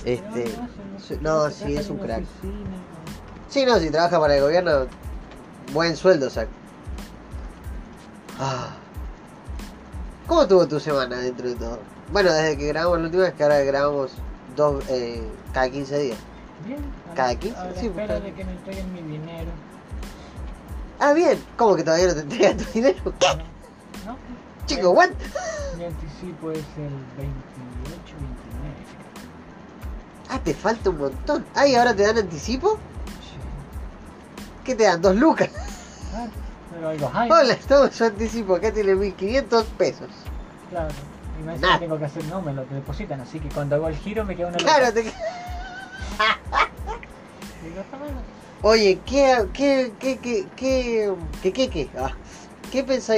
Este, No, no, sí, es un trabaja crack. en una oficina. Sí, no, si trabaja para el gobierno, buen sueldo saca. Ah. ¿Cómo estuvo tu semana dentro de todo? Bueno, desde que grabamos la última vez, que ahora grabamos cada 15 días. Bien, ¿Cada 15? a la Sí, espera cada de que me entreguen mi dinero. Ah, bien. ¿Cómo que todavía no te entregan tu dinero? No, no. Chico, ¿what? Mi anticipo es el 28, 29. Ah, te falta un montón. Ah, ¿y ahora te dan anticipo? Sí. ¿Qué te dan? 2 lucas. Claro, pero algo hay. Hola, toma su anticipo. Acá tiene 1500 pesos. Claro. Y me Nada. tengo que hacer, no, me lo depositan, así que cuando hago el giro me queda una Claro, luca. te... Digo, está bueno. Oye, ¿qué pensáis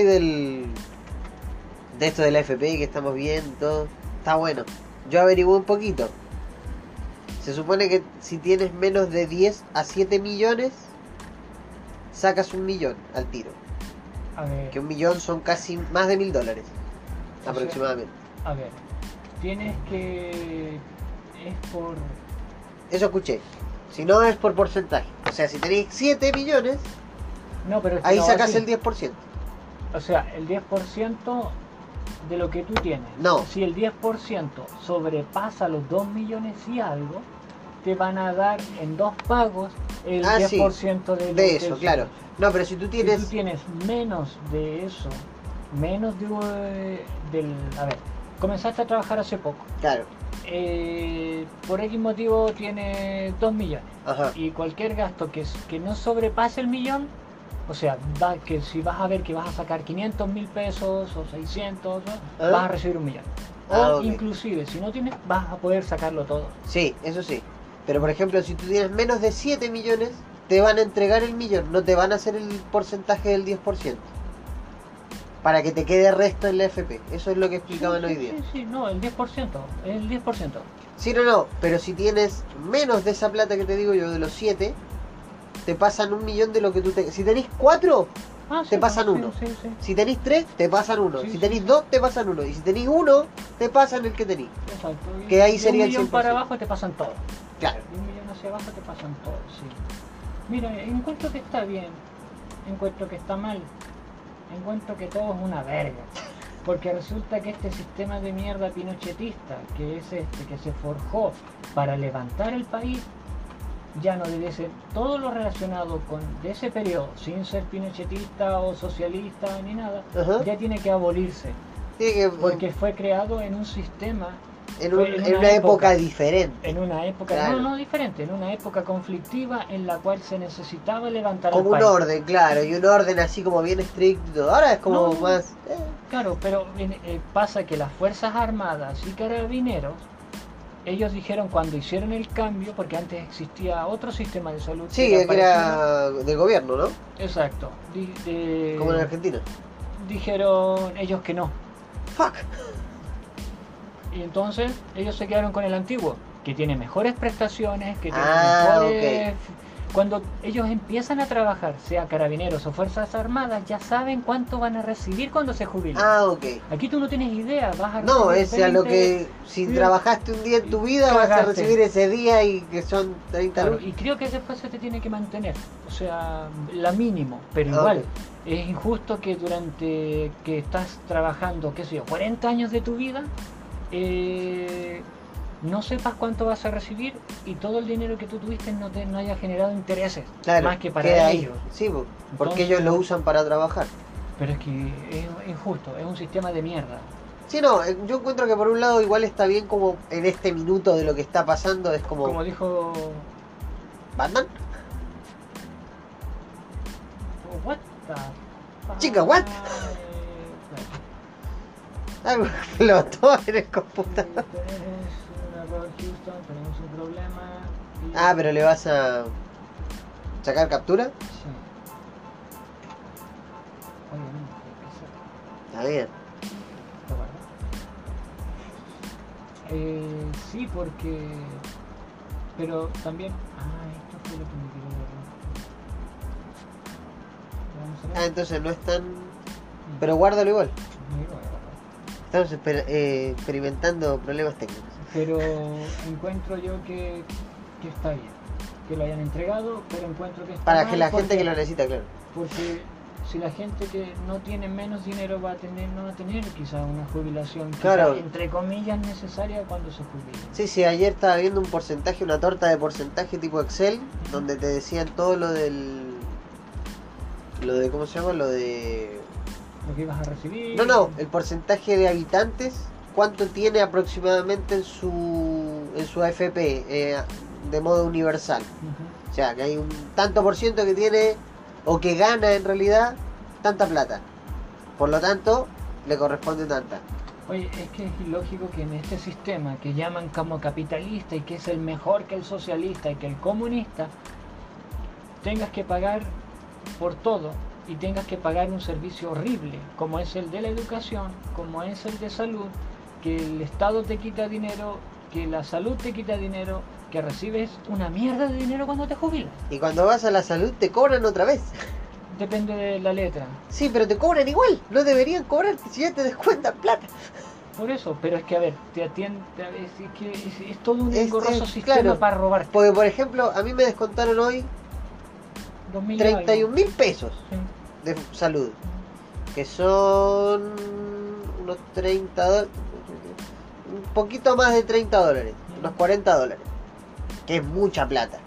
de esto de la FPI que estamos viendo? Todo? Está bueno. Yo averigué un poquito. Se supone que si tienes menos de 10 a 7 millones, sacas 1.000.000 al tiro. A ver, Que 1.000.000 son casi más de $1.000 sea, aproximadamente. a ver, tienes que... es por... Eso escuché. Si no es por porcentaje. O sea, si tenéis 7 millones, No, pero es que ahí no, sacas así. el 10%. O sea, el 10% de lo que tú tienes. No. Si el 10% sobrepasa los 2 millones y algo, te van a dar en 2 pagos el Ah, sí. 10% de, De eso, claro. No, pero si tú Si tienes... tú tienes menos de eso, menos del... A ver, comenzaste a trabajar hace poco. Claro. Por X motivo tienes 2 millones. Ajá. Y cualquier gasto que no sobrepase el millón, o sea, que si vas a ver que vas a sacar 500.000 pesos o 600, ¿no? ¿Ah? Vas a recibir 1 millón. Ah, O ok. inclusive, si no tienes, vas a poder sacarlo todo. Sí, eso sí. Pero por ejemplo, si tú tienes menos de 7 millones, te van a entregar el millón, no te van a hacer el porcentaje del 10%. Para que te quede resto en la FP. Eso es lo que explicaban hoy día. Sí, no, el 10%, el 10%. Sí, no, pero si tienes menos de esa plata que te digo yo, de los 7, te pasan 1.000.000 de lo que tú te... Si tenés 4, Ah, te pasan sí, 1. sí. Si tenés 3, te pasan 1. Sí, Si sí, tenés sí. 2, te pasan 1. Y si tenés 1, te pasan el que tenés. Exacto. Y Que ahí de sería un el millón 100%. para abajo te pasan todo. Claro. De 1 millón hacia abajo te pasan todo, sí. Mira, encuentro que está bien, encuentro que está mal, encuentro que todo es una verga. Porque resulta que este sistema de mierda pinochetista, que es este, que se forjó para levantar el país, ya no debe ser todo lo relacionado con de ese periodo, sin ser pinochetista o socialista ni nada, Ajá. ya tiene que abolirse. Sí, que Porque fue creado en un sistema, en fue una época diferente. en una época, Claro. no diferente, en una época conflictiva en la cual se necesitaba levantar Como el un país. orden, claro, y un orden así como bien estricto. Ahora es como No. más... Claro, pero pasa que las Fuerzas Armadas y Carabineros, ellos dijeron cuando hicieron el cambio, porque antes existía otro sistema de salud. Sí, que parecido. era del gobierno, ¿no? Exacto. Como en Argentina. Dijeron ellos que no. Fuck. Y entonces ellos se quedaron con el antiguo, que tiene mejores prestaciones, que tiene Ah, mejores... Cuando ellos empiezan a trabajar, sea carabineros o fuerzas armadas, ya saben cuánto van a recibir cuando se jubilen. Ah, ok. Aquí tú no tienes idea, vas a No, recibir es a lo 20, que si sí, trabajaste un día en tu vida vas a cagaste. recibir ese día y que son 30 Claro, lucas. y creo que después se te tiene que mantener, o sea, la mínimo, pero Ah, igual, ok. es injusto que durante que estás trabajando, qué sé yo, 40 años de tu vida, no sepas cuánto vas a recibir y todo el dinero que tú tuviste no haya generado intereses, Claro, más que para queda ahí. ellos. Sí, porque Entonces- ellos lo usan para trabajar. Pero es que es injusto, es un sistema de mierda. Sí, no, yo encuentro que por un lado igual está bien como en este minuto de lo que está pasando, es como... Como dijo... ¿Batman? What the fuck? Chica, what? Algo explotó en el computador. Tenemos un error, Houston, tenemos un problema. y- Ah, pero le vas a sacar captura. Sí. Obviamente, hay que Está bien. hacerlo, ¿verdad? Sí, porque... Pero también... esto fue lo que me quedó Vamos a ver. Ah, entonces no es tan... Pero guárdalo igual. Me digo, ¿verdad? Estamos experimentando problemas técnicos. Pero encuentro yo que está bien que lo hayan entregado, pero encuentro que está Para mal que la gente porque- que lo necesita, claro. Porque si la gente que no tiene menos dinero no va a tener quizá una jubilación quizá, Claro. entre comillas necesaria cuando se jubile. Sí, sí, ayer estaba viendo un porcentaje, una torta de porcentaje tipo Excel, donde te decían todo lo de, ¿cómo se llama? Lo de... Lo que ibas a recibir. No, el porcentaje de habitantes, cuánto tiene aproximadamente en su AFP, de modo universal. Ujú. O sea, que hay un tanto por ciento que tiene, o que gana en realidad, tanta plata. Por lo tanto, le corresponde tanta. Oye, es que es ilógico que en este sistema que llaman como capitalista y que es el mejor que el socialista y que el comunista, tengas que pagar por todo y tengas que pagar un servicio horrible, como es el de la educación, como es el de salud, que el Estado te quita dinero, que la salud te quita dinero, que recibes una mierda de dinero cuando te jubilas. Y cuando vas a la salud te cobran otra vez. Depende de la letra. Sí, pero te cobran igual. No deberían cobrarte si ya te descuentan plata. Por eso, pero es que a ver, te atiende, es todo un Es- engorroso es, sistema claro. para robarte. Porque, por ejemplo, a mí me descontaron hoy 2000 y 31.000 pesos algo. de salud. Que son unos 30 dólares. Un poquito más de 30 dólares. Unos 40 dólares. Que es mucha plata.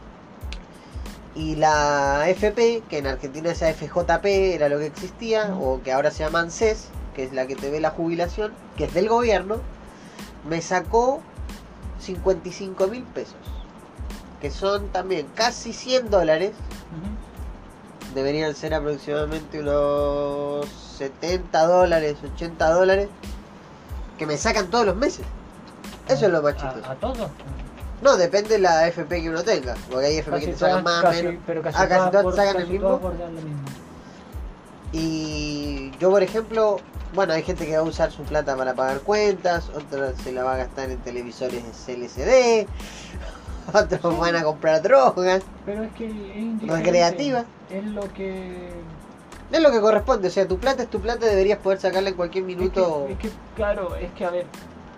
Y la AFP, que en Argentina es AFJP, era lo que existía, o que ahora se llama ANSES, que es la que te ve la jubilación, que es del gobierno, me sacó 55.000 pesos. Que son también casi 100 dólares. Ujú. Deberían ser aproximadamente unos 70 dólares, 80 dólares. Que me sacan todos los meses. Eso es lo más chistoso. A todos. No, depende de la AFP que uno tenga. Porque hay AFP que te sacan más, menos. Pero casi, Ah, casi todas por- te sacan casi el mismo. todas por dar lo mismo. Y yo, por ejemplo, bueno, hay gente que va a usar su plata para pagar cuentas, otros se la va a gastar en televisores LCD, otros van a comprar drogas. Pero es que es indiferente. Recreativa. Es lo que... Es lo que corresponde, o sea, tu plata es tu plata, deberías poder sacarla en cualquier minuto. Claro, es que a ver...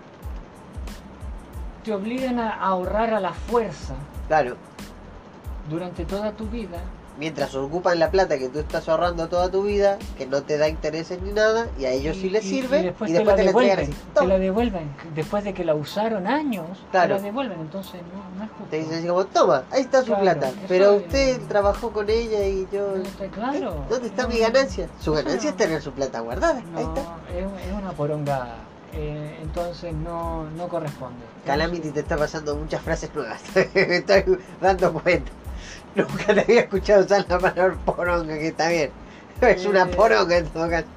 Te obligan a ahorrar a la fuerza Claro, durante toda tu vida. mientras ocupan la plata que tú estás ahorrando toda tu vida, que no te da intereses ni nada, y a ellos sí les sirve, y después te la entregan devuelven. así. Te Toma. la devuelven. Después de que la usaron años, Claro. te la devuelven. Entonces no es justo. Te dicen así como, toma, ahí está su Claro, plata, eso pero es- usted trabajó con ella y yo... Claro. ¿Dónde está No, mi ganancia? Su eso ganancia no- es tener su plata guardada, No, ahí está. es una poronga. Entonces no corresponde. Calamity te está pasando muchas frases nuevas, me estoy dando cuenta. Nunca te había escuchado usar la palabra poronga, que está bien. Es una poronga en todo caso.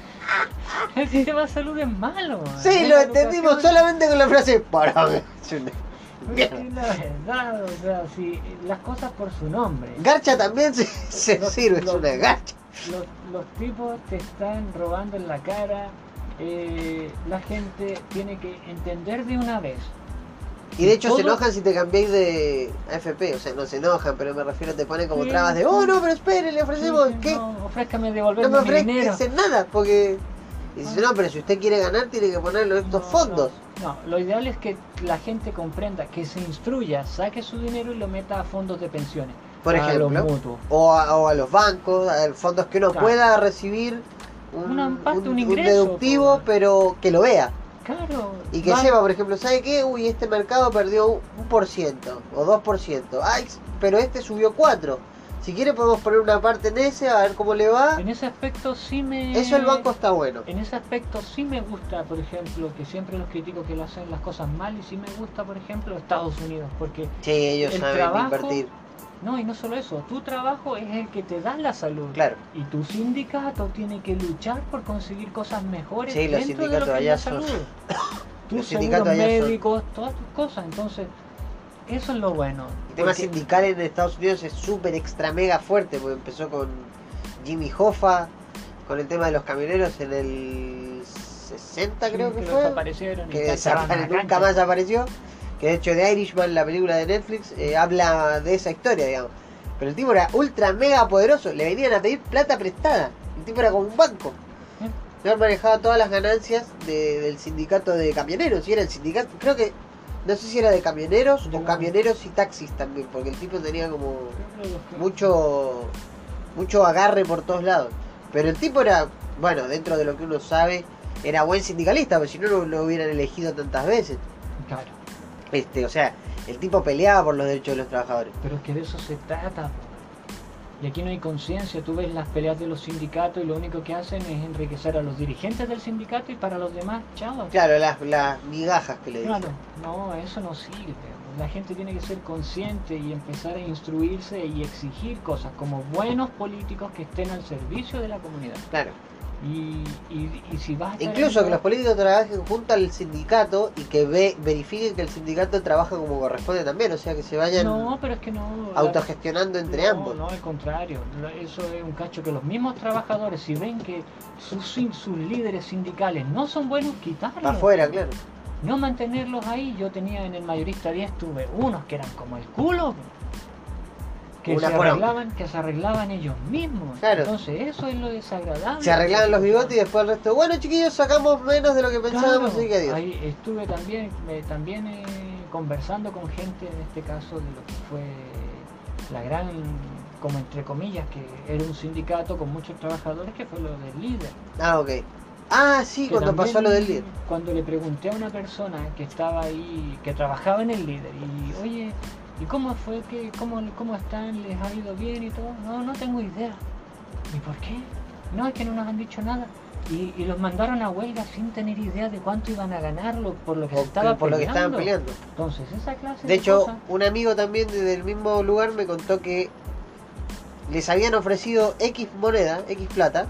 El sistema de salud es malo. Sí, lo entendimos solamente con la frase poronga. Es una Es mierda. la verdad, o sea, si las cosas por su nombre. Garcha también se Los- sirve, es los- una garcha. Los tipos te están robando en la cara. La gente tiene que entender de una vez. Y de hecho se Todo- enojan si te cambiáis de AFP, o sea, no se enojan, pero me refiero, te ponen como Sí, trabas de, sí. oh no, pero espere, le ofrecemos, Sí, ¿qué? No, ofrézcame No devolverme me mi dinero. ofrecen nada, porque... Y dice, no, pero si usted quiere ganar, tiene que ponerlo en estos No, fondos. No, lo ideal es que la gente comprenda, que se instruya, saque su dinero y lo meta a fondos de pensiones. Por a ejemplo. los mutuos. O a los bancos, a fondos que uno Claro. pueda recibir un un ingreso, deductivo, po. pero que lo vea. Claro. Y que va- sepa, por ejemplo, ¿sabe qué? Uy, este mercado perdió 1% o 2%. Ay, pero este subió 4%. Si quiere podemos poner una parte en ese, a ver cómo le va. En ese aspecto sí me... Eso el banco está bueno. En ese aspecto sí me gusta, por ejemplo, que siempre los critico que lo hacen las cosas mal, y sí me gusta, por ejemplo, Estados Unidos, porque Sí, ellos el saben trabajo- invertir. no, y no solo eso, tu trabajo es el que te da la salud. Claro. Y tu sindicato tiene que luchar por conseguir cosas mejores Sí, los dentro de lo sindicatos que es allá la son- salud. Los Tus sindicatos seguros allá son- médicos, todas tus cosas. Entonces, eso es lo bueno. El tema Porque- sindical en Estados Unidos es súper extra mega fuerte, porque empezó con Jimmy Hoffa, con el tema de los camioneros en el 60 creo que fue. desaparecieron y Que estaban a la nunca cancha. más apareció. Que de hecho The Irishman, la película de Netflix, habla de esa historia, digamos. Pero el tipo era ultra mega poderoso, le venían a pedir plata prestada. El tipo era como un banco. Ford manejaba todas las ganancias del sindicato de camioneros. Y era el sindicato, creo que, no sé si era de camioneros o camioneros y taxis también, porque el tipo tenía como mucho agarre por todos lados. Pero el tipo era, bueno, dentro de lo que uno sabe, era buen sindicalista, porque si no, no lo hubieran elegido tantas veces. Claro. O sea, el tipo peleaba por los derechos de los trabajadores. Pero es que de eso se trata, po. Y aquí no hay conciencia. Tú ves las peleas de los sindicatos y lo único que hacen es enriquecer a los dirigentes del sindicato y para los demás, chao. Claro, las migajas que le dicen. Claro, no, eso no sirve. La gente tiene que ser consciente y empezar a instruirse y exigir cosas como buenos políticos que estén al servicio de la comunidad. Claro. Y si vas a incluso que los políticos trabajen junto al sindicato y que verifiquen que el sindicato trabaja como corresponde también, o sea que se vayan pero es que autogestionando entre ambos. No, al contrario, eso es un cacho que los mismos trabajadores, si ven que sus líderes sindicales no son buenos, quitarlos. Para afuera, claro. No mantenerlos ahí. Yo tenía en el mayorista 10, tuve unos que eran como el culo, que se arreglaban ellos mismos. Claro. Entonces eso es lo desagradable. Se arreglaban los bigotes y después el resto, bueno chiquillos, sacamos menos de lo que pensábamos, claro, y que adiós. Ahí estuve también conversando con gente, en este caso, de lo que fue la gran, como entre comillas, que era un sindicato con muchos trabajadores, que fue lo del líder. Ah, ok. Ah, sí, cuando pasó lo del líder. Cuando le pregunté a una persona que estaba ahí, que trabajaba en el líder, y oye, ¿y cómo fue que, cómo están? ¿Les ha ido bien y todo? No tengo idea. ¿Y por qué? No, es que no nos han dicho nada. Y los mandaron a huelga sin tener idea de cuánto iban a ganar por lo que se estaba peleando. Por lo que estaban peleando. Entonces, esa clase de hecho, cosas... un amigo también del mismo lugar me contó que les habían ofrecido X moneda, X plata.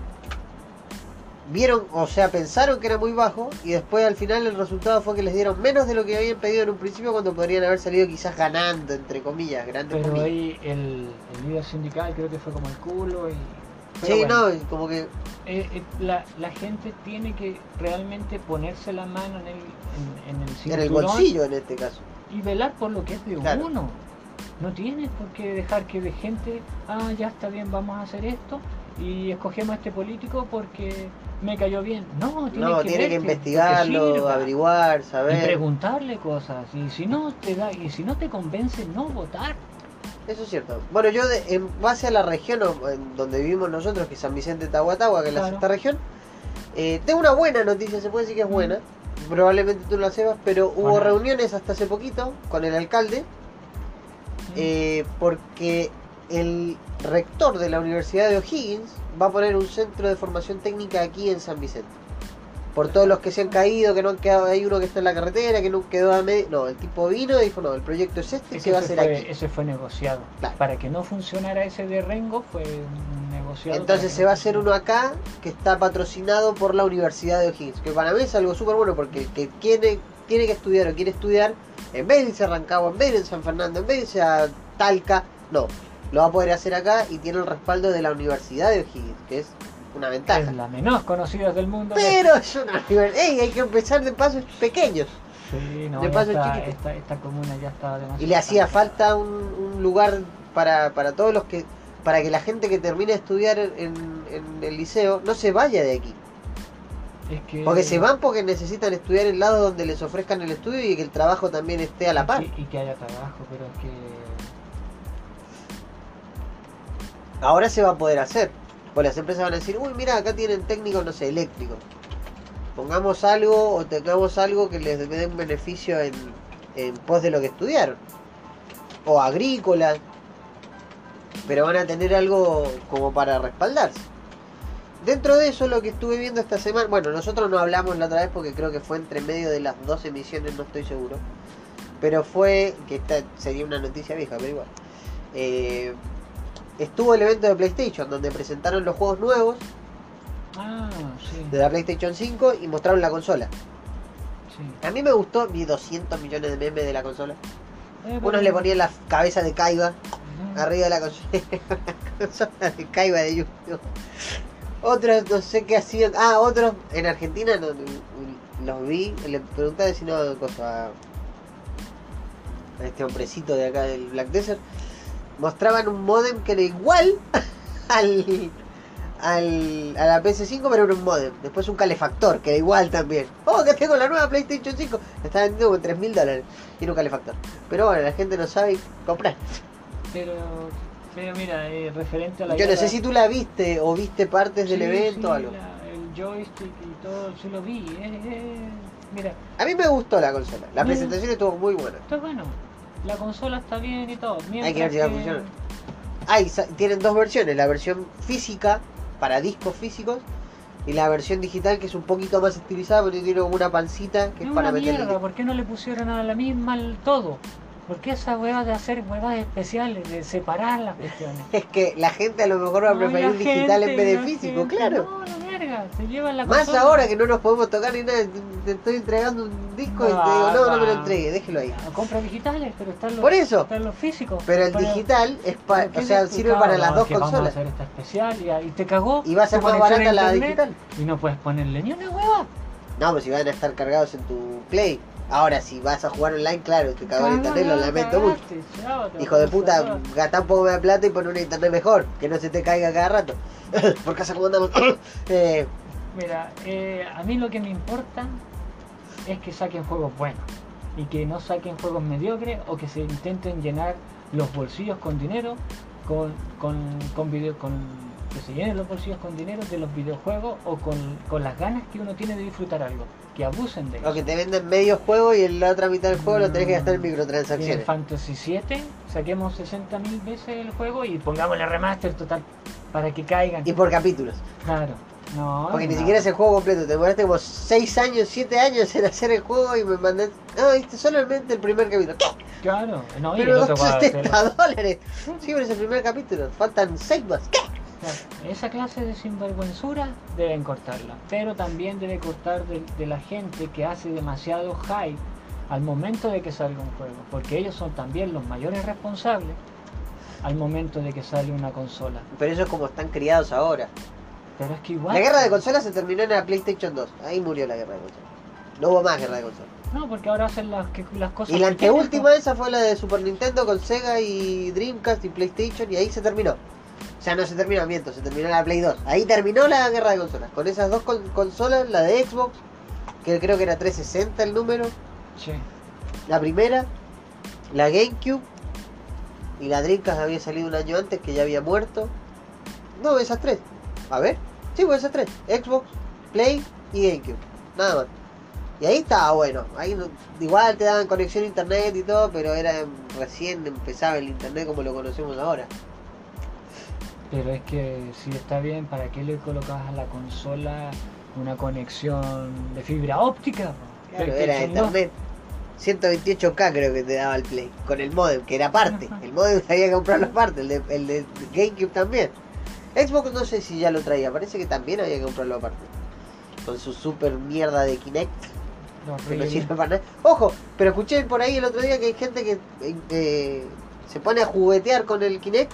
Vieron, o sea, pensaron que era muy bajo y después al final el resultado fue que les dieron menos de lo que habían pedido en un principio, cuando podrían haber salido quizás ganando, entre comillas, grandes Pero comillas. Ahí el líder sindical creo que fue como el culo y... Sí, bueno, no, como que... la gente tiene que realmente ponerse la mano en el cinturón. En el bolsillo en este caso. Y velar por lo que es de claro. uno. No tienes por qué dejar que de gente, ya está bien, vamos a hacer esto y escogemos a este político porque me cayó bien. Tiene que investigarlo, averiguar, saber. Y preguntarle cosas. Y si no te convence, no votar. Eso es cierto. Bueno, yo en base a la región en donde vivimos nosotros, que es San Vicente Tahuatahua, que es la sexta región, tengo una buena noticia, se puede decir que es buena. Probablemente tú la sepas, pero hubo reuniones hasta hace poquito con el alcalde, porque el rector de la Universidad de O'Higgins va a poner un centro de formación técnica aquí en San Vicente. Por todos los que se han caído, que no han quedado, hay uno que está en la carretera, que no quedó a medio. No, el tipo vino y dijo, no, el proyecto es este y se va a hacer aquí. Ese fue negociado. Claro. Para que no funcionara ese de Rengo, fue negociado. Entonces se va a hacer uno acá, que está patrocinado por la Universidad de O'Higgins. Que para mí es algo súper bueno, porque el que tiene que estudiar o quiere estudiar, en vez de irse a Rancagua, en vez de irse a San Fernando, en vez de irse a Talca, no. Lo va a poder hacer acá y tiene el respaldo de la Universidad de O'Higgins, que es una ventaja. Es la menos conocida del mundo. Pero es una universidad. Hay que empezar de pasos pequeños. Sí, no, de pasos chiquitos. Esta comuna ya estaba demasiado. Y le hacía falta un lugar para todos los que. Para que la gente que termine de estudiar en el liceo no se vaya de aquí. Porque se van porque necesitan estudiar en lados donde les ofrezcan el estudio y que el trabajo también esté a la par. Y que haya trabajo, pero es que... Ahora se va a poder hacer. O las empresas van a decir, uy, mira, acá tienen técnicos, no sé, eléctricos. Pongamos algo o tengamos algo que les dé un beneficio en pos de lo que estudiaron. O agrícola. Pero van a tener algo como para respaldarse. Dentro de eso, lo que estuve viendo esta semana... Bueno, nosotros no hablamos la otra vez porque creo que fue entre medio de las dos emisiones, no estoy seguro. Pero fue... que esta sería una noticia vieja, pero igual. Estuvo el evento de PlayStation, donde presentaron los juegos nuevos de la PlayStation 5 y mostraron la consola. Sí. A mí me gustó, vi 200 millones de memes de la consola. Unos le ponían la cabeza de Kaiba arriba de la consola de Kaiba de YouTube. Otros no sé qué hacían. Otros en Argentina los vi. Le preguntaba si no cosa a este hombrecito de acá del Black Desert. Mostraban un modem que era igual a la PS5, pero era un modem. Después un calefactor, que era igual también. Oh, que tengo la nueva PlayStation 5. La está vendiendo con $3.000. Tiene un calefactor. Pero bueno, la gente no sabe comprar. Pero mira, referente a la Yo no guerra- sé si tú la viste o viste partes del Sí, evento o algo. el joystick y todo, sí lo vi. Mira, A mí me gustó la consola. La Mira. presentación estuvo muy buena. está bueno. La consola está bien y todo. Hay que ver si va a funcionar. Tienen dos versiones. La versión física, para discos físicos, y la versión digital, que es un poquito más estilizada, porque tiene como una pancita que Es es para una meterle el mierda, disco. ¿por qué no le pusieron a la misma todo? ¿Por qué esa hueva de hacer huevas especiales, de separar las cuestiones? Es que la gente a lo mejor va a Ay, preferir la digital en gente, vez de la físico, gente. claro. No, la verga, se llevan la Más consola. ahora que no nos podemos tocar ni nada, te estoy entregando un disco y te digo, no me lo entregue, déjelo ahí. Compra digitales, pero están los, Por eso. están los físicos. Pero el Para- digital es ¿para qué o sea, sirve para las dos que vamos a consolas. hacer esta especial y te cagó. Y va a ser tu más conexión barata a la internet digital. Y no puedes ponerle ni una hueva. No, pues si van a estar cargados en tu Play. Ahora, si vas a jugar online, claro, te cagó el internet, lo lamento mucho. Hijo de puta, gastá un poco de plata y pon una internet mejor, que no se te caiga cada rato. Por casa como andamos. Mira, a mí lo que me importa es que saquen juegos buenos y que no saquen juegos mediocres o que se intenten llenar los bolsillos con dinero, que se llenen los bolsillos con dinero de los videojuegos o con las ganas que uno tiene de disfrutar algo, que abusen de eso. O que te venden medio juego y en la otra mitad del juego lo tenés que gastar en En microtransacciones. Fantasy 7 saquemos 60.000 veces el juego y pongámosle remaster total para que caigan. Y por capítulos. Claro, no. Porque ni no. siquiera es el juego completo. Te demoraste como 6 años, 7 años en hacer el juego y me mandaste. No, viste solamente el primer capítulo. ¿Qué? Claro, no, y el Pero me otro costó va- $70. Sí, pero es el primer capítulo. Faltan 6 más. ¿Qué? Claro, esa clase de sinvergüenzura deben cortarla, pero también debe cortar de la gente que hace demasiado hype al momento de que salga un juego, porque ellos son también los mayores responsables al momento de que sale una consola. Pero eso es como están criados ahora. Pero es que igual... La guerra de consolas se terminó en la PlayStation 2. Ahí murió la guerra de consolas. No hubo más guerra de consolas. No, porque ahora hacen las cosas... Y la que quieren, anteúltima esa fue la de Super Nintendo con Sega y Dreamcast y PlayStation y ahí se terminó. O sea, no se terminó, miento, se terminó la Play 2. Ahí terminó la guerra de consolas. Con esas dos consolas, la de Xbox, que creo que era 360 el número, Sí. la primera, la GameCube y la Dreamcast había salido un año antes que ya había muerto. No, esas tres. A ver, sí, pues esas tres. Xbox, Play y GameCube. Nada más. Y ahí estaba bueno. Ahí igual te daban conexión a internet y todo, pero era recién empezaba el internet como lo conocemos ahora. Pero es que si está bien, ¿para qué le colocas a la consola una conexión de fibra óptica? Claro, era internet. 128K creo que te daba el Play, con el modem, que era aparte. Ajá. El modem había que comprarlo aparte, el de GameCube también. Xbox no sé si ya lo traía, parece que también había que comprarlo aparte. Con su super mierda de Kinect, que no sirve para nada. Ojo, pero escuché por ahí el otro día que hay gente que se pone a juguetear con el Kinect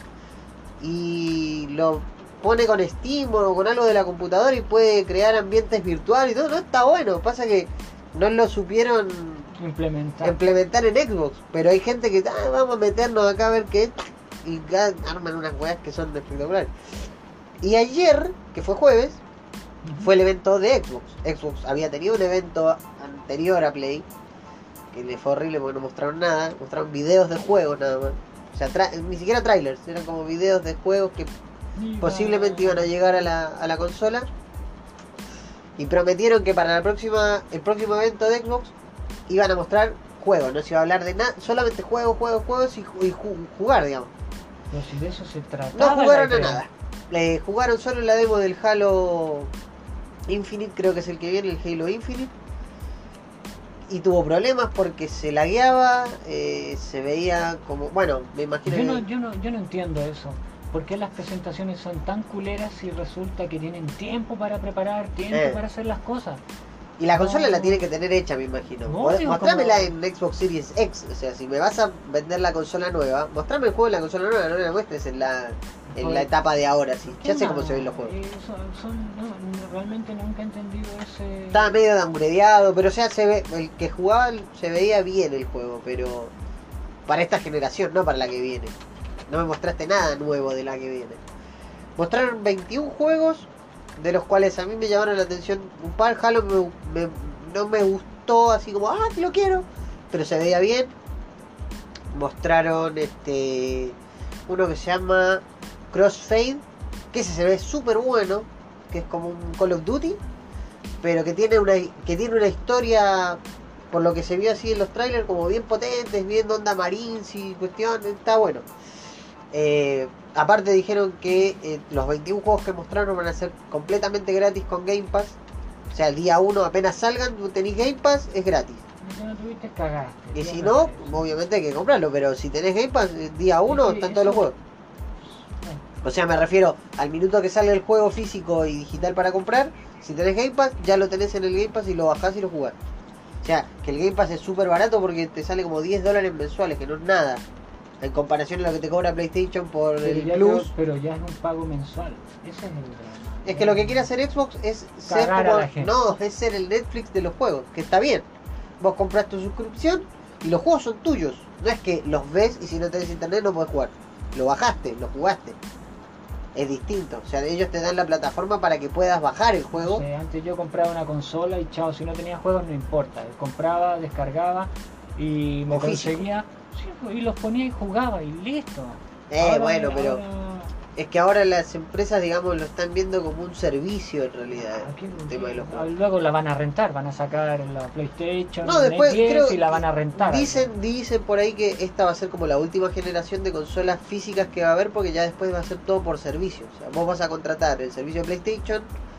y lo pone con Steam o con algo de la computadora y puede crear ambientes virtuales y todo. No está bueno, pasa que no lo supieron implementar en Xbox, pero hay gente que vamos a meternos acá a ver qué, y arman unas weas que son espectaculares. Y ayer, que fue jueves, fue el evento de Xbox. Xbox había tenido un evento anterior a Play, que le fue horrible porque no mostraron nada, mostraron videos de juegos nada más. O sea, ni siquiera trailers, eran como videos de juegos que posiblemente iban a llegar a la consola. Y prometieron que para el próximo evento de Xbox iban a mostrar juegos, no se iba a hablar de nada, solamente juegos y jugar, digamos. Pero si de eso se No trataba. jugaron a nada. Jugaron solo la demo del Halo Infinite, creo que es el que viene, el Halo Infinite. Y tuvo problemas porque se lagueaba, se veía como... Bueno, me imagino Yo no entiendo eso. ¿Por qué las presentaciones son tan culeras si resulta que tienen tiempo para preparar, tiempo para hacer las cosas? Y la consola No. la tiene que tener hecha, me imagino. No, digo, Mostrámela como- en Xbox Series X. O sea, si me vas a vender la consola nueva, mostrame el juego en la consola nueva, no me la muestres en la etapa de ahora, sí. Ya sé cómo se ven los juegos. Realmente nunca he entendido ese... Estaba medio downgradeado, pero o sea, el que jugaba se veía bien el juego, pero para esta generación, no para la que viene. No me mostraste nada nuevo de la que viene. Mostraron 21 juegos, de los cuales a mí me llamaron la atención un par. Halo no me gustó así como, lo quiero, pero se veía bien. Mostraron uno que se llama Crossfade, que ese se ve súper bueno, que es como un Call of Duty, pero que tiene una historia, por lo que se vio así en los trailers, como bien potentes, bien onda Marines y cuestión, está bueno. Aparte dijeron que los 21 juegos que mostraron van a ser completamente gratis con Game Pass. O sea, el día 1 apenas salgan, tenéis Game Pass, es gratis. Si no tuviste, cagaste. Y si no, obviamente hay que comprarlo, pero si tenés Game Pass, el día 1 están todos los juegos. O sea, me refiero al minuto que sale el juego físico y digital para comprar. Si tenés Game Pass, ya lo tenés en el Game Pass y lo bajás y lo jugás. O sea, que el Game Pass es súper barato porque te sale como $10 mensuales, que no es nada. En comparación a lo que te cobra PlayStation por el Plus. Pero ya es un pago mensual. Ese es el drama. Es que lo que quiere hacer Xbox es ser Cagar como... a la gente. No, es ser el Netflix de los juegos, que está bien. Vos compras tu suscripción y los juegos son tuyos. No es que los ves y si no tenés internet no podés jugar. Lo bajaste, lo jugaste. Es distinto. O sea, ellos te dan la plataforma para que puedas bajar el juego. Sí, antes yo compraba una consola y chao, si no tenía juegos no importa. Compraba, descargaba y me O físico. conseguía... Sí, y los ponía y jugaba y listo. Bueno, pero es que ahora las empresas, digamos, lo están viendo como un servicio en realidad. El tema de los juegos. Luego la van a rentar, van a sacar la PlayStation, No, después NES 10 creo y la van a rentar. Dicen por ahí que esta va a ser como la última generación de consolas físicas que va a haber, porque ya después va a ser todo por servicio. O sea, vos vas a contratar el servicio de PlayStation,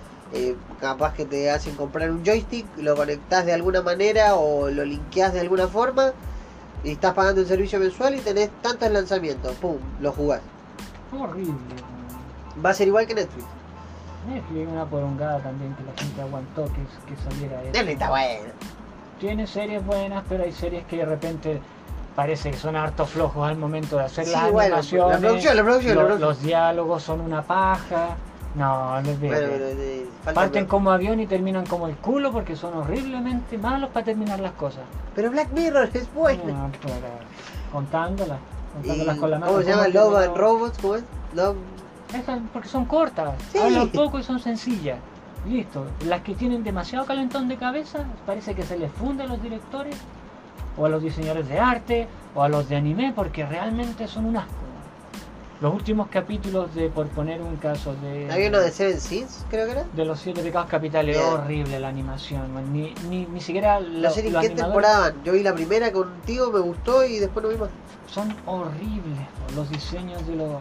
capaz que te hacen comprar un joystick, lo conectás de alguna manera o lo linkeás de alguna forma y estás pagando el servicio mensual y tenés tantos lanzamientos, pum, lo jugás. Horrible. Va a ser igual que Netflix. Netflix, una porongada también que la gente aguantó que saliera eso. Netflix está bueno. Tiene series buenas, pero hay series que de repente parece que son harto flojos al momento de hacer Sí, las bueno, animaciones. la producción. Los diálogos son una paja. No, no es bien. Bueno, pero falta Parten más. como avión y terminan como el culo porque son horriblemente malos para terminar las cosas. Pero Black Mirror es bueno. No, pero contándolas Y, con la mano. ¿cómo se llama? Love and Robots, ¿cómo es? Love... Esas porque son cortas, Sí. hablan poco y son sencillas. Listo. Las que tienen demasiado calentón de cabeza, parece que se les funde a los directores, o a los diseñadores de arte, o a los de anime, porque realmente son un asco. Los últimos capítulos de, por poner un caso de... Había uno de Seven Sins, creo que era. De los 7 pecados capitales, Bien. horrible la animación, man. Ni siquiera No sé ni los qué animadores temporada van. Yo vi la primera contigo, me gustó y después no vi más. son horribles, los diseños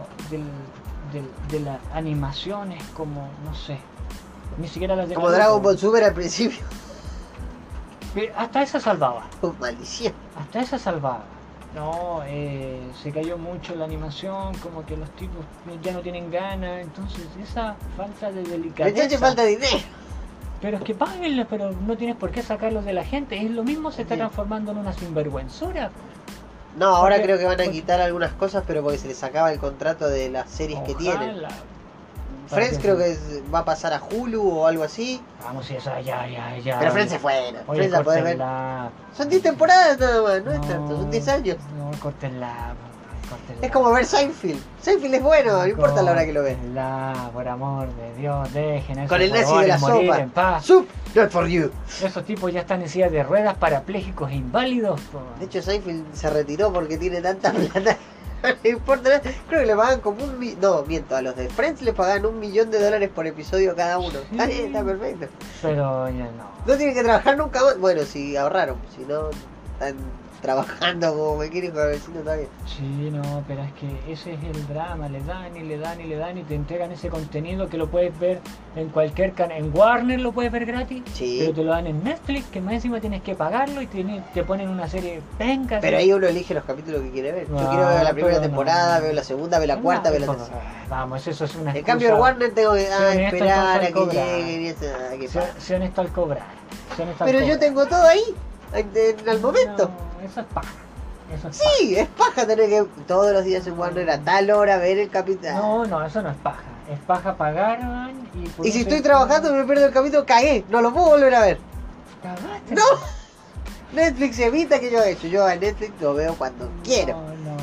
de las animaciones, como, no sé, ni siquiera las de Como Naruto. Dragon Ball Super al principio. Hasta esa salvaba, Maldición. hasta esa salvaba. No, se cayó mucho la animación, como que los tipos ya no tienen ganas, entonces esa falta de Le delicadeza. echaste falta de dinero. Pero es que páguenles, pero no tienes por qué sacarlos de la gente, es lo mismo, se está Sí. transformando en una sinvergüenzura. No, ahora Porque- creo que van a porque- quitar algunas cosas, pero porque se les acaba el contrato de las series que tienen. Ojalá. Friends creo que va a pasar a Hulu o algo así. Vamos, y esa ya. Pero Friends es buena. Oye, Friends la podés ver. córtenla. Son 10 temporadas nada más, no es tanto, son 10 años. No, córtenla. Es como ver Seinfeld. Seinfeld es bueno, no importa la hora que lo ves. Córtenla, por amor de Dios, dejen a esos Con el nazi de la huevones morir sopa. en paz. Soup, not for you. Esos tipos ya están en silla de ruedas, parapléjicos e inválidos. po. De hecho, Seinfeld se retiró porque tiene tanta plata. No le importa nada. Creo que le pagan como No, miento, a los de Friends le pagan $1 millón por episodio cada uno. Sí. Está bien, está perfecto. Pero ya no. No tienen que trabajar nunca más. Bueno, si ahorraron, si no, están trabajando como me quiere con el vecino todavía. Sí, no, pero es que ese es el drama, le dan y te entregan ese contenido que lo puedes ver en cualquier canal, en Warner lo puedes ver gratis, Sí. pero te lo dan en Netflix, que más encima tienes que pagarlo y te ponen una serie penca. Pero ahí uno elige los capítulos que quiere ver. Yo Ah, quiero ver la primera pero temporada, no. veo la segunda, veo la cuarta, veo la tercera. Vamos, eso es una En excusa. cambio, el Warner tengo que honesto, esperar a entonces, que cobrar. lleguen y eso. Qué Sé, paja. sé honesto al cobrar. sé honesto al Pero yo cobrar. tengo todo ahí, al momento. No, eso es paja. Eso es Sí, es paja tener que todos los días en Warner a tal hora ver el capítulo. No, eso no es paja. Es paja pagar, man, y por Y si eso estoy es- trabajando y me pierdo el capítulo, cagué, no lo puedo volver a ver. Cagaste. ¡No! Netflix evita que yo haga eso. Yo a Netflix lo veo cuando quiero. No,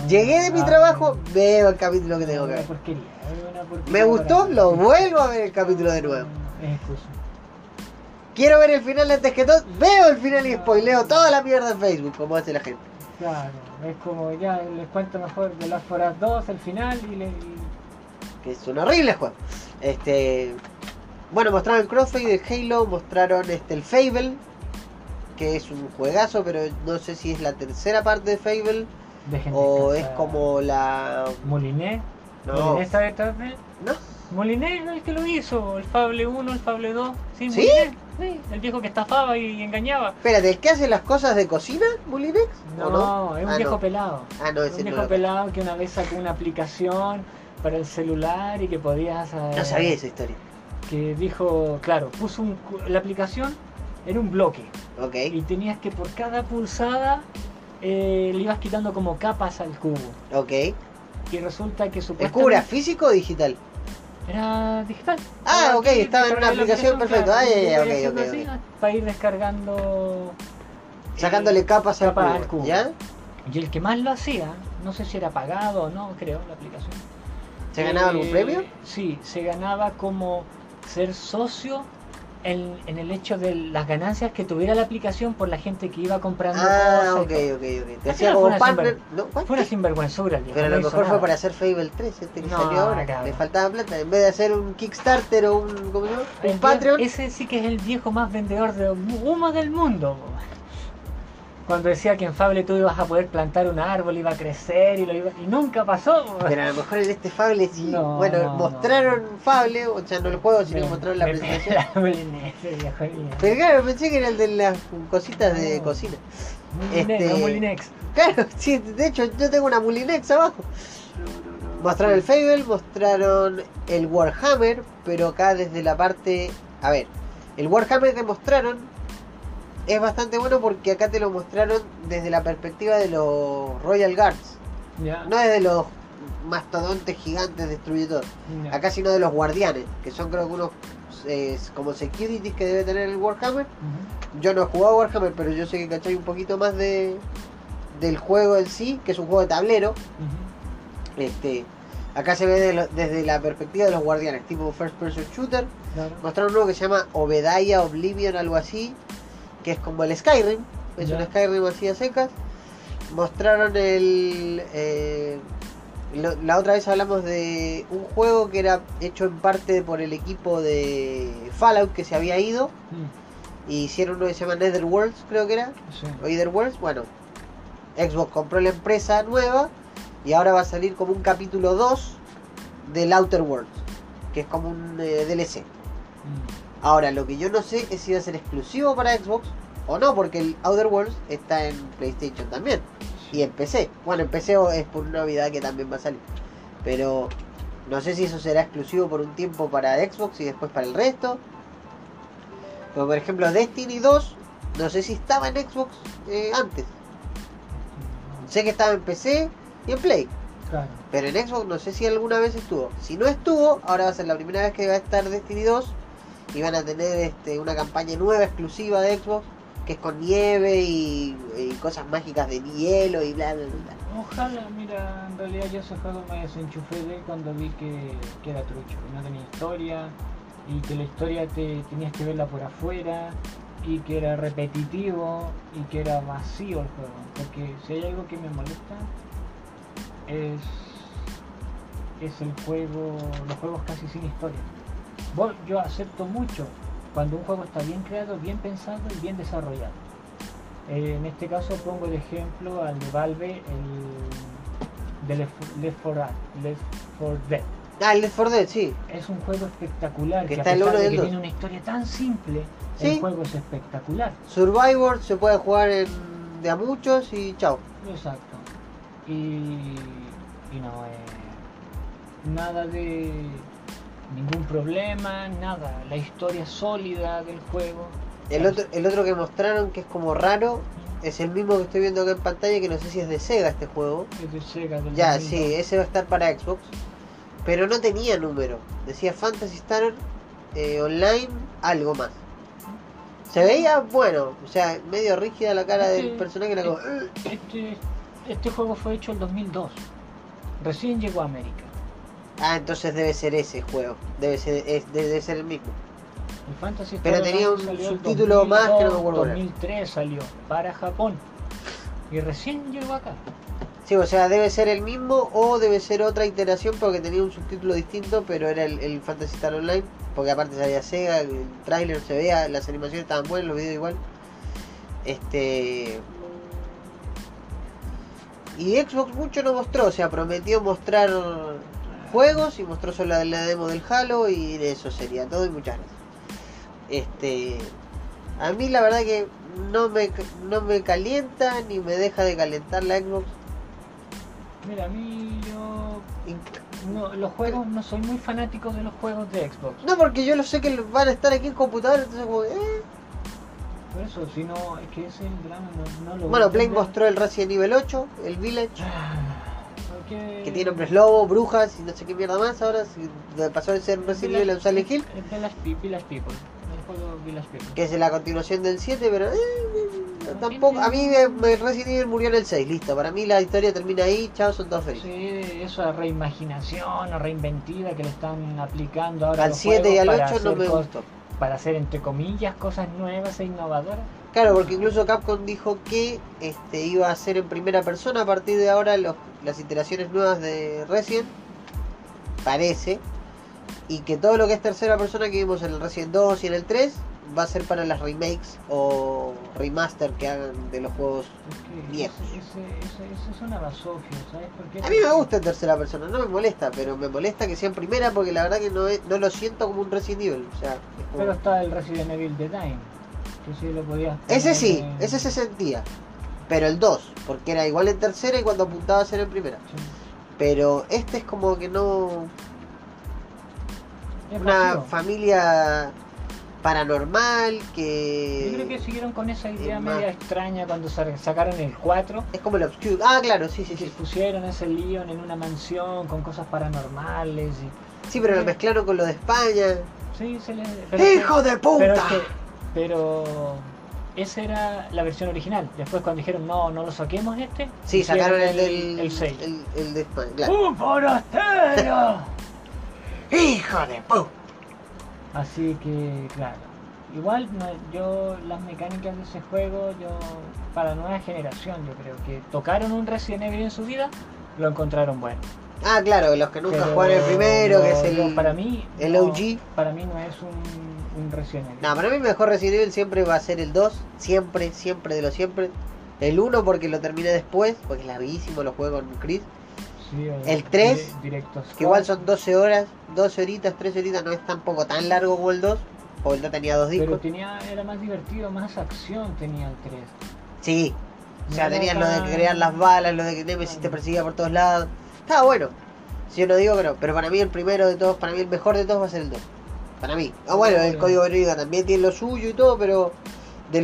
Llegué de mi trabajo, veo el capítulo que tengo que ver. Una porquería Me gustó, para- lo vuelvo a ver el capítulo de nuevo. Es excusa. Quiero ver el final antes que todo, veo el final y spoileo toda la mierda en Facebook, como hace la gente. Claro, es como ya les cuento mejor de Last of Us 2 el final Que es un horrible juego. Bueno, mostraron el Crossfade, el Halo, mostraron el Fable, que es un juegazo, pero no sé si es la tercera parte de Fable dejen o es descansar. como la... Moliné. No. Moliné está detrás de él. ¿No? Moliné es el que lo hizo, el Fable 1, el Fable 2. Sí, ¿Sí? Moliné, sí, el viejo que estafaba y engañaba. Espérate, ¿el que hace las cosas de cocina, Molinex? No, ¿O no? es un Ah, viejo no. pelado. Ah, no, Es ese un no viejo lo pelado que una vez sacó una aplicación para el celular y que podías... No sabía esa historia. Que dijo, claro, puso la aplicación en un bloque Ok. y tenías que por cada pulsada le ibas quitando como capas al cubo. Ok. Y resulta que ¿El supuestamente... cubo era físico o digital? Era digital. Ah, ok, estaba en una descargaba la aplicación, perfecto. claro, Ah, ya, y ya, lo ok, iba haciendo ok, así, ok. para ir descargando... Sacándole capas al capas al cubo. cubo. ¿Ya? Y el que más lo hacía, no sé si era pagado o no, creo, la aplicación. ¿Se ganaba algún premio? Sí, se ganaba como ser socio en el hecho de las ganancias que tuviera la aplicación por la gente que iba comprando Ah, cosas. ok, y todo. ok. Te Al hacía final como fue una partner. ¿No? ¿What? Fue una sinvergüenzura el viejo, Pero a no lo hizo mejor fue nada. para hacer Fable 3, que No, salió ahora. cabrón. Le faltaba plata. En vez de hacer un Kickstarter o un, ¿cómo se llama? El Un Patreon. Ese sí que es el viejo más vendedor de humo del mundo. Cuando decía que en Fable tú ibas a poder plantar un árbol, iba a crecer y nunca pasó. Pero a lo mejor en este Fable sí. No, Bueno, no, mostraron Fable, o sea, no el juego, sino Me- mostraron la me presentación. pela Molinex, viejo mío. Pero claro, pensé que era el de las cositas de No. cocina. Molinex, no Molinex. Claro, sí, de hecho yo tengo una Mulinex abajo. Mostraron el Fable, mostraron el Warhammer, pero acá desde la parte... A ver, el Warhammer que mostraron es bastante bueno porque acá te lo mostraron desde la perspectiva de los Royal Guards. Ya. No desde los mastodontes gigantes destruidores. Ya. Acá sino de los guardianes, que son creo que unos como securities que debe tener el Warhammer. Ujú. Yo no he jugado Warhammer, pero yo sé que cachai un poquito más del juego en sí, que es un juego de tablero. Ujú. Acá se ve desde la perspectiva de los guardianes, tipo first person shooter. Claro. Mostraron uno que se llama Obediah Oblivion, algo así, que es como el Skyrim, es Ya. un Skyrim así a secas. Mostraron la otra vez hablamos de un juego que era hecho en parte por el equipo de Fallout que se había ido. Y hicieron uno que se llama Netherworlds, creo que era. Sí. O Netherworlds, bueno. Xbox compró la empresa nueva y ahora va a salir como un capítulo 2 del Outer Worlds, que es como un DLC. Mm. Ahora, lo que yo no sé es si va a ser exclusivo para Xbox o no, porque el Outer Worlds está en PlayStation también y en PC. Bueno, en PC es por una novedad que también va a salir, pero no sé si eso será exclusivo por un tiempo para Xbox y después para el resto. Pero por ejemplo, Destiny 2, no sé si estaba en Xbox antes. Sé que estaba en PC y en Play, Claro. pero en Xbox no sé si alguna vez estuvo. Si no estuvo, ahora va a ser la primera vez que va a estar Destiny 2 y van a tener una campaña nueva exclusiva de Xbox, que es con nieve y cosas mágicas de hielo y bla bla bla. Ojalá, mira, en realidad yo ese juego me desenchufé de él cuando vi que era trucho, que no tenía historia y que la historia tenías que verla por afuera y que era repetitivo y que era vacío el juego. Porque si hay algo que me molesta es el juego, los juegos casi sin historia. Yo acepto mucho cuando un juego está bien creado, bien pensado y bien desarrollado. En este caso pongo el ejemplo al de Valve, el de Left 4 Dead. Ah, el Left 4 Dead, sí. Es un juego espectacular, Que que está a el pesar uno y de el que dos. tiene una historia tan simple, Sí. el juego es espectacular. Survivor se puede jugar de a muchos y chao. Exacto. Y no, nada de ningún problema, nada. La historia sólida del juego. El otro que mostraron, que es como raro, es el mismo que estoy viendo acá en pantalla, que no sé si es de Sega este juego. Es de Sega del Ya, 2002. sí, ese va a estar para Xbox. Pero no tenía número. Decía Phantasy Star Online, algo más. Se veía bueno, o sea, medio rígida la cara del personaje, era como... Este Este juego fue hecho en 2002. Recién llegó a América. Ah, entonces debe ser ese juego. Debe ser el mismo. El Fantasy Pero Star tenía Online un salió en subtítulo más que no me acuerdo. 2003 salió para Japón. Y recién llegó acá. Sí, o sea, debe ser el mismo o debe ser otra iteración porque tenía un subtítulo distinto, pero era el Fantasy Star Online. Porque aparte salía Sega, el tráiler se veía, las animaciones estaban buenas, los videos igual. Y Xbox mucho no mostró, o sea, prometió mostrar juegos y mostró solo la demo del Halo y de eso sería todo y muchas gracias. A mí la verdad que no me calienta ni me deja de calentar la Xbox. Mira, a mí los juegos, no soy muy fanático de los juegos de Xbox. No, porque yo lo sé que van a estar aquí en computadora, entonces como... Por eso, si no, es que ese es el drama, no lo Bueno, voy a Play entender. mostró el Resident Evil 8, el Village, Porque que tiene hombres lobo, brujas y no sé qué mierda más. Ahora pasó de ser un Resident Evil a un Silent Hill, Village People. El juego Village People. que es la continuación del 7, pero tampoco... A mí Resident Evil murió en el 6, listo. Para mí la historia termina ahí, chao, son todos felices. Sí, esa reimaginación o reinventiva que le están aplicando ahora a Al los 7 y juegos al para 8 no hacer me cosas- gustó. Para hacer, entre comillas, cosas nuevas e innovadoras. Claro, porque incluso Capcom dijo que iba a hacer en primera persona a partir de ahora las iteraciones nuevas de Resident, parece, y que todo lo que es tercera persona que vimos en el Resident 2 y en el 3 va a ser para las remakes o remaster que hagan de los juegos Es que viejos. Eso es una basofia, ¿sabes por qué? A mí me gusta en tercera persona, no me molesta, pero me molesta que sea en primera porque la verdad que no lo siento como un Resident Evil. O sea, es como... Pero está el Resident Evil The Time, que sí lo podías poner Ese sí, en- ese se sentía, pero el 2, porque era igual en tercera y cuando apuntaba a ser en primera. Sí. Pero este es como que no... Es Una vacío. familia paranormal Yo que... creo que siguieron con esa idea es más- media extraña cuando sacaron el 4. Es como el Obscure. Ah, claro, sí, sí, Y se sí. pusieron ese Leon en una mansión con cosas paranormales. Sí, pero lo mezclaron con lo de España. Sí, se le... ¡Hijo de puta! Pero esa era la versión original. Después cuando dijeron no lo saquemos Sí, hicieron sacaron el 6. El de España, claro. ¡Un forastero! ¡Hijo de puta! Así que, claro. Igual yo las mecánicas de ese juego, para nueva generación, yo creo que tocaron un Resident Evil en su vida, lo encontraron bueno. Ah, claro, los que nunca Pero jugaron el primero, que es el... para mí, el no, OG. para mí no es un Resident Evil. No, para mí el mejor Resident Evil siempre va a ser el 2. Siempre de lo siempre. El 1 porque lo terminé después, porque es larguísimo, lo juego con Chris. Sí, el 3, directos Que igual son 12 horas, 12 horitas, 13 horitas, no es tampoco tan largo como el 2, porque el 2 tenía 2 discos. Pero era más divertido, más acción tenía el 3. Sí, o sea, No era tenías lo de tan- crear las balas, lo de que Nemesis te perseguía por todos lados. Estaba bueno, si yo no digo que no, pero para mí el primero de todos, para mí el mejor de todos va a ser el 2. Para mí. Ah, bueno, el Código Verónica también tiene lo suyo y todo, pero de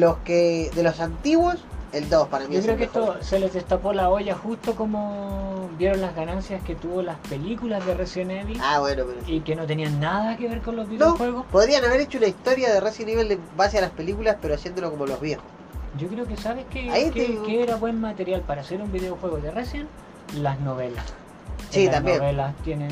los antiguos, el 2 para mí Yo es creo el que mejor. esto se les destapó la olla justo como vieron las ganancias que tuvo las películas de Resident Evil Ah, bueno, pero y que no tenían nada que ver con los no, videojuegos. podrían haber hecho una historia de Resident Evil en base a las películas, pero haciéndolo como los viejos. Yo creo que sabes Ahí te- que era buen material para hacer un videojuego de Resident, las novelas. Sí, Las también. novelas tienen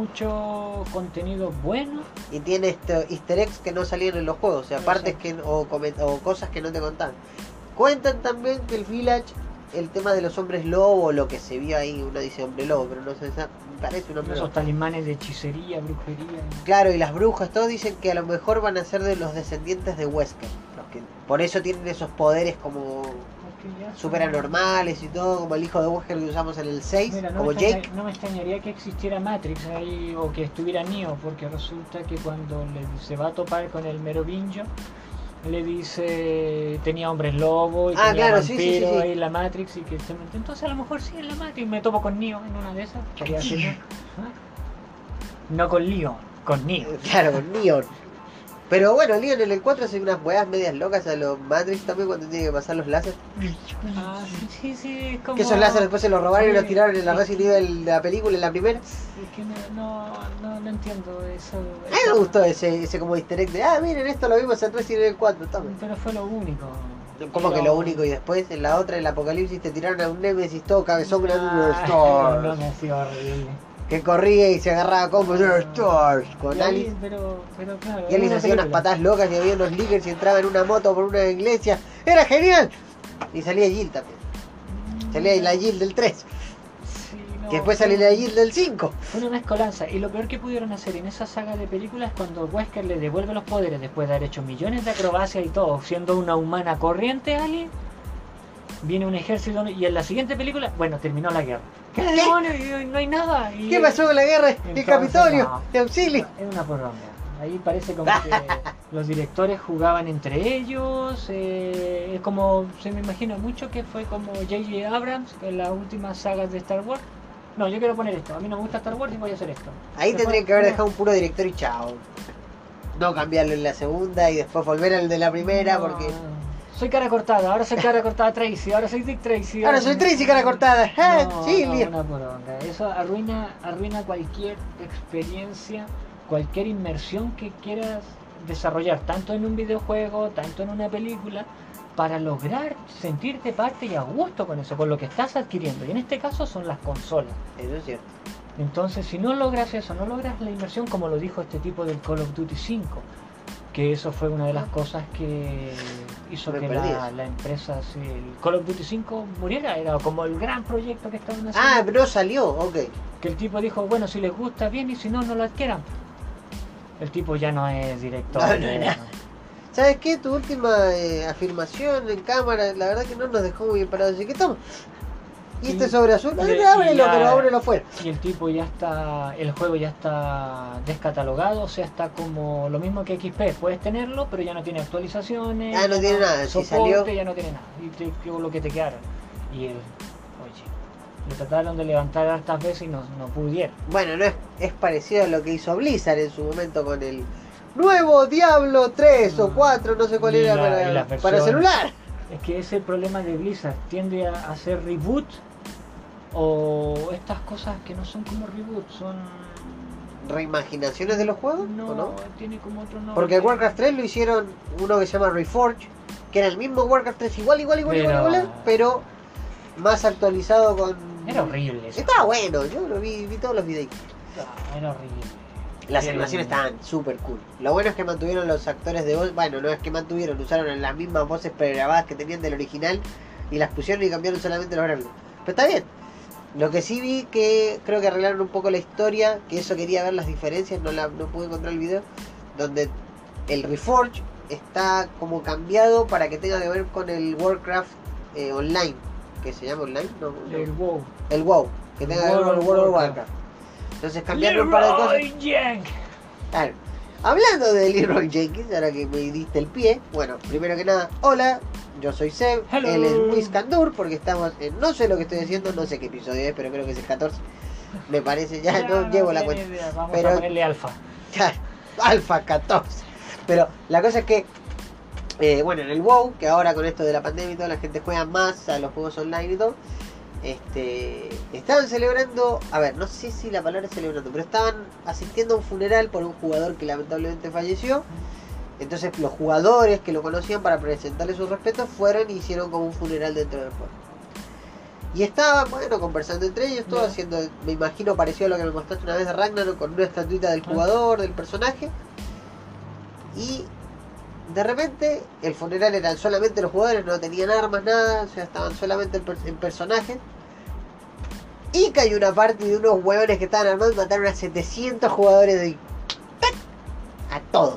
mucho contenido bueno. Y tiene easter eggs que no salían en los juegos, o sea, partes que o cosas que no te contaban. Cuentan también que el Village, el tema de los hombres lobo, lo que se vio ahí, uno dice hombre lobo, pero no sé, parece un hombre Esos lobo. talismanes de hechicería, brujería. Claro, y las brujas, todos dicen que a lo mejor van a ser de los descendientes de Wesker, los que por eso tienen esos poderes como Porque ya super son- anormales y todo, como el hijo de Wesker que usamos en el 6, Mira, como Jake. No me extrañaría que existiera Matrix ahí o que estuviera Neo, porque resulta que cuando se va a topar con el Merovingio, le dice tenía hombres lobo y Ah, tenía claro, sí, vampiro sí, sí. ahí en la Matrix y que se mete. Entonces a lo mejor sí en la Matrix me topo con Neo en una de esas. Sería genial. ¿Ah? No con Leon, con Neo. Claro, con Neon. Pero bueno, Leon en el 4 hace unas weas medias locas a los Matrix también cuando tiene que pasar los láseres. Ah, sí, es como... Que esos láseres después se los robaron y Sí. los tiraron en la Resident Evil de la película, en la primera. Es que no entiendo eso. A mí me gustó ese como easter egg de, miren, esto lo vimos en Resident Evil 4, toma. Pero fue lo único. Como que lo único, y después en la otra, en el Apocalipsis, te tiraron a un Nemesis todo cabezón grande de Stars, No me ha sido horrible. que corría y se agarraba combos de Stars con Alice. Pero claro. Y Alice hacía unas patadas locas y había unos leakers y entraba en una moto por una iglesia. ¡Era genial! Y salía Jill también. Salía la Jill del 3. Que después salió la Jill del 5. Fue una mezcolanza. Y lo peor que pudieron hacer en esa saga de películas es cuando Wesker le devuelve los poderes después de haber hecho millones de acrobacias y todo, siendo una humana corriente, Alien. Viene un ejército y en la siguiente película, bueno, terminó la guerra. ¿Qué demonios? Y no hay nada. Y ¿Qué pasó con la guerra? ¿El entonces, Capitolio? no. ¿De auxilio? Es una poronga. Ahí parece como que los directores jugaban entre ellos. Es como, se me imagina mucho que fue como J.J. Abrams en las últimas sagas de Star Wars. No, yo quiero poner esto. A mí no me gusta Star Wars y voy a hacer esto. Ahí Se tendrían fue- que haber no. dejado un puro director y chao. No cambiarlo en la segunda y después volver al de la primera No. porque... Soy cara cortada, ahora soy cara cortada Tracy, ahora soy Dick Tracy. Ahora soy Tracy cara cortada. Sí, Leo. una poronga. Eso arruina cualquier experiencia, cualquier inmersión que quieras desarrollar, tanto en un videojuego, tanto en una película, para lograr sentirte parte y a gusto con eso, con lo que estás adquiriendo. Y en este caso son las consolas. Eso es cierto. Entonces, si no logras eso, no logras la inmersión como lo dijo este tipo del Call of Duty 5, que eso fue una de las cosas que hizo Me que perdí la eso. empresa, sí, el Call of Duty 5 muriera, era como el gran proyecto que estaban haciendo, Pero salió, ok. que el tipo dijo, bueno, si les gusta bien y si no, no lo adquieran. El tipo ya no es director. No. ¿Sabes qué? Tu última afirmación en cámara, la verdad que no nos dejó muy bien parados. Así que toma. Y este Y- sobre azul, y- ábrelo, y ya- pero ábrelo afuera. Y el tipo ya está, el juego ya está descatalogado, o sea, está como lo mismo que XP, puedes tenerlo, pero ya no tiene actualizaciones. No ya tiene nada, si soporte, salió- ya no tiene nada, y quedó lo que te quedaron. Y oye, lo trataron de levantar hartas veces y no pudieron. Bueno, no es parecido a lo que hizo Blizzard en su momento con el nuevo Diablo 3 o 4, no sé cuál Y era la- y las para versiones. celular. Es que ese es el problema de Blizzard, tiende a hacer reboot o estas cosas que no son como reboot, son... ¿Reimaginaciones de los juegos? No, ¿O no? tiene como otro nombre. Porque el Warcraft 3 lo hicieron uno que se llama Reforge, que era el mismo Warcraft 3, igual, pero más actualizado con... Era horrible eso. Estaba bueno, yo lo vi todos los videos. Era horrible. Las Sí. animaciones estaban súper cool. Lo bueno es que mantuvieron los actores de voz. Bueno, no es que mantuvieron, usaron las mismas voces pregrabadas que tenían del original y las pusieron y cambiaron solamente los gráficos. Pero está bien. Lo que sí vi que creo que arreglaron un poco la historia, que eso quería ver las diferencias, no pude encontrar el video, donde el Reforge está como cambiado para que tenga que ver con el Warcraft Online, que se llama Online, no. El WoW. El WoW, que tenga que ver con el World of Warcraft. Entonces cambiaron un par de cosas. Leroy Jenkins. Claro. Hablando de Leroy Jenkins, ahora que me diste el pie, bueno, primero que nada, hola, yo soy Seb, Hello. él es Luis Candur, porque estamos en, no sé lo que estoy haciendo, no sé qué episodio es, pero creo que es el 14, me parece, ya no llevo la tiene cuenta, idea, vamos Pero- a ponerle alfa. ya, Alfa 14, pero la cosa es que, bueno, en el WoW, que ahora con esto de la pandemia y todo, la gente juega más a los juegos online y todo, estaban celebrando, a ver, no sé si la palabra es celebrando, pero estaban asistiendo a un funeral por un jugador que lamentablemente falleció. Entonces los jugadores que lo conocían, para presentarle sus respetos, fueron y hicieron como un funeral dentro del juego. Y estaban, bueno, conversando entre ellos, todo Ya. haciendo, me imagino parecido a lo que me mostraste una vez de Ragnarok, con una estatuita del jugador, del personaje. Y de repente el funeral eran solamente los jugadores, no tenían armas, nada, o sea, estaban solamente en personajes. Y cayó una parte de unos huevones que estaban armados y mataron a 700 jugadores de... ¡tac! A todos.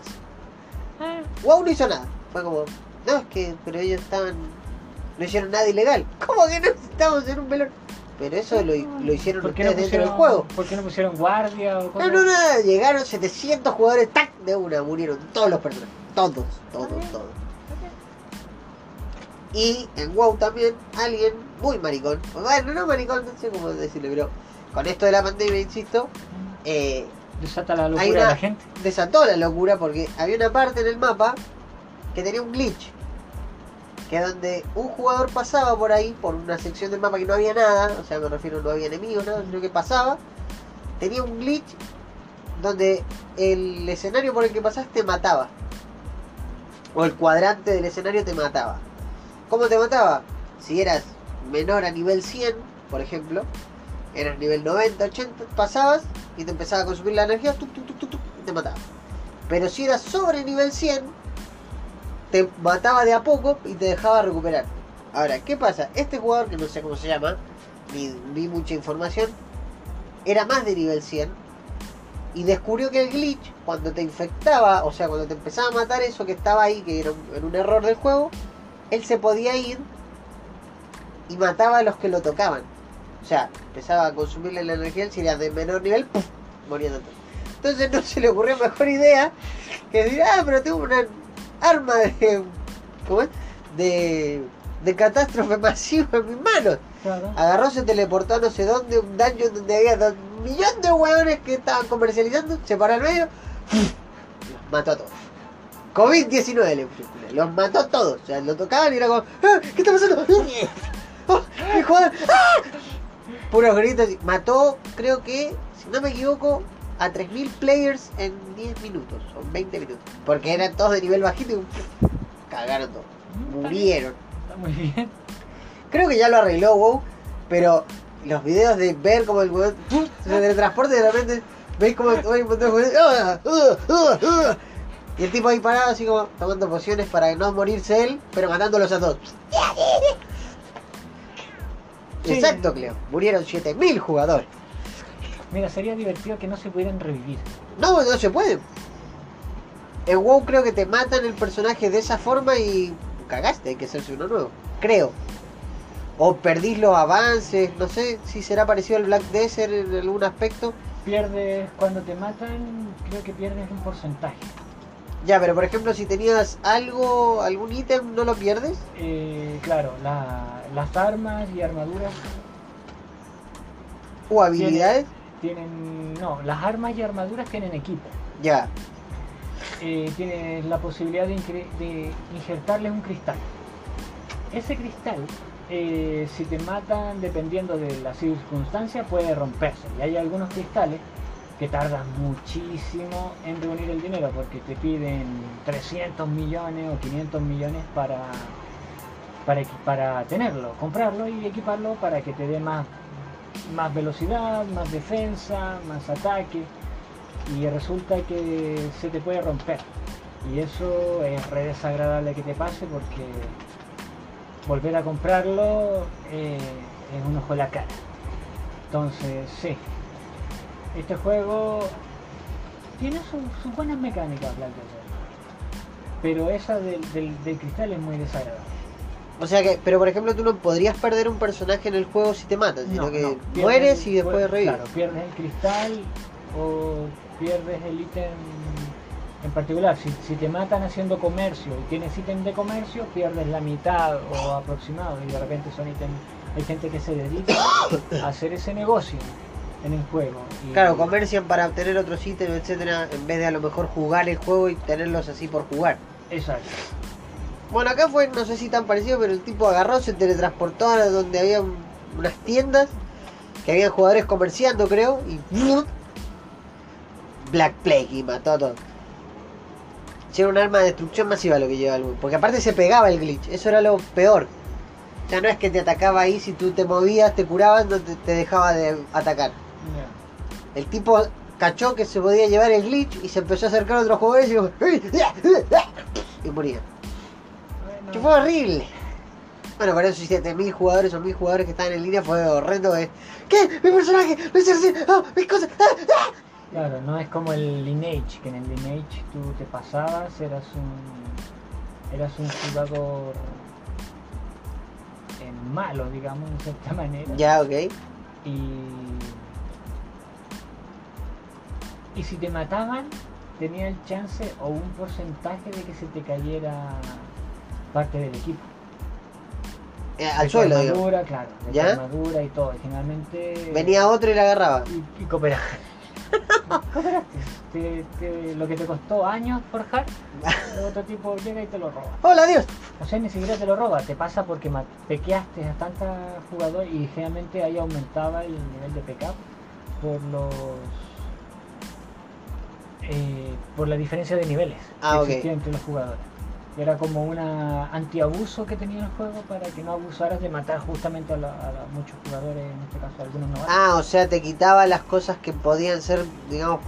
WoW no hizo nada. Fue como, no, es que, pero ellos estaban, no hicieron nada ilegal. ¿Cómo que no estamos en un velón? Pero eso lo hicieron ¿Por qué ustedes no dentro del pusieron, juego. ¿por qué no pusieron guardia o No, cosas? no, nada, llegaron 700 jugadores, ¡tac! De una, murieron todos los personajes. Todos. Y en WoW también, alguien muy maricón, bueno, no maricón, no sé cómo decirlo, pero con esto de la pandemia, insisto, Desata la Hay locura de una- la gente. desató la locura porque había una parte en el mapa que tenía un glitch. Que donde un jugador pasaba por ahí, por una sección del mapa que no había nada, o sea, me refiero, no había enemigos, nada, sino que pasaba, tenía un glitch donde el escenario por el que pasaste mataba. O el cuadrante del escenario te mataba. ¿Cómo te mataba? Si eras menor a nivel 100, por ejemplo, eras nivel 90, 80, pasabas y te empezaba a consumir la energía, y te mataba. Pero si eras sobre nivel 100, te mataba de a poco y te dejaba recuperar. Ahora, ¿qué pasa? Este jugador, que no sé cómo se llama, ni vi mucha información, era más de nivel 100 y descubrió que el glitch, cuando te infectaba, o sea, cuando te empezaba a matar eso que estaba ahí, que era un error del juego, él se podía ir y mataba a los que lo tocaban. O sea, empezaba a consumirle la energía, si era de menor nivel, ¡puf!, morían todos. Entonces no se le ocurrió mejor idea que decir, pero tengo una arma de... ¿cómo es? De catástrofe masiva en mis manos. Claro. Agarró, se teleportó a no sé dónde, un dungeon donde había 2.000.000 de hueones que estaban comercializando, se paró al medio, los mató a todos. COVID-19 le puso, los mató a todos. O sea, lo tocaban y era como, ¿qué está pasando? ¡Oh, mi jugador! ¡Ah! Puros gritos. Mató, creo que, si no me equivoco, a 3.000 players en 10 minutos o 20 minutos. Porque eran todos de nivel bajito y cagaron todos. Murieron. Está muy bien. Creo que ya lo arregló WoW, pero los videos de ver como el weón se teletransporta y de repente veis como hay un montón de jugadores, y el tipo ahí parado así como tomando pociones para no morirse él, pero matándolos a todos. Sí. Exacto, Cleo. Murieron 7.000 jugadores. Mira, sería divertido que no se pudieran revivir. No, no se puede. En WoW creo que te matan el personaje de esa forma y cagaste, hay que hacerse uno nuevo. Creo. O perdís los avances, no sé si será parecido al Black Desert en algún aspecto. Pierdes, cuando te matan, creo que pierdes un porcentaje. Ya, pero por ejemplo, si tenías algo, algún ítem, ¿no lo pierdes? Claro, las armas y armaduras ¿O habilidades? no, las armas y armaduras tienen equipo. Ya. Tienes la posibilidad de injertarles un cristal. Ese cristal, si te matan dependiendo de la circunstancia, puede romperse. Y hay algunos cristales que tardan muchísimo en reunir el dinero porque te piden 300 millones o 500 millones para tenerlo, comprarlo y equiparlo para que te dé más velocidad, más defensa, más ataque, y resulta que se te puede romper y eso es re desagradable que te pase porque volver a comprarlo es un ojo de la cara. Entonces sí, este juego tiene sus buenas mecánicas, Black Desert, pero esa del cristal es muy desagradable. O sea que, pero por ejemplo, tú no podrías perder un personaje en el juego si te matan, sino que pierdes mueres y después revives. Claro, pierdes el cristal o pierdes el ítem en particular. Si te matan haciendo comercio y tienes ítem de comercio, pierdes la mitad o aproximado, y de repente son ítems. Hay gente que se dedica a hacer ese negocio en el juego. Y, Claro, comercian para obtener otros ítems, etcétera, en vez de a lo mejor jugar el juego y tenerlos así por jugar. Exacto. Bueno, acá fue, no sé si tan parecido, pero el tipo agarró, se teletransportó a donde había unas tiendas, que había jugadores comerciando, creo, y Black Plague y mató a todos. Era un arma de destrucción masiva lo que llevaba el weón, porque aparte se pegaba el glitch, eso era lo peor. O sea, no es que te atacaba ahí, si tú te movías, te curabas, no te dejaba de atacar. Yeah. El tipo cachó que se podía llevar el glitch y se empezó a acercar a otros jugadores y moría. Bueno, Que fue horrible. Bueno, para esos 7.000 jugadores o 1.000 jugadores que estaban en línea fue horrendo. ¿Qué? ¡Mi personaje! ¡No es así! ¡Oh, mis cosas! ¡Ah! claro, no es como el Lineage, que en el Lineage tú te pasabas, eras un jugador malo, digamos, de cierta manera. Ya, ok. Y si te mataban, tenía el chance o un porcentaje de que se te cayera parte del equipo. Al De suelo, tu digo. armadura, claro, de ¿Ya? tu armadura y todo. Y generalmente Venía otro y la agarraba. y cooperaban. cooperaste. Lo que te costó años forjar, el otro tipo llega y te lo roba. ¡Hola, Dios! O sea, ni siquiera te lo roba, te pasa porque pequeaste a tantos jugadores y generalmente ahí aumentaba el nivel de pecado por por la diferencia de niveles que existía entre los jugadores. Era como una antiabuso que tenía el juego para que no abusaras de matar justamente a muchos jugadores, en este caso a algunos novatos. Ah, o sea, te quitaba las cosas que podían ser, digamos,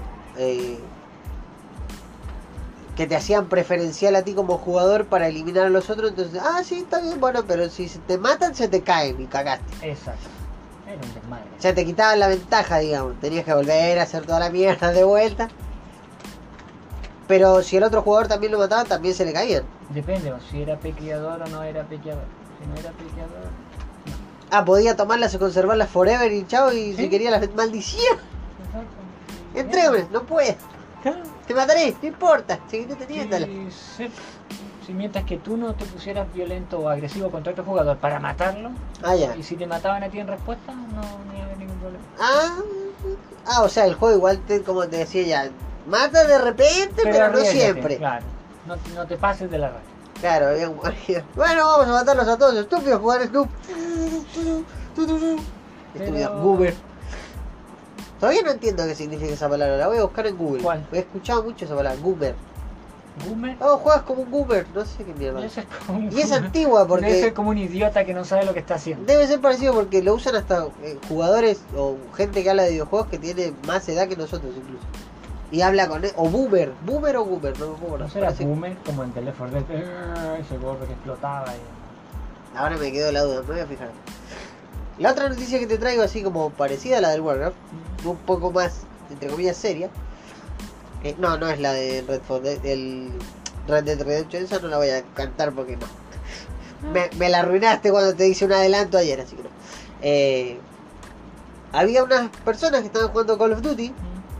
que te hacían preferencial a ti como jugador para eliminar a los otros. Entonces, sí, está bien, bueno, pero si se te matan, se te caen y cagaste. Exacto. Era un desmadre. O sea, te quitaban la ventaja, digamos. Tenías que volver a hacer toda la mierda de vuelta. Pero si el otro jugador también lo mataba, también se le caían. Depende, si era pequeador o no era pequeador. Si no era pequeador, no. Ah, podía tomarlas y conservarlas forever y chao, y ¿Sí? si quería las maldición. Exacto. Entrégame, no puedes. Te mataré, no importa, seguiré teniéndola. Si mientras que tú no te pusieras violento o agresivo contra otro jugador para matarlo, Ya. y si te mataban a ti en respuesta, no había ningún problema. O sea, el juego igual, como te decía ya, mata de repente, pero no arriésgate, siempre. Claro, no te pases de la raya. Claro, bien. Bueno, vamos a matarlos a todos, estúpidos, jugar Snoop. Estúpidos, Goober. Todavía no entiendo qué significa esa palabra, la voy a buscar en Google. ¿Cuál? He escuchado mucho esa palabra, Goober. ¿Goomer? Juegas como un Goober, no sé qué mierda. Debe ser como un- Y es antigua Debe ser porque como un idiota que no sabe lo que está haciendo. debe ser parecido porque lo usan hasta jugadores o gente que habla de videojuegos que tiene más edad que nosotros incluso. Y habla con él, o boomer o goober, no me acuerdo. ¿No será parece- boomer como en Teléfono ese gorro que explotaba y... Ahora me quedó la duda, me voy a fijar. La otra noticia que te traigo así como parecida a la del Warcraft, un poco más, entre comillas, seria. No es la de el Red Dead Redemption, esa no la voy a cantar porque no. Me la arruinaste cuando te hice un adelanto ayer, así que no. Había unas personas que estaban jugando Call of Duty.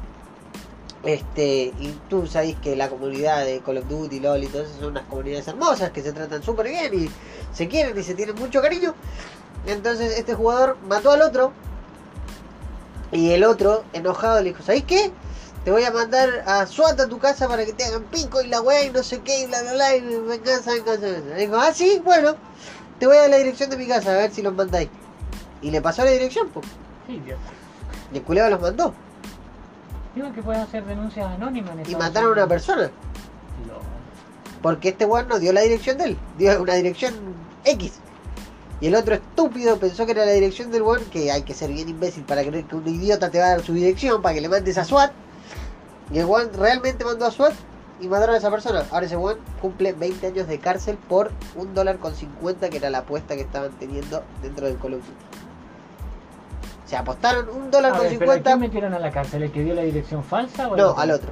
Y tú sabes que la comunidad de Call of Duty, LOL y todo eso son unas comunidades hermosas que se tratan súper bien y se quieren y se tienen mucho cariño. Entonces este jugador mató al otro y el otro, enojado, le dijo: ¿sabes qué? Te voy a mandar a SWAT a tu casa para que te hagan pico y la weá y no sé qué y bla bla bla y venganza. Le dijo: sí, bueno, te voy a dar la dirección de mi casa a ver si los mandáis. Y le pasó la dirección, pues. Sí, idiota. Y el culeo los mandó. Digo que pueden hacer denuncias anónimas en Y Estados mataron a una Unidos. persona. Porque este weón no dio la dirección de él, dio una dirección X. Y el otro estúpido pensó que era la dirección del weón, que hay que ser bien imbécil para creer que un idiota te va a dar su dirección para que le mandes a SWAT. Y el weón realmente mandó a SWAT y mataron a esa persona. Ahora ese weón cumple 20 años de cárcel por $1.50, que era la apuesta que estaban teniendo dentro del Call of Duty. Se apostaron $1.50. ¿Pero a quién metieron a la cárcel? ¿El que dio la dirección falsa o el No, otro? al otro.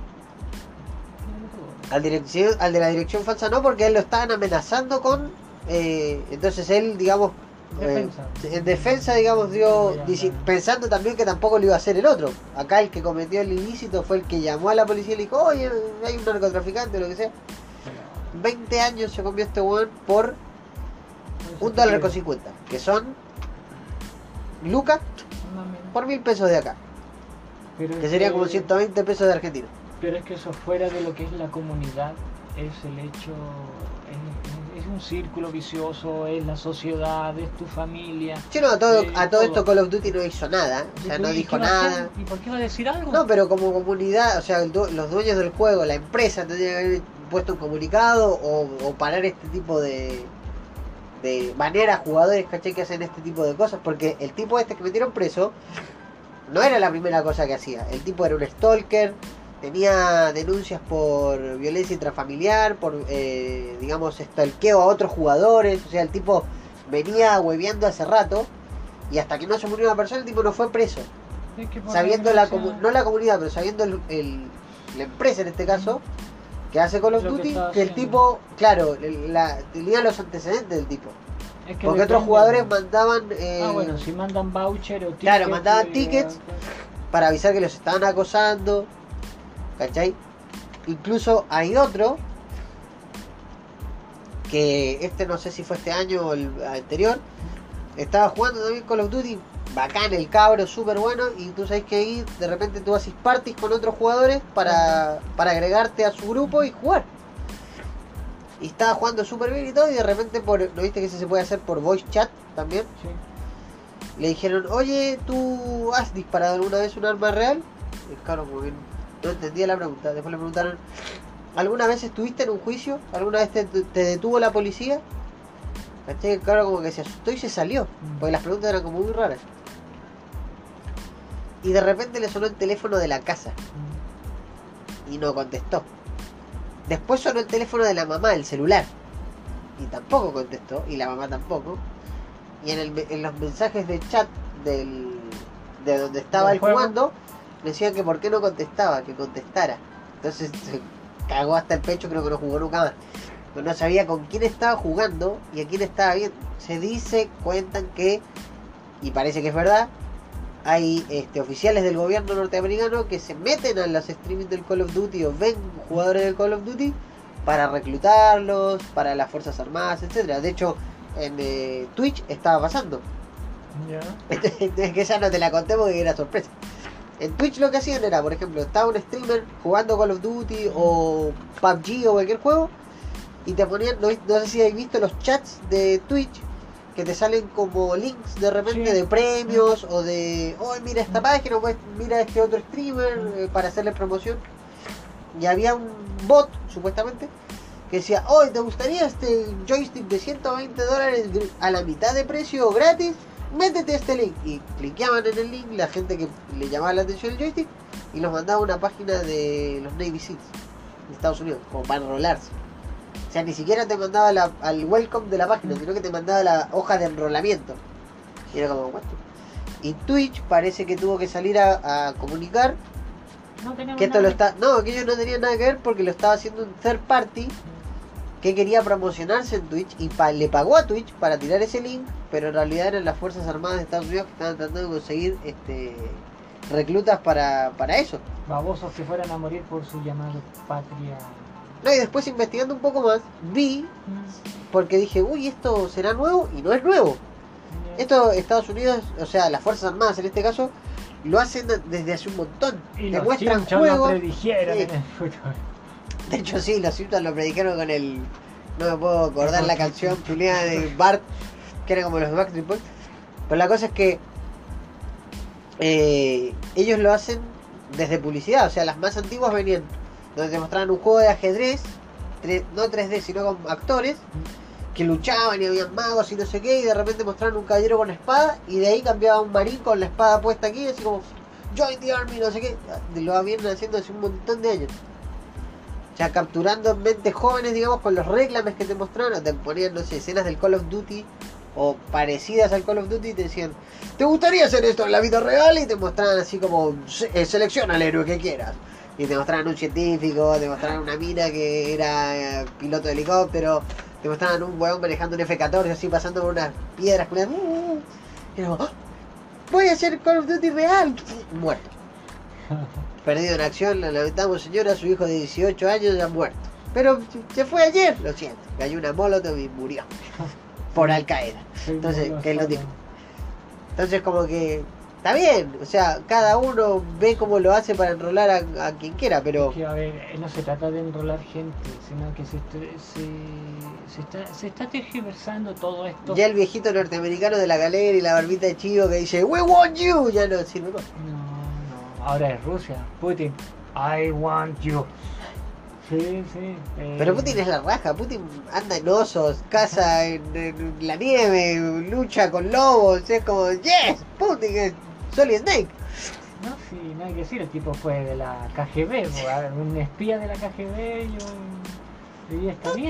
Al de la dirección falsa no, porque a él lo estaban amenazando con... entonces él, digamos... en defensa, digamos, pensando también que tampoco lo iba a hacer el otro. Acá el que cometió el ilícito fue el que llamó a la policía y le dijo: oye, hay un narcotraficante o lo que sea. 20 años se comió este weón por $1.50, que son lucas por 1.000 pesos de acá, Pero que sería como 120 pesos de Argentina. Pero es que eso fuera de lo que es la comunidad, es el hecho, es un círculo vicioso, es la sociedad, es tu familia. Sí, no, a todo esto Call of Duty no hizo nada, o sea, no dijo nada. ¿Y por qué va a decir algo? No, pero como comunidad, o sea, los dueños del juego, la empresa, tendría que haber puesto un comunicado o parar este tipo de manera a jugadores, ¿cachai? Que hacen este tipo de cosas, porque el tipo este que metieron preso no era la primera cosa que hacía. El tipo era un stalker, tenía denuncias por violencia intrafamiliar, por, digamos, stalkeo a otros jugadores. O sea, el tipo venía hueveando hace rato y hasta que no se murió una persona, el tipo no fue preso. Es que por Sabiendo desgracia, no la comunidad, pero sabiendo la empresa en este caso, que hace Call of Lo que Duty, está que el haciendo. tipo, claro, tenía los antecedentes del tipo. es que Porque otros depende. jugadores mandaban... Bueno, si mandan voucher o tickets. Claro, mandaban tickets para avisar que los estaban acosando, ¿cachai? Incluso hay otro que no sé si fue este año o el anterior, estaba jugando también Call of Duty bacán el cabro, súper bueno, y tú sabes que ahí de repente tú haces parties con otros jugadores para agregarte a su grupo y jugar. Y estaba jugando súper bien y todo, y de repente, ¿no viste que se puede hacer por voice chat también? Sí. Le dijeron, oye, ¿tú has disparado alguna vez un arma real? Y el cabrón como que no entendía la pregunta. Después le preguntaron, ¿alguna vez estuviste en un juicio? ¿Alguna vez te detuvo la policía? ¿Cachai? El cabrón como que se asustó y se salió, porque las preguntas eran como muy raras. Y de repente le sonó el teléfono de la casa y no contestó. Después sonó el teléfono de la mamá, el celular, y tampoco contestó, y la mamá tampoco. Y en los mensajes de chat de donde estaba él jugando, le decían que por qué no contestaba, que contestara. Entonces se cagó hasta el pecho, creo que no jugó nunca más. Pero no sabía con quién estaba jugando y a quién estaba viendo. Se dice, cuentan que, y parece que es verdad, hay oficiales del gobierno norteamericano que se meten a los streamings del Call of Duty o ven jugadores del Call of Duty para reclutarlos, para las Fuerzas Armadas, etcétera. De hecho, en Twitch estaba pasando. Es que esa no te la conté porque era sorpresa. En Twitch lo que hacían era, por ejemplo, estaba un streamer jugando Call of Duty o PUBG o cualquier juego y te ponían, no sé si habéis visto los chats de Twitch, que te salen como links de repente de premios o de, oh, mira esta página, pues mira este otro streamer para hacerle promoción. Y había un bot, supuestamente, que decía, oh, ¿te gustaría este joystick de $120 a la mitad de precio gratis? Métete a este link. Y cliqueaban en el link la gente que le llamaba la atención el joystick y los mandaba a una página de los Navy Seals de Estados Unidos, como para enrolarse. O sea, ni siquiera te mandaba al welcome de la página, sino que te mandaba la hoja de enrolamiento. Y era como, ¿what? Y Twitch parece que tuvo que salir a comunicar que esto lo está... No, que ellos no tenían nada que ver porque lo estaba haciendo un third party que quería promocionarse en Twitch y le pagó a Twitch para tirar ese link, pero en realidad eran las Fuerzas Armadas de Estados Unidos que estaban tratando de conseguir reclutas para eso. Babosos que fueran a morir por su llamado patria. No, y después investigando un poco más, vi, porque dije, uy, ¿esto será nuevo? Y no es nuevo. Esto Estados Unidos, o sea, las Fuerzas Armadas en este caso, lo hacen desde hace un montón. Y te los muestran Simpsons juegos. lo predijeron en el futuro. De hecho sí, los Simpsons lo predijeron con el... No me puedo acordar la canción chuleada de Bart, que era como los Backstreet Boys. Pero la cosa es que ellos lo hacen desde publicidad. O sea, las más antiguas venían donde te mostraban un juego de ajedrez, no 3D, sino con actores que luchaban y habían magos y no sé qué, y de repente mostraron un caballero con espada y de ahí cambiaba un marín con la espada puesta aquí, así como Join the Army, no sé qué. Lo vienen haciendo hace un montón de años. O sea, capturando mentes jóvenes, digamos, con los reclames que te mostraron, te ponían, no sé, escenas del Call of Duty o parecidas al Call of Duty y te decían, ¿te gustaría hacer esto en la vida real? Y te mostraban así como, selecciona al héroe que quieras. Y te mostraban un científico, te mostraban una mina que era piloto de helicóptero, te mostraban un weón manejando un F-14 así pasando por unas piedras. Y era como, ¡oh! Voy a hacer Call of Duty real. Muerto. Perdido en acción, la lamentamos señora, su hijo de 18 años ya muerto. Pero se fue ayer, lo siento. Cayó una molotov y murió. Por Al Qaeda. Entonces, que es lo típico. Entonces como que está bien, o sea, cada uno ve cómo lo hace para enrolar a quien quiera, pero... Es que, a ver, no se trata de enrolar gente, sino que se está tergiversando todo esto. Ya el viejito norteamericano de la galera y la barbita de chivo que dice "We want you", ya no sirve más. No, ahora es Rusia, Putin, I want you. Sí. Pero Putin es la raja, Putin anda en osos, caza en la nieve, lucha con lobos, es como, yes, Putin es Solid Snake. No, sí, no hay que decir, el tipo fue de la KGB, un espía de la KGB y está bien.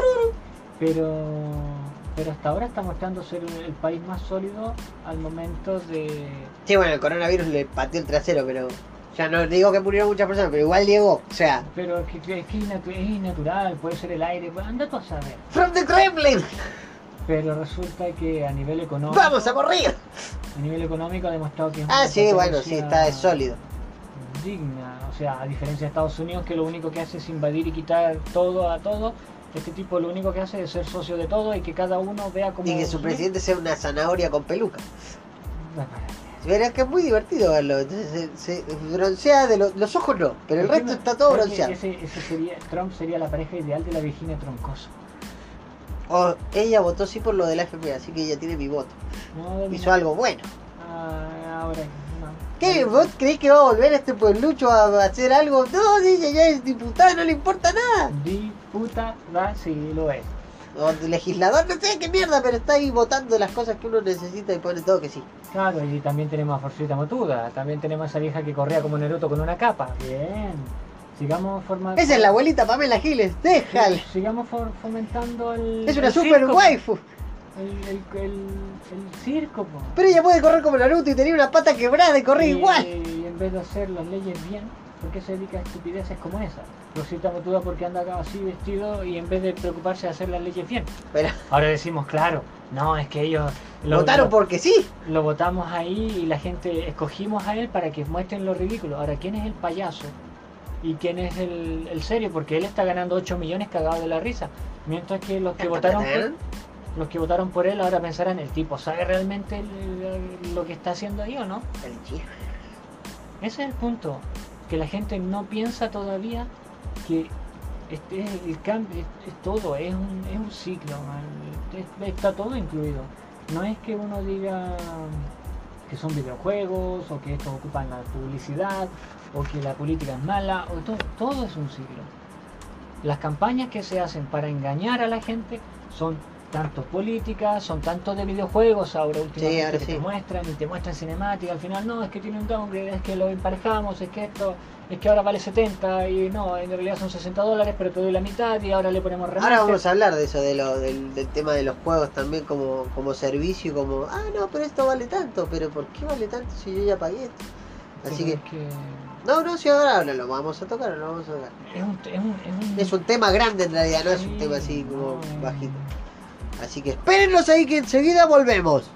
Pero hasta ahora está mostrando ser el país más sólido al momento de... Sí, bueno, el coronavirus le pateó el trasero, pero... Ya no digo que murieron muchas personas, pero igual llegó, o sea... Pero es que es innatural, puede ser el aire, anda tú a saber. ¡From the Kremlin! Pero resulta que a nivel económico... ¡Vamos a morir! A nivel económico ha demostrado que es una sí, bueno, potencia sí, está sólido. digna, o sea, a diferencia de Estados Unidos, que lo único que hace es invadir y quitar todo a todo. Este tipo lo único que hace es ser socio de todo y que cada uno vea como... Y que su presidente sea una zanahoria con peluca. para qué. Verás que es muy divertido verlo. Entonces, se broncea de los ojos no, pero el resto está todo bronceado. Trump sería la pareja ideal de la Virginia Troncoso. Oh, ella votó sí por lo de la FP, así que ella tiene mi voto. No, Hizo algo bueno. Ahora no. ¿Qué? ¿Vos creés que va a volver este pueblucho a hacer algo? No, ella ya es diputada, no le importa nada. Diputada, sí, lo es. O legislador, no sé qué mierda, pero está ahí votando las cosas que uno necesita y pone todo que sí. Claro, y también tenemos a Forcita Motuda, también tenemos a esa vieja que corría como Naruto con una capa. Bien. Sigamos formando. Esa es la abuelita Pamela Giles, déjala. Sigamos fomentando el. Es una el super circo, waifu. El circo, po. Pero ella puede correr como Naruto y tenía una pata quebrada y corre igual. Y en vez de hacer las leyes bien, ¿por qué se dedica a estupideces como esa? Rosita Motuda porque anda acá así vestido y en vez de preocuparse de hacer las leyes bien. Pero Ahora decimos, claro, no, es que ellos votaron porque sí. lo votamos ahí y la gente escogimos a él para que muestren lo ridículo. Ahora, ¿quién es el payaso? ¿Y quién es el serio? Porque él está ganando 8 millones cagado de la risa. Mientras que los que votaron por él ahora pensarán, ¿el tipo sabe realmente lo que está haciendo ahí o no? Ese es el punto. Que la gente no piensa todavía que el cambio es todo, es un ciclo, está todo incluido. No es que uno diga que son videojuegos o que estos ocupan la publicidad o que la política es mala, o todo es un ciclo. Las campañas que se hacen para engañar a la gente son tanto políticas, son tanto de videojuegos, ahora últimamente ahora que sí. te muestran cinemática, al final no, es que tiene un downgrade, es que lo emparejamos, es que ahora vale 70 y no, en realidad son $60, pero te doy la mitad y ahora le ponemos remaster. Ahora vamos a hablar de eso, del tema de los juegos también como servicio, como, no, pero esto vale tanto, pero ¿por qué vale tanto si yo ya pagué esto? Así que... No, si ahora lo vamos a tocar, lo vamos a tocar. Es un tema grande en realidad, no es un tema así como bajito. Así que espérenlos ahí que enseguida volvemos.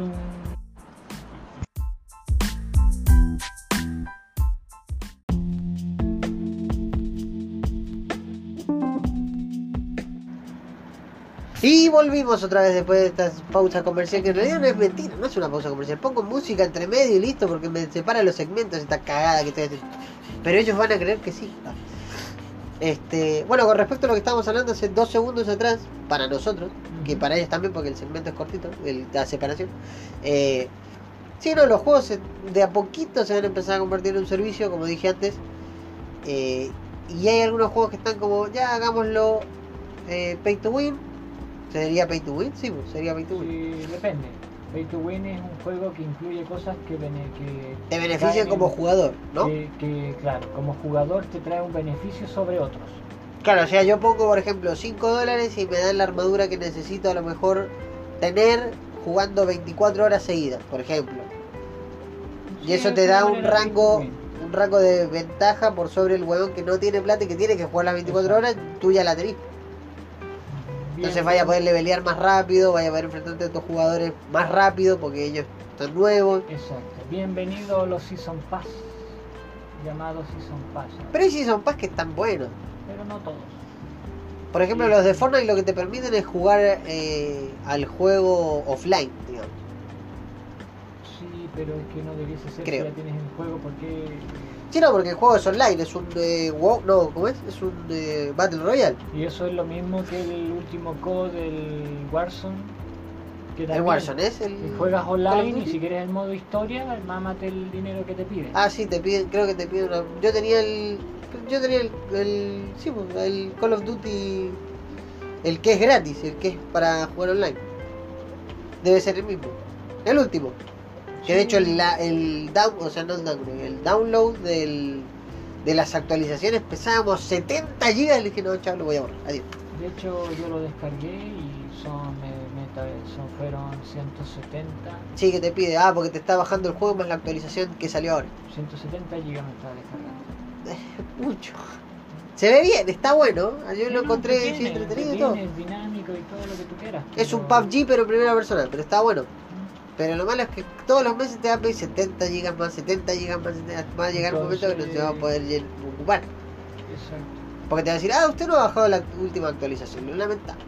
Y volvimos otra vez después de esta pausa comercial, que en realidad no es mentira, no es una pausa comercial. Pongo música entre medio y listo porque me separa los segmentos esta cagada que estoy haciendo. Pero ellos van a creer que sí. Bueno, con respecto a lo que estábamos hablando hace 2 segundos atrás, para nosotros, que para ellos también porque el segmento es cortito, la separación. Sí, no, los juegos de a poquito se van a empezar a convertir en un servicio, como dije antes. Y hay algunos juegos que están como, ya hagámoslo pay to win. ¿Sería pay to win? Sí, pues, sería pay to win. Sí, depende. Pay to win es un juego que incluye cosas que te benefician como jugador, ¿no? Que, claro, como jugador te trae un beneficio sobre otros. Claro, o sea, yo pongo, por ejemplo, $5 y me dan la armadura que necesito a lo mejor tener jugando 24 horas seguidas, por ejemplo. Y eso te da un rango de ventaja por sobre el huevón que no tiene plata y que tiene que jugar las 24 horas, tú ya la tenés. Entonces vaya a poder levelear más rápido, vaya a poder enfrentarte a estos jugadores más rápido porque ellos están nuevos. Exacto. Bienvenido a los Season Pass, llamados Season Pass. Pero hay Season Pass que están buenos. Pero no todos. Por ejemplo, los de Fortnite lo que te permiten es jugar al juego offline, digamos. Sí, pero es que no debiese ser. Creo. Si ya tienes el juego, porque Sí, no, porque el juego es online, es un ¿cómo es? Es un Battle Royale. Y eso es lo mismo que el último COD del Warzone. Que El también, Warzone es el... que juegas Call of online Duty. y si quieres el modo historia, mámate el dinero que te piden. Ah, sí, te piden, creo que te piden una... Yo tenía el sí, pues, el Call of Duty, el que es gratis, el que es para jugar online. Debe ser el mismo. El último. Que de hecho el download de las actualizaciones pesábamos 70 GB. Le dije, no, chaval, lo voy a borrar. Adiós. De hecho, yo lo descargué y fueron 170. Sí, que te pide, porque te está bajando el juego más la actualización que salió ahora. 170 GB me estaba descargando. Mucho. Se ve bien, está bueno. Yo lo Sí, encontré entretiene, entretenido y todo. es dinámico y todo lo que tú quieras. Es un pero- PUBG pero en primera persona, pero está bueno. Pero lo malo es que todos los meses te va a pedir 70 GB más, 70 GB más, va a llegar un momento que no se va a poder ocupar. Exacto. Porque te va a decir, usted no ha bajado la última actualización, lo lamentable.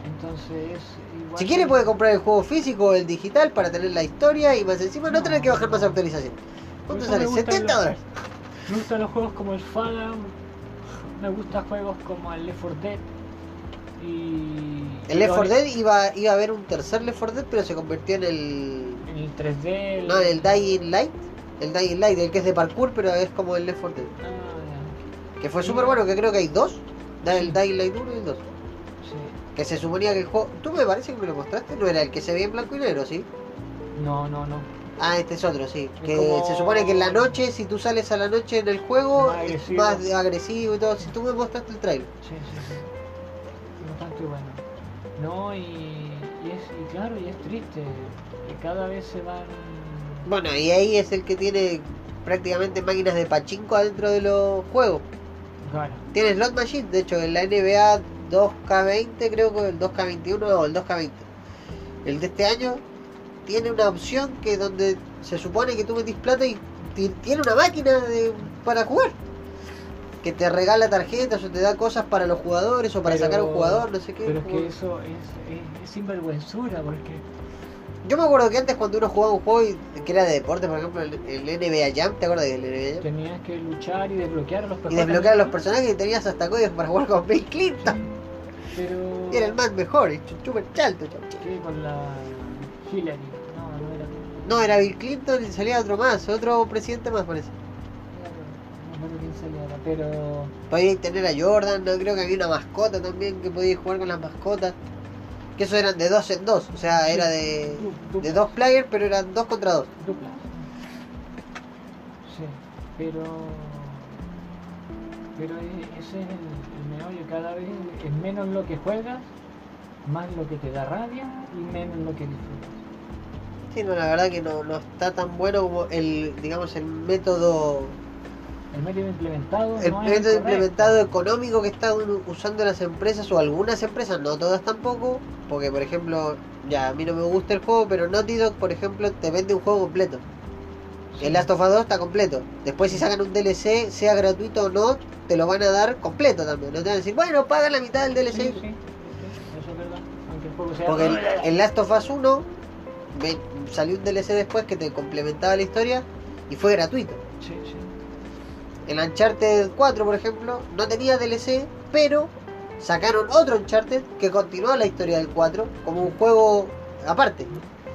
Entonces, igual Si quiere puede comprar el juego físico o el digital para tener la historia y más encima no tener que bajar más actualización. Por ¿Cuánto eso sale? me gustan $70 dólares. Me gustan los juegos como el Fallout, me gustan juegos como el Left 4 Dead y... El Left 4 Dead iba a haber un tercer Left 4 Dead, pero se convirtió en el... En el 3D... No, en el Dying Light. El Dying Light, el que es de parkour, pero es como el Left 4 Dead. Ah, Que fue Sí. súper bueno, que creo que hay dos. El Sí. Dying Light 1 y el 2. ya. Sí. Que se suponía que el juego... Tú me parece que me lo mostraste, no era el que se veía en blanco y negro, ¿sí? No. Ah, este es otro, sí. Es Que como- se supone que en la noche, si tú sales a la noche en el juego, Más es agresivo. más agresivo y todo. Si tú me mostraste el trailer. Sí. Bastante bueno. No, y claro, y es triste. Que cada vez se van... Bueno, y ahí es el que tiene prácticamente máquinas de pachinko adentro de los juegos. Claro. Tiene slot machine, de hecho, en la NBA 2K20, creo que el 2K21 o el 2K20. El de este año tiene una opción que donde se supone que tú metís plata y tiene una máquina para jugar. Que te regala tarjetas o te da cosas para los jugadores o para Pero- sacar a un jugador, no sé qué. Pero es que eso es sinvergüenzura, porque... Yo me acuerdo que antes cuando uno jugaba un juego que era de deporte, por ejemplo el NBA Jam, ¿te acuerdas del NBA Jam? Tenías que luchar y desbloquear a los Y personajes. desbloquear a los personajes y tenías hasta códigos para jugar con Bill Clinton. Pero... Y era el más mejor, y súper chalto, chau. ¿Qué? Con la Hillary. No era... No, era Bill Clinton y salía otro más, otro presidente más parece. No me acuerdo quién salía ahora, pero... Podíais tener a Jordan, no creo que había una mascota también que podíais jugar con las mascotas. Que eso eran de 2 en 2, o sea, era de Dupla. 2 players, pero eran 2 contra 2. Duplas. Sí, pero ese es el meollo. Cada vez es menos lo que juegas, más lo que te da rabia y menos lo que disfrutas. Sí, no, la verdad que no está tan bueno como el, digamos, el método El método implementado el no es método correcto. implementado económico que están usando las empresas, o algunas empresas, no todas tampoco, porque por ejemplo, ya a mí no me gusta el juego, pero Naughty Dog, por ejemplo, te vende un juego completo. Sí. El Last of Us 2 está completo. Después si sacan un DLC, sea gratuito o no, te lo van a dar completo también. No te van a decir, bueno, paga la mitad del DLC. Sí, eso es verdad. Aunque el juego sea... Porque el Last of Us 1 salió un DLC después que te complementaba la historia y fue gratuito. Sí. El Uncharted 4, por ejemplo, no tenía DLC, pero sacaron otro Uncharted que continuó la historia del 4 como un juego aparte.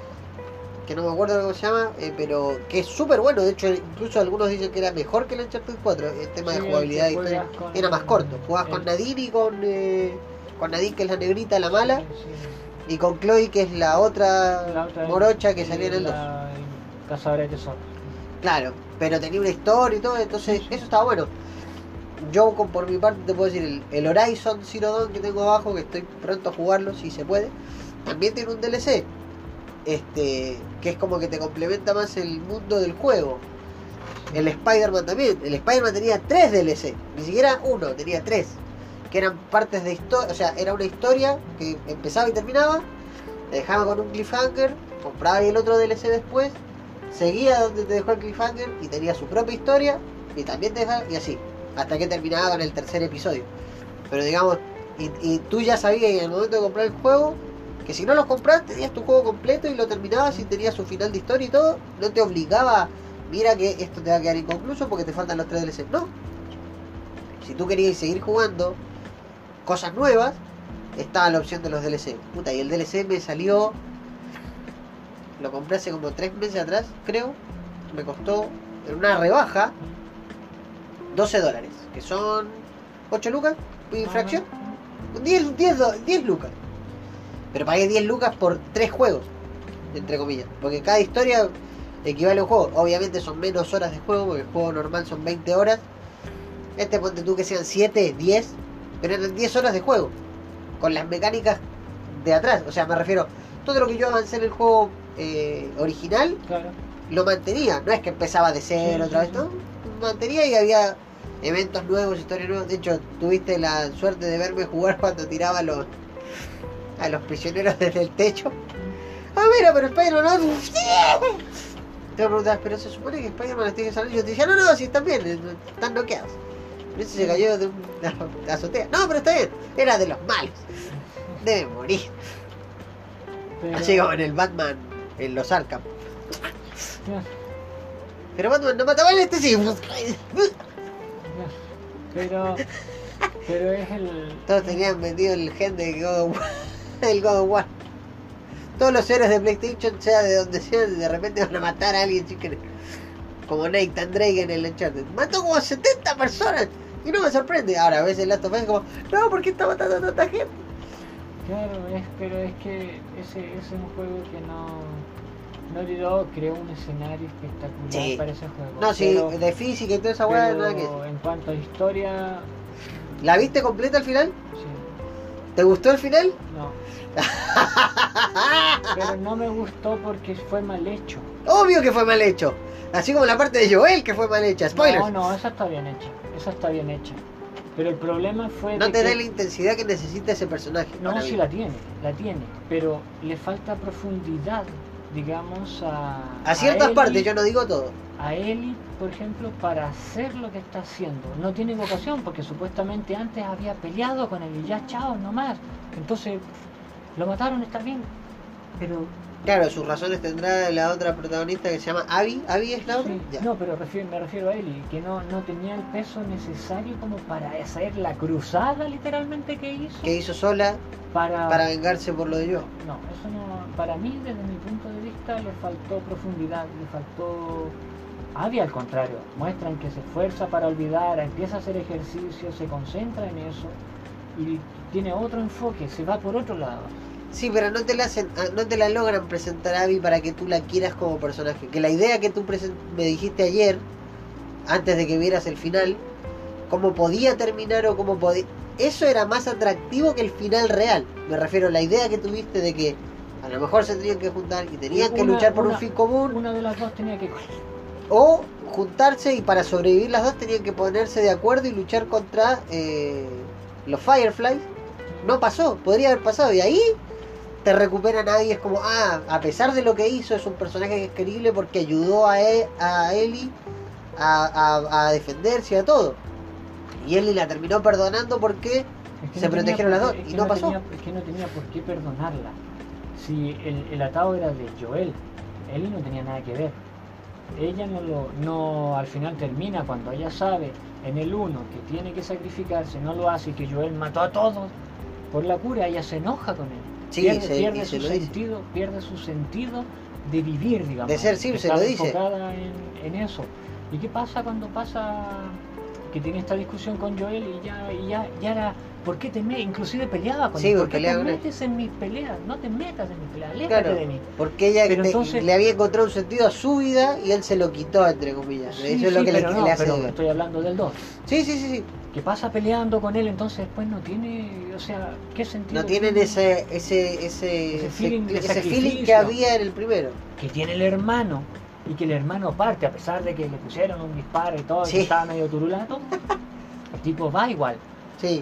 Que no me acuerdo cómo se llama, pero que es súper bueno. De hecho, incluso algunos dicen que era mejor que el Uncharted 4 el tema Sí, de jugabilidad que y historia. juegas con- Era más corto. Jugabas el- con Nadine y con Nadine, que es la negrita, la mala, Sí. y con Chloe, que es la otra, La otra morocha que salía en el 2. la cazadora de tesoros. Claro, pero tenía una historia y todo, entonces Sí. eso estaba bueno. Yo por mi parte te puedo decir, el Horizon Zero Dawn que tengo abajo, que estoy pronto a jugarlo si se puede, también tiene un DLC. Que es como que te complementa más el mundo del juego. El Spider-Man también. El Spider-Man tenía 3 DLC, ni siquiera uno, tenía 3. Que eran partes de historia, o sea, era una historia que empezaba y terminaba, te dejaba con un cliffhanger, compraba el otro DLC después, seguía donde te dejó el cliffhanger y tenía su propia historia y también te dejaba, y así, hasta que terminaba con el tercer episodio. Pero digamos, y tú ya sabías en el momento de comprar el juego que si no lo compras tenías tu juego completo y lo terminabas y tenías su final de historia y todo. No te obligaba, mira que esto te va a quedar inconcluso porque te faltan los 3 DLC. No, si tú querías seguir jugando cosas nuevas, estaba la opción de los DLC. Puta, y el DLC me salió, lo compré hace como 3 meses atrás, creo. Me costó en una rebaja $12, que son 8 lucas y fracción. 10 lucas. Pero pagué 10 lucas por 3 juegos, entre comillas. Porque cada historia equivale a un juego. Obviamente son menos horas de juego, porque el juego normal son 20 horas. Ponte tú que sean 7, 10, pero eran 10 horas de juego. Con las mecánicas de atrás. O sea, me refiero, todo lo que yo avancé en el juego original, Claro. lo mantenía. No es que empezaba de cero Sí, otra sí, vez, ¿no? Mantenía y había eventos nuevos, historias nuevas. De hecho, tuviste la suerte de verme jugar cuando tiraba a los prisioneros desde el techo. Ah, mira, pero Spider-Man no. Te preguntabas, pero se supone que Spider-Man les tiene que salir. Yo te decía, no, si están bien, están noqueados. Pero ese se cayó de una azotea. No, pero está bien, era de los malos. Debe morir. Pero, Así como en el Batman, en los Arkham. ya, Pero Batman no mataba a este sí. ya. Pero es el... Todos tenían vendido el gen de God of War, el God of War. Todos los héroes de PlayStation, sea de donde sean, de repente van a matar a alguien, chicos. Como Nathan Drake en el Uncharted. Mató como a 70 personas. Y no me sorprende. Ahora a veces Last of Us es como, no, ¿por qué está matando a tanta gente? Claro, pero es que ese es un juego que Naughty Dog creó un escenario espectacular Sí. para ese juego. No, sí, pero, de física y toda esa weá, pero nada que... en cuanto a historia, ¿La viste completa al final? sí, ¿Te gustó el final? no. Pero no me gustó porque fue mal hecho. Obvio que fue mal hecho. Así como la parte de Joel que fue mal hecha. Spoilers. No, esa está bien hecha. Esa está bien hecha. Pero el problema fue No de te que... da la intensidad que necesita ese personaje. No, para sí mí. la tiene. Pero le falta profundidad, digamos, A ciertas Ellie, partes, yo no digo todo. a Ellie, por ejemplo, para hacer lo que está haciendo. No tiene vocación porque supuestamente antes había peleado con él y ya chao, nomás. Entonces, lo mataron, está bien. Pero... Claro, sus razones tendrá la otra protagonista que se llama Abby. ¿Abby es la otra? sí, Ya. no, pero me refiero a Ellie, que no tenía el peso necesario como para hacer la cruzada literalmente que hizo. Que hizo sola Para vengarse por lo de yo. No, eso no, para mí desde mi punto de vista le faltó profundidad, le faltó... Abby al contrario, muestran que se esfuerza para olvidar, empieza a hacer ejercicio, se concentra en eso y tiene otro enfoque, se va por otro lado. Sí, pero no te la logran presentar a Abby para que tú la quieras como personaje. Que la idea que tú me dijiste ayer, antes de que vieras el final, cómo podía terminar o cómo podía... Eso era más atractivo que el final real. Me refiero a la idea que tuviste de que a lo mejor se tenían que juntar y tenían que luchar por un fin común. Una de las dos tenía que... O juntarse y para sobrevivir las dos tenían que ponerse de acuerdo y luchar contra los Fireflies. No pasó, podría haber pasado. Y ahí te recuperan a Abby. Es como, a pesar de lo que hizo, es un personaje que es querible porque ayudó a Ellie a defenderse y a todo. Y Ellie la terminó perdonando porque Es que se no tenía protegieron las por dos. qué- es Y que no pasó. Es que no tenía por qué perdonarla. Si el atado era de Joel, Ellie no tenía nada que ver. Ella no al final termina cuando ella sabe en el 1 que tiene que sacrificarse, no lo hace y que Joel mató a todos por la cura, ella se enoja con él. Sí, pierde y se su lo dice. sentido, pierde su sentido de vivir, digamos. De ser, sí, se Estaba lo dice. enfocada en eso. ¿Y qué pasa cuando pasa que tiene esta discusión con Joel y ya era, ¿por qué te metes? Inclusive peleaba con Sí, él. pues, ¿Por qué pelea te con él. metes en mis peleas? No te metas en mis peleas, aléjate Claro, de mí. porque ella Pero entonces- le había encontrado un sentido a su vida y él se lo quitó, entre comillas. Sí, Eso es lo sí, que pero le hace pero dudar. estoy hablando del 2. Sí, sí, sí, sí. Que pasa peleando con él, entonces después no tiene, o sea, ¿qué sentido? No tienen tiene? ese feeling de feeling sacrificio. que había en el primero. Que tiene el hermano y que el hermano parte, a pesar de que le pusieron un disparo y todo, y Sí. que estaba medio turulato, el tipo va igual. Sí,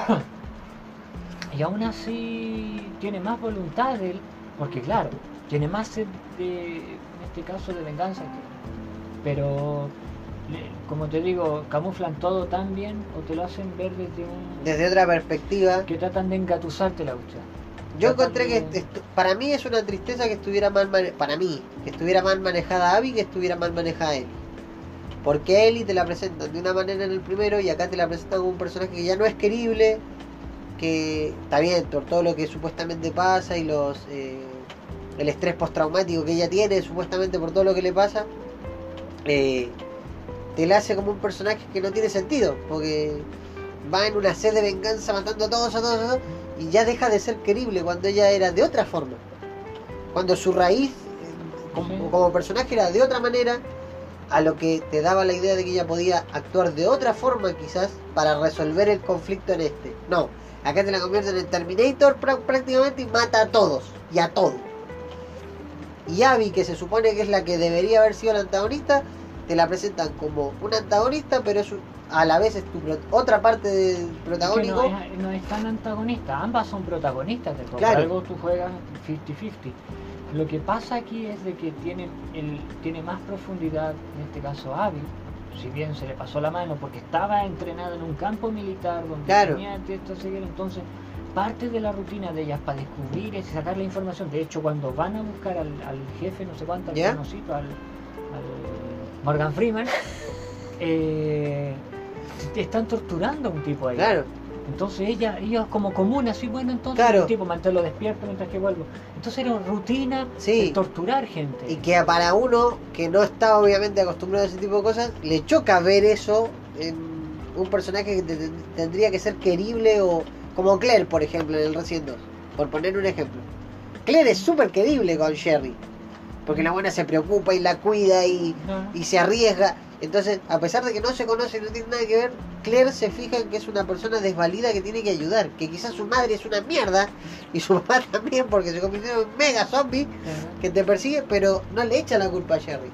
Y aún así tiene más voluntad de él, porque claro, tiene más sed de, en este caso, de venganza. Pero, como te digo, camuflan todo tan bien o te lo hacen ver desde otra perspectiva. que tratan de engatusarte la cuestión. Yo Tratan encontré que de- para mí es una tristeza que estuviera para mí, que estuviera mal manejada Abby, que estuviera mal manejada Ellie. Porque Ellie te la presentan de una manera en el primero y acá te la presentan como un personaje que ya no es querible, que está bien por todo lo que supuestamente pasa y el estrés postraumático que ella tiene supuestamente por todo lo que le pasa, te la hace como un personaje que no tiene sentido, porque va en una sed de venganza matando a todos, y ya deja de ser querible cuando ella era de otra forma. Cuando su raíz como personaje era de otra manera, a lo que te daba la idea de que ella podía actuar de otra forma quizás para resolver el conflicto en este. No, acá te la convierten en Terminator prácticamente y mata a todos y a todo. Y Abby, que se supone que es la que debería haber sido la antagonista, te la presentan como una antagonista, pero a la vez es otra parte del protagónico. Es que no es tan antagonista, ambas son protagonistas del juego. Claro. Por algo tú juegas 50-50. Lo que pasa aquí es de que tiene más profundidad, en este caso Abby, si bien se le pasó la mano porque estaba entrenado en un campo militar donde Claro. tenía esto a seguir, entonces parte de la rutina de ellas para descubrir y sacar la información. De hecho, cuando van a buscar al jefe, no sé cuánto, al ¿Ya? conocido, al Morgan Freeman, te están torturando a un tipo ahí. Claro. Entonces ellos como común, así, bueno, entonces Claro. el tipo manténlo despierto mientras que vuelvo. Entonces era rutina Sí. de torturar gente. Y que para uno que no está obviamente acostumbrado a ese tipo de cosas, le choca ver eso en un personaje que tendría que ser querible, o como Claire, por ejemplo, en el Resident 2, por poner un ejemplo. Claire es súper querible con Sherry, porque la buena se preocupa y la cuida y se arriesga. Entonces, a pesar de que no se conoce y no tiene nada que ver, Claire se fija en que es una persona desvalida que tiene que ayudar, que quizás su madre es una mierda y su mamá también, porque se convirtió en un mega zombie que te persigue, pero no le echa la culpa a Sherry.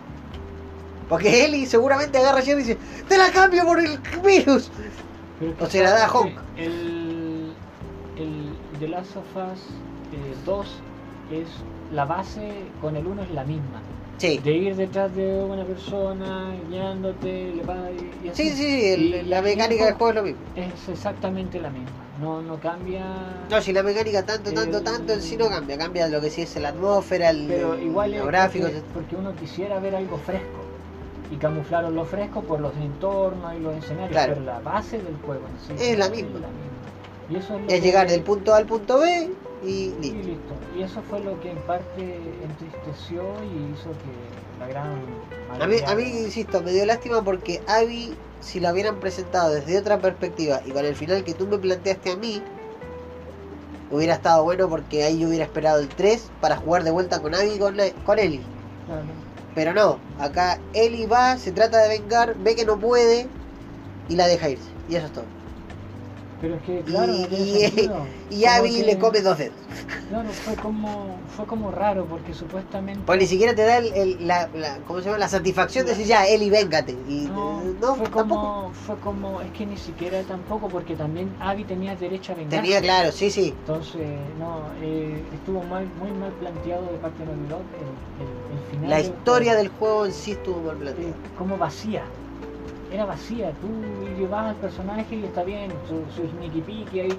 Porque Ellie seguramente agarra a Sherry y dice: ¡te la cambio por el virus! Pero O se la da a sabes Hawk. que el The Last of Us 2 es la base, con el 1 es la misma. Sí, De ir detrás de una persona, guiándote, y así. sí, la mecánica del juego es lo mismo. Es exactamente la misma. No cambia. No, si la mecánica tanto en sí no cambia. Cambia lo que sí es la atmósfera, Pero igual los es gráficos. porque uno quisiera ver algo fresco. Y camuflaron lo fresco por los entornos y los escenarios. Claro. Pero la base del juego en sí Es la misma. Y eso es, lo Es que- llegar del punto A al punto B y Y listo. listo. Y eso fue lo que en parte entristeció y hizo que la gran A mí, insisto, me dio lástima porque Abby, si la hubieran presentado desde otra perspectiva y con el final que tú me planteaste a mí, hubiera estado bueno, porque ahí yo hubiera esperado el 3 para jugar de vuelta con Abby y con Ellie. Claro. Pero no, acá Ellie va, se trata de vengar, ve que no puede y la deja irse. Y eso es todo. Pero es que, claro, no tiene Y sentido. y Como Abby que- le come 2 dedos. Claro, fue como raro porque supuestamente. Pues ni siquiera te da ¿cómo se llama? La satisfacción de decir: ya, Ellie, véngate. Y no, fue tampoco. es que ni siquiera tampoco, porque también Abby tenía derecho a vengarse. Tenía claro, sí. Entonces, estuvo muy mal planteado de parte de Naughty Dog el final. La del historia juego. del juego en sí estuvo mal planteada. Como vacía. Era vacía. Tú llevas al personaje y está bien, su sneaky peeky ahí,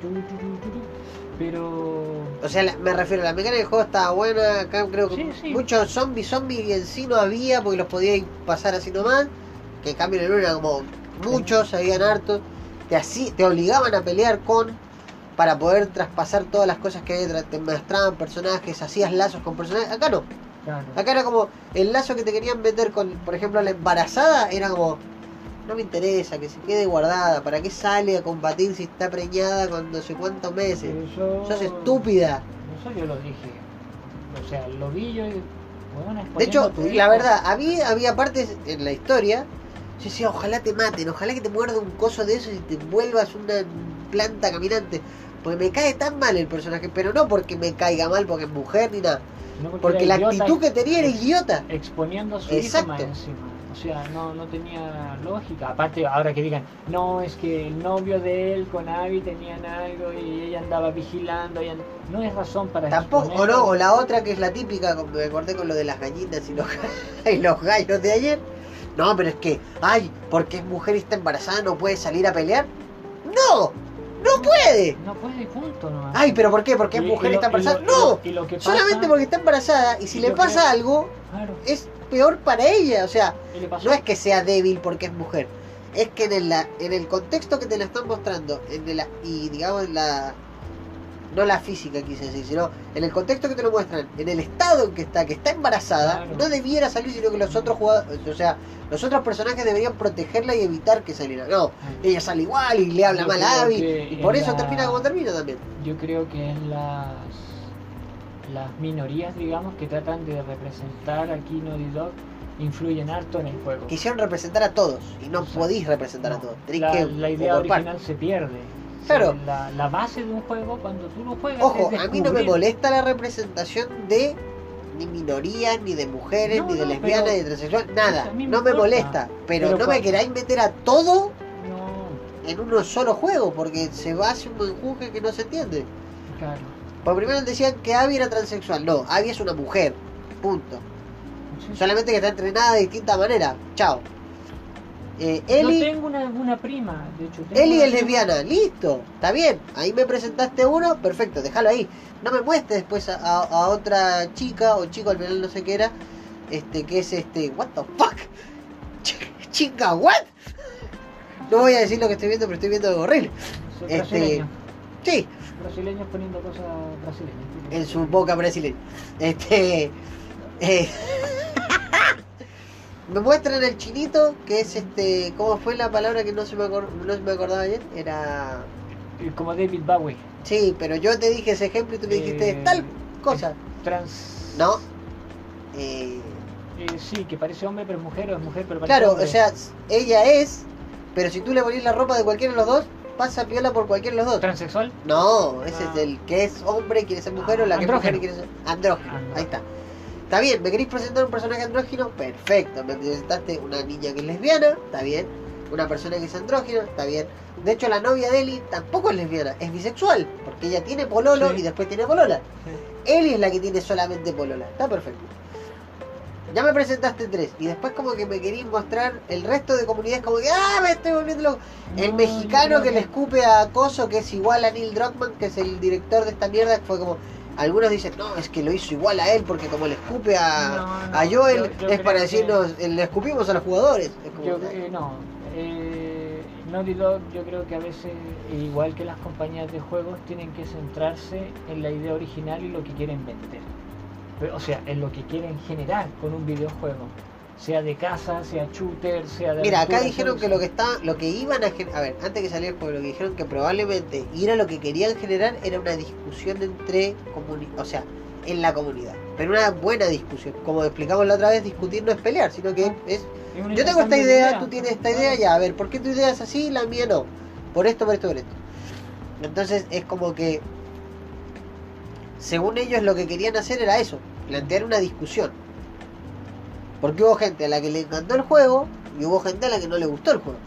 pero. O sea, me refiero, la mecánica del juego estaba buena. Acá creo que Sí. muchos zombies en sí no había, porque los podíais pasar así nomás. Que en cambio en el 1 era como muchos, habían hartos. Te obligaban a pelear para poder traspasar todas las cosas que había, te mostraban personajes, hacías lazos con personajes. Acá no. Claro. Acá era como el lazo que te querían meter con, por ejemplo, la embarazada, era como: no me interesa, que se quede guardada. ¿Para qué sale a combatir si está preñada con no sé cuántos meses? Eso, Sos estúpida. Eso yo lo dije. O sea, lo vi yo y. Bueno, De hecho, exponiendo a tu la hijo. verdad, había partes en la historia. Yo decía: ojalá te maten, ojalá que te muerda un coso de esos y te vuelvas una planta caminante. Porque me cae tan mal el personaje, pero no porque me caiga mal, porque es mujer ni nada. Sino Porque era la idiota, actitud que tenía era idiota. exponiendo a su hijo Exacto. más encima. O sea, no tenía lógica. Aparte, ahora que digan, no, es que el novio de él con Abby tenían algo y ella andaba vigilando. No es razón para Tampoco, o exponerlo. no, o la otra que es la típica, como me acordé con lo de las gallinas y y los gallos de ayer. No, pero es que, ay, porque es mujer y está embarazada, no puede salir a pelear. ¡No! ¡No puede! No puede, punto nomás. Ay, pero ¿por qué? ¿Porque es mujer y está embarazada? ¡No! Y lo que pasa, Solamente porque está embarazada, y si y le yo pasa creo- algo, Claro, es peor para ella. O sea, y le pasó. no es que sea débil porque es mujer, es que en el contexto que te la están mostrando, y digamos no la física quise decir, sino en el contexto que te lo muestran, en el estado en que está embarazada, Claro. no debiera salir, sino que los otros jugadores, o sea, los otros personajes deberían protegerla y evitar que saliera. No, ella sale igual y le habla Yo mal a creo Abby, que y por en eso la- termina como termina también. Yo creo que es las minorías, digamos, que tratan de representar aquí Naughty Dog, influyen harto en el juego. Quisieron representar a todos, y no Exacto. podís representar a No, todos. Tenés la, que la idea ocupar. original se pierde. Claro. La base de un juego, cuando tú lo juegas, Ojo, es a mí no me descubrir. molesta la representación de ni minorías, ni de mujeres, No, ni de no, lesbianas, pero- ni de transexual, nada. a mí me No me importa. molesta, pero Pero no me cuando- queráis meter a todo No, en uno solo juego, porque se va a hacer un enjuje que no se entiende. claro. Por primero decían que Abby era transexual. No, Abby es una mujer. Punto. Sí, Solamente que está entrenada de distinta manera. Chao. Ellie, Yo tengo una prima, de hecho. Ellie es lesbiana, listo, está bien. Ahí me presentaste uno, perfecto, déjalo ahí. No me muestres después a otra chica o chico, al final no sé qué era, que es what the fuck, chica, what. No voy a decir lo que estoy viendo, pero estoy viendo algo horrible. Brasileño. Sí, Brasileños poniendo cosas brasileñas. en su boca brasileña. Me muestran el chinito, que es ¿cómo fue la palabra que no se me acordaba ayer? Era... Como David Bowie. Sí, pero yo te dije ese ejemplo y tú me dijiste tal cosa. Trans... No. sí, que parece hombre pero es mujer, o es mujer pero parece Claro, hombre. o sea, ella es, pero si tú le pones la ropa de cualquiera de los dos, pasa piola por cualquiera de los dos. ¿Transexual? No, ese es el que es hombre quiere ser mujer o la que es mujer y quiere ser andrógino. Ahí está. Está bien, ¿me queréis presentar un personaje andrógino? Perfecto. Me presentaste una niña que es lesbiana, está bien. Una persona que es andrógina, está bien. De hecho, la novia de Ellie tampoco es lesbiana, es bisexual, porque ella tiene pololo Sí. y después tiene polola. Sí. Ellie es la que tiene solamente polola, está perfecto. Ya me presentaste 3 y después como que me queréis mostrar el resto de comunidades como que me estoy volviendo loco. El No, mexicano yo creo que le escupe a Coso, que es igual a Neil Druckmann, que es el director de esta mierda, que fue como... Algunos dicen, no, es que lo hizo igual a él, porque como le escupe a Joel, yo es creo para que- decirnos, le escupimos a los jugadores. Es como, Yo, no. Naughty Dog, yo creo que a veces, igual que las compañías de juegos, tienen que centrarse en la idea original y lo que quieren vender. O sea, en lo que quieren generar con un videojuego. Sea de casa, sea shooter, sea de... Mira, acá aventura, dijeron todo que eso. lo que iban a generar, a ver, antes que saliera el juego, lo que dijeron que probablemente, y era lo que querían generar, era una discusión entre o sea, en la comunidad. Pero una buena discusión. Como explicamos la otra vez, discutir no es pelear, sino que es... Es un Yo tengo esta intercambio de idea, ideas. tú tienes esta idea, ya, a ver, ¿por qué tu idea es así y la mía no? Por esto, por esto, por esto. Entonces es como que, según ellos, lo que querían hacer era eso, plantear una discusión. Porque hubo gente a la que le encantó el juego y hubo gente a la que no le gustó el juego.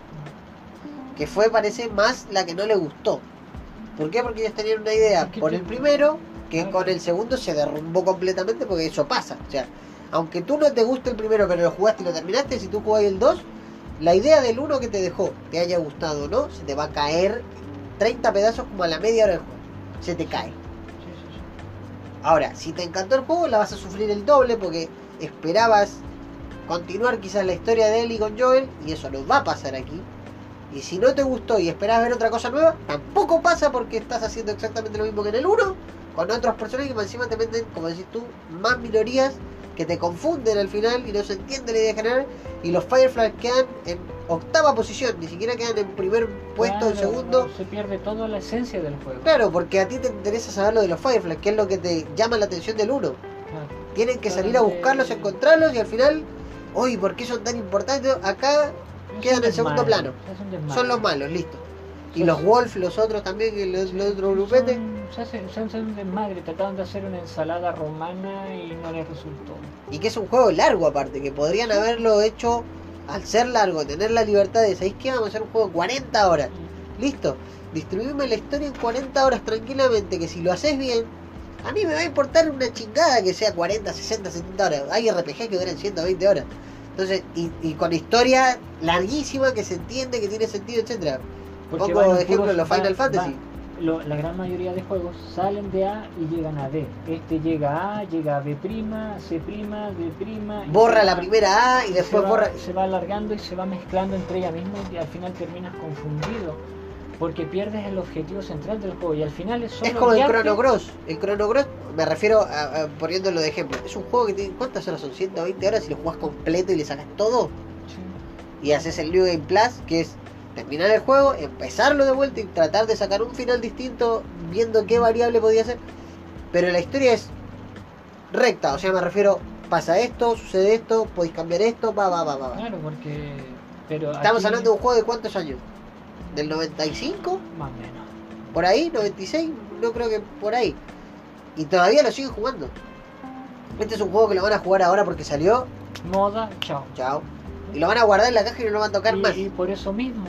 Que fue, parece, más la que no le gustó. ¿Por qué? Porque ellos tenían una idea por el primero, que con el segundo se derrumbó completamente, porque eso pasa. O sea, aunque tú no te guste el primero, pero lo jugaste y lo terminaste, si tú jugás el 2, la idea del 1 que te dejó, te haya gustado o no, se te va a caer 30 pedazos como a la media hora del juego. Se te cae. Sí, sí, sí. Ahora, si te encantó el juego, la vas a sufrir el doble porque esperabas continuar quizás la historia de Ellie con Joel, y eso no va a pasar aquí. Y si no te gustó y esperabas ver otra cosa nueva, tampoco pasa porque estás haciendo exactamente lo mismo que en el 1, con otros personajes que encima te meten, como decís tú, más minorías que te confunden al final y no se entiende la idea general, y los Fireflies quedan en octava posición, ni siquiera quedan en primer puesto, en Claro, segundo. se pierde toda la esencia del juego. Claro, porque a ti te interesa saber lo de los Fireflies, que es lo que te llama la atención del 1. Claro. Tienen que salir a buscarlos, encontrarlos, y al final, oye, ¿por qué son tan importantes? Acá Es quedan un en segundo desmadre, plano. es un desmadre. Son los malos, listo. Y Son- los Wolf, los otros también, que los otros grupetes. Se hacen un desmadre, trataban de hacer una ensalada romana y no les resultó. Y que es un juego largo aparte, que podrían haberlo hecho, al ser largo, tener la libertad de, ¿sabéis qué? Vamos a hacer un juego de 40 horas. Listo. Distribuirme la historia en 40 horas tranquilamente, que si lo haces bien, a mí me va a importar una chingada que sea 40, 60, 70 horas. Hay RPG que duran 120 horas. Entonces, y con historia larguísima que se entiende, que tiene sentido, etcétera. Porque Pongo van ejemplo puros- los Final Fantasy. La gran mayoría de juegos salen de A y llegan a D. Este llega a A, llega a B', C', D'. Y Borra se la va- primera A y después borra. Se va alargando y se va mezclando entre ella misma y al final terminas confundido. Porque pierdes el objetivo central del juego y al final es solo Es como el guiarte. Chrono Cross. El Chrono Cross, me refiero a poniéndolo de ejemplo. Es un juego que tiene, ¿cuántas horas son? 120 horas si lo jugás completo y le sacas todo. Sí. Y haces el New Game Plus, que es terminar el juego, empezarlo de vuelta y tratar de sacar un final distinto, viendo qué variable podía ser. Pero la historia es recta, o sea, me refiero, pasa esto, sucede esto, podéis cambiar esto, va. Claro, porque... Pero Estamos aquí, hablando de un juego de ¿cuántos años? ¿Del 95? más o menos. ¿Por ahí? ¿96? No creo que por ahí. Y todavía lo siguen jugando. Este es un juego que lo van a jugar ahora porque salió. Moda, chao. Chao. Y lo van a guardar en la caja y no lo van a tocar más. Y por eso mismo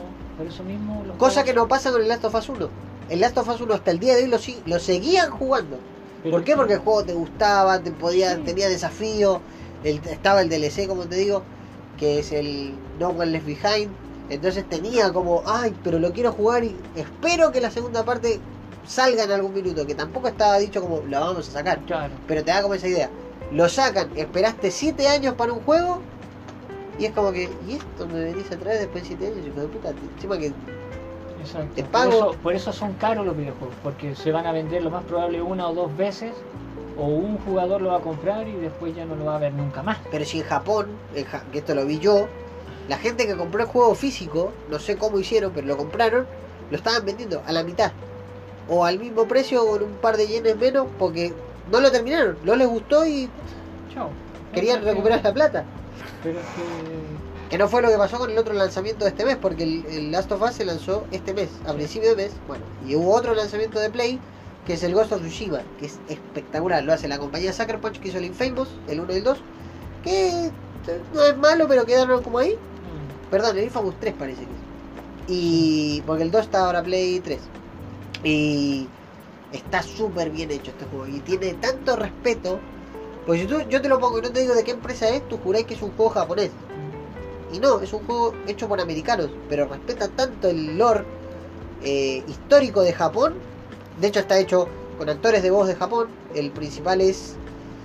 los Cosa que juegos- no pasa con el Last of Us 1. El Last of Us 1 hasta el día de hoy lo seguían jugando. pero ¿Por qué? Porque el juego te gustaba, Sí. tenía desafío. Estaba el DLC, como te digo, que es el No One Left Behind, Entonces tenía como, ay, pero lo quiero jugar y espero que la segunda parte salga en algún minuto, que tampoco estaba dicho como la vamos a sacar, Claro. pero te da como esa idea. Lo sacan, esperaste 7 años para un juego y es como que, ¿y esto me venís a traer después de 7 años? Hijo de puta, encima que Exacto. te pago. Por eso son caros los videojuegos, porque se van a vender lo más probable 1 o 2 veces, o un jugador lo va a comprar y después ya no lo va a ver nunca más. Pero si en Japón, que esto lo vi yo, la gente que compró el juego físico, no sé cómo hicieron, pero lo compraron, lo estaban vendiendo a la mitad. O al mismo precio con un par de yenes menos porque no lo terminaron, no les gustó y Chao. querían recuperar la plata. Pero es que... Que no fue lo que pasó con el otro lanzamiento de este mes, porque el Last of Us se lanzó este mes, a principio de mes. Bueno, y hubo otro lanzamiento de Play, que es el Ghost of Tsushima, que es espectacular. Lo hace la compañía Sucker Punch, que hizo el Infamous, el 1 y el 2, que no es malo, pero quedaron como ahí. Perdón, el Infamous 3 parece que es. Y porque el 2 está ahora Play 3. Y está súper bien hecho este juego. Y tiene tanto respeto. Pues si yo te lo pongo y no te digo de qué empresa es, tú juráis que es un juego japonés. Y no, es un juego hecho por americanos. Pero respeta tanto el lore histórico de Japón. De hecho está hecho con actores de voz de Japón. El principal es...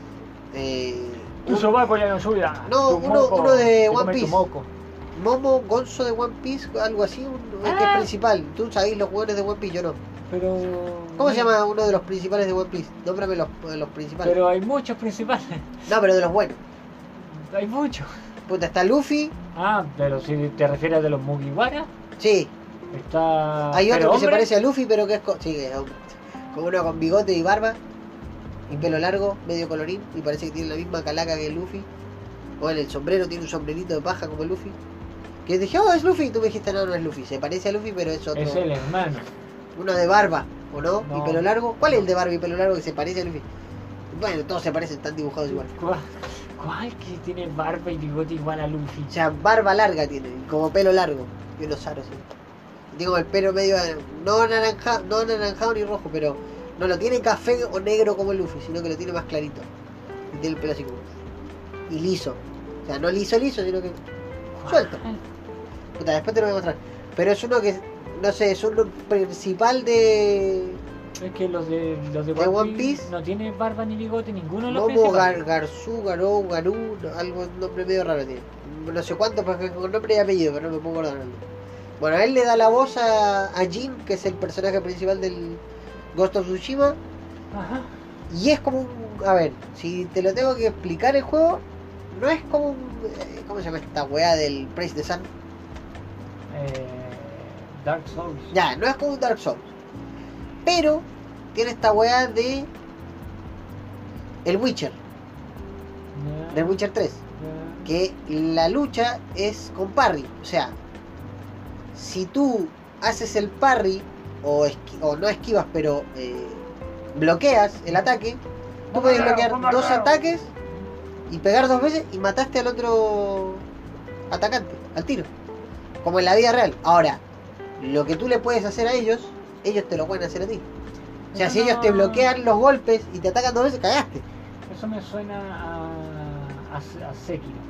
Tu sobaco ya no suya. No, Tu uno moco, de te One come tu Piece. moco. Momo Gonzo de One Piece, algo así, el que es principal. Tú sabés los jugadores de One Piece, yo no. Pero... ¿Cómo se llama uno de los principales de One Piece? Nómbrame los principales. Pero hay muchos principales. No, pero de los buenos. Hay muchos. Puta, está Luffy. Ah, pero si te refieres de los Mugiwara, Sí. está... Hay otro ¿pero que se hombre? parece a Luffy, pero que es... Sí, es hombre. Como uno con bigote y barba. Y pelo largo, medio colorín. Y parece que tiene la misma calaca que Luffy. Bueno, el sombrero tiene un sombrerito de paja como Luffy. Que dije, oh, es Luffy. Y tú me dijiste, no, no es Luffy. Se parece a Luffy, pero es otro. Es el hermano. Uno de barba, ¿o no? No. Y pelo largo. ¿Cuál es el de barba y pelo largo que se parece a Luffy? Bueno, todos se parecen, están dibujados igual. ¿Cuál que tiene barba y bigote igual a Luffy? O sea, barba larga tiene, y como pelo largo. Y unos aros, sí. Tiene como el pelo medio, no anaranjado ni rojo, pero no lo tiene café o negro como el Luffy, sino que lo tiene más clarito. Y tiene el pelo así como... Y liso. O sea, no liso, sino que suelto. Puta, después te lo voy a mostrar. Pero es uno que, no sé, es uno principal de... Es que los de One Piece no tiene barba ni bigote, ninguno de los Momo principales. Garzú, Garou, Garú, algo, un nombre medio raro tiene. No sé cuánto, porque con nombre y apellido, pero no me pongo a acordar. Bueno, a él le da la voz a Jin, que es el personaje principal del Ghost of Tsushima. Ajá. Y es como un... A ver, si te lo tengo que explicar el juego, no es como un... ¿Cómo se llama esta weá del Praise the Sun? Dark Souls. Ya, no es como un Dark Souls. Pero tiene esta weá de... El Witcher, Ya, del Witcher 3. ya. Que la lucha es con parry. O sea, si tú haces el parry o no esquivas, pero bloqueas el ataque, tú puedes bloquear 2 ataques y pegar 2 veces y mataste al otro atacante, al tiro. Como en la vida real. Ahora, lo que tú le puedes hacer a ellos te lo pueden hacer a ti. O sea, Eso si ellos no- te bloquean los golpes y te atacan 2 veces, cagaste. Eso me suena a Sekiro.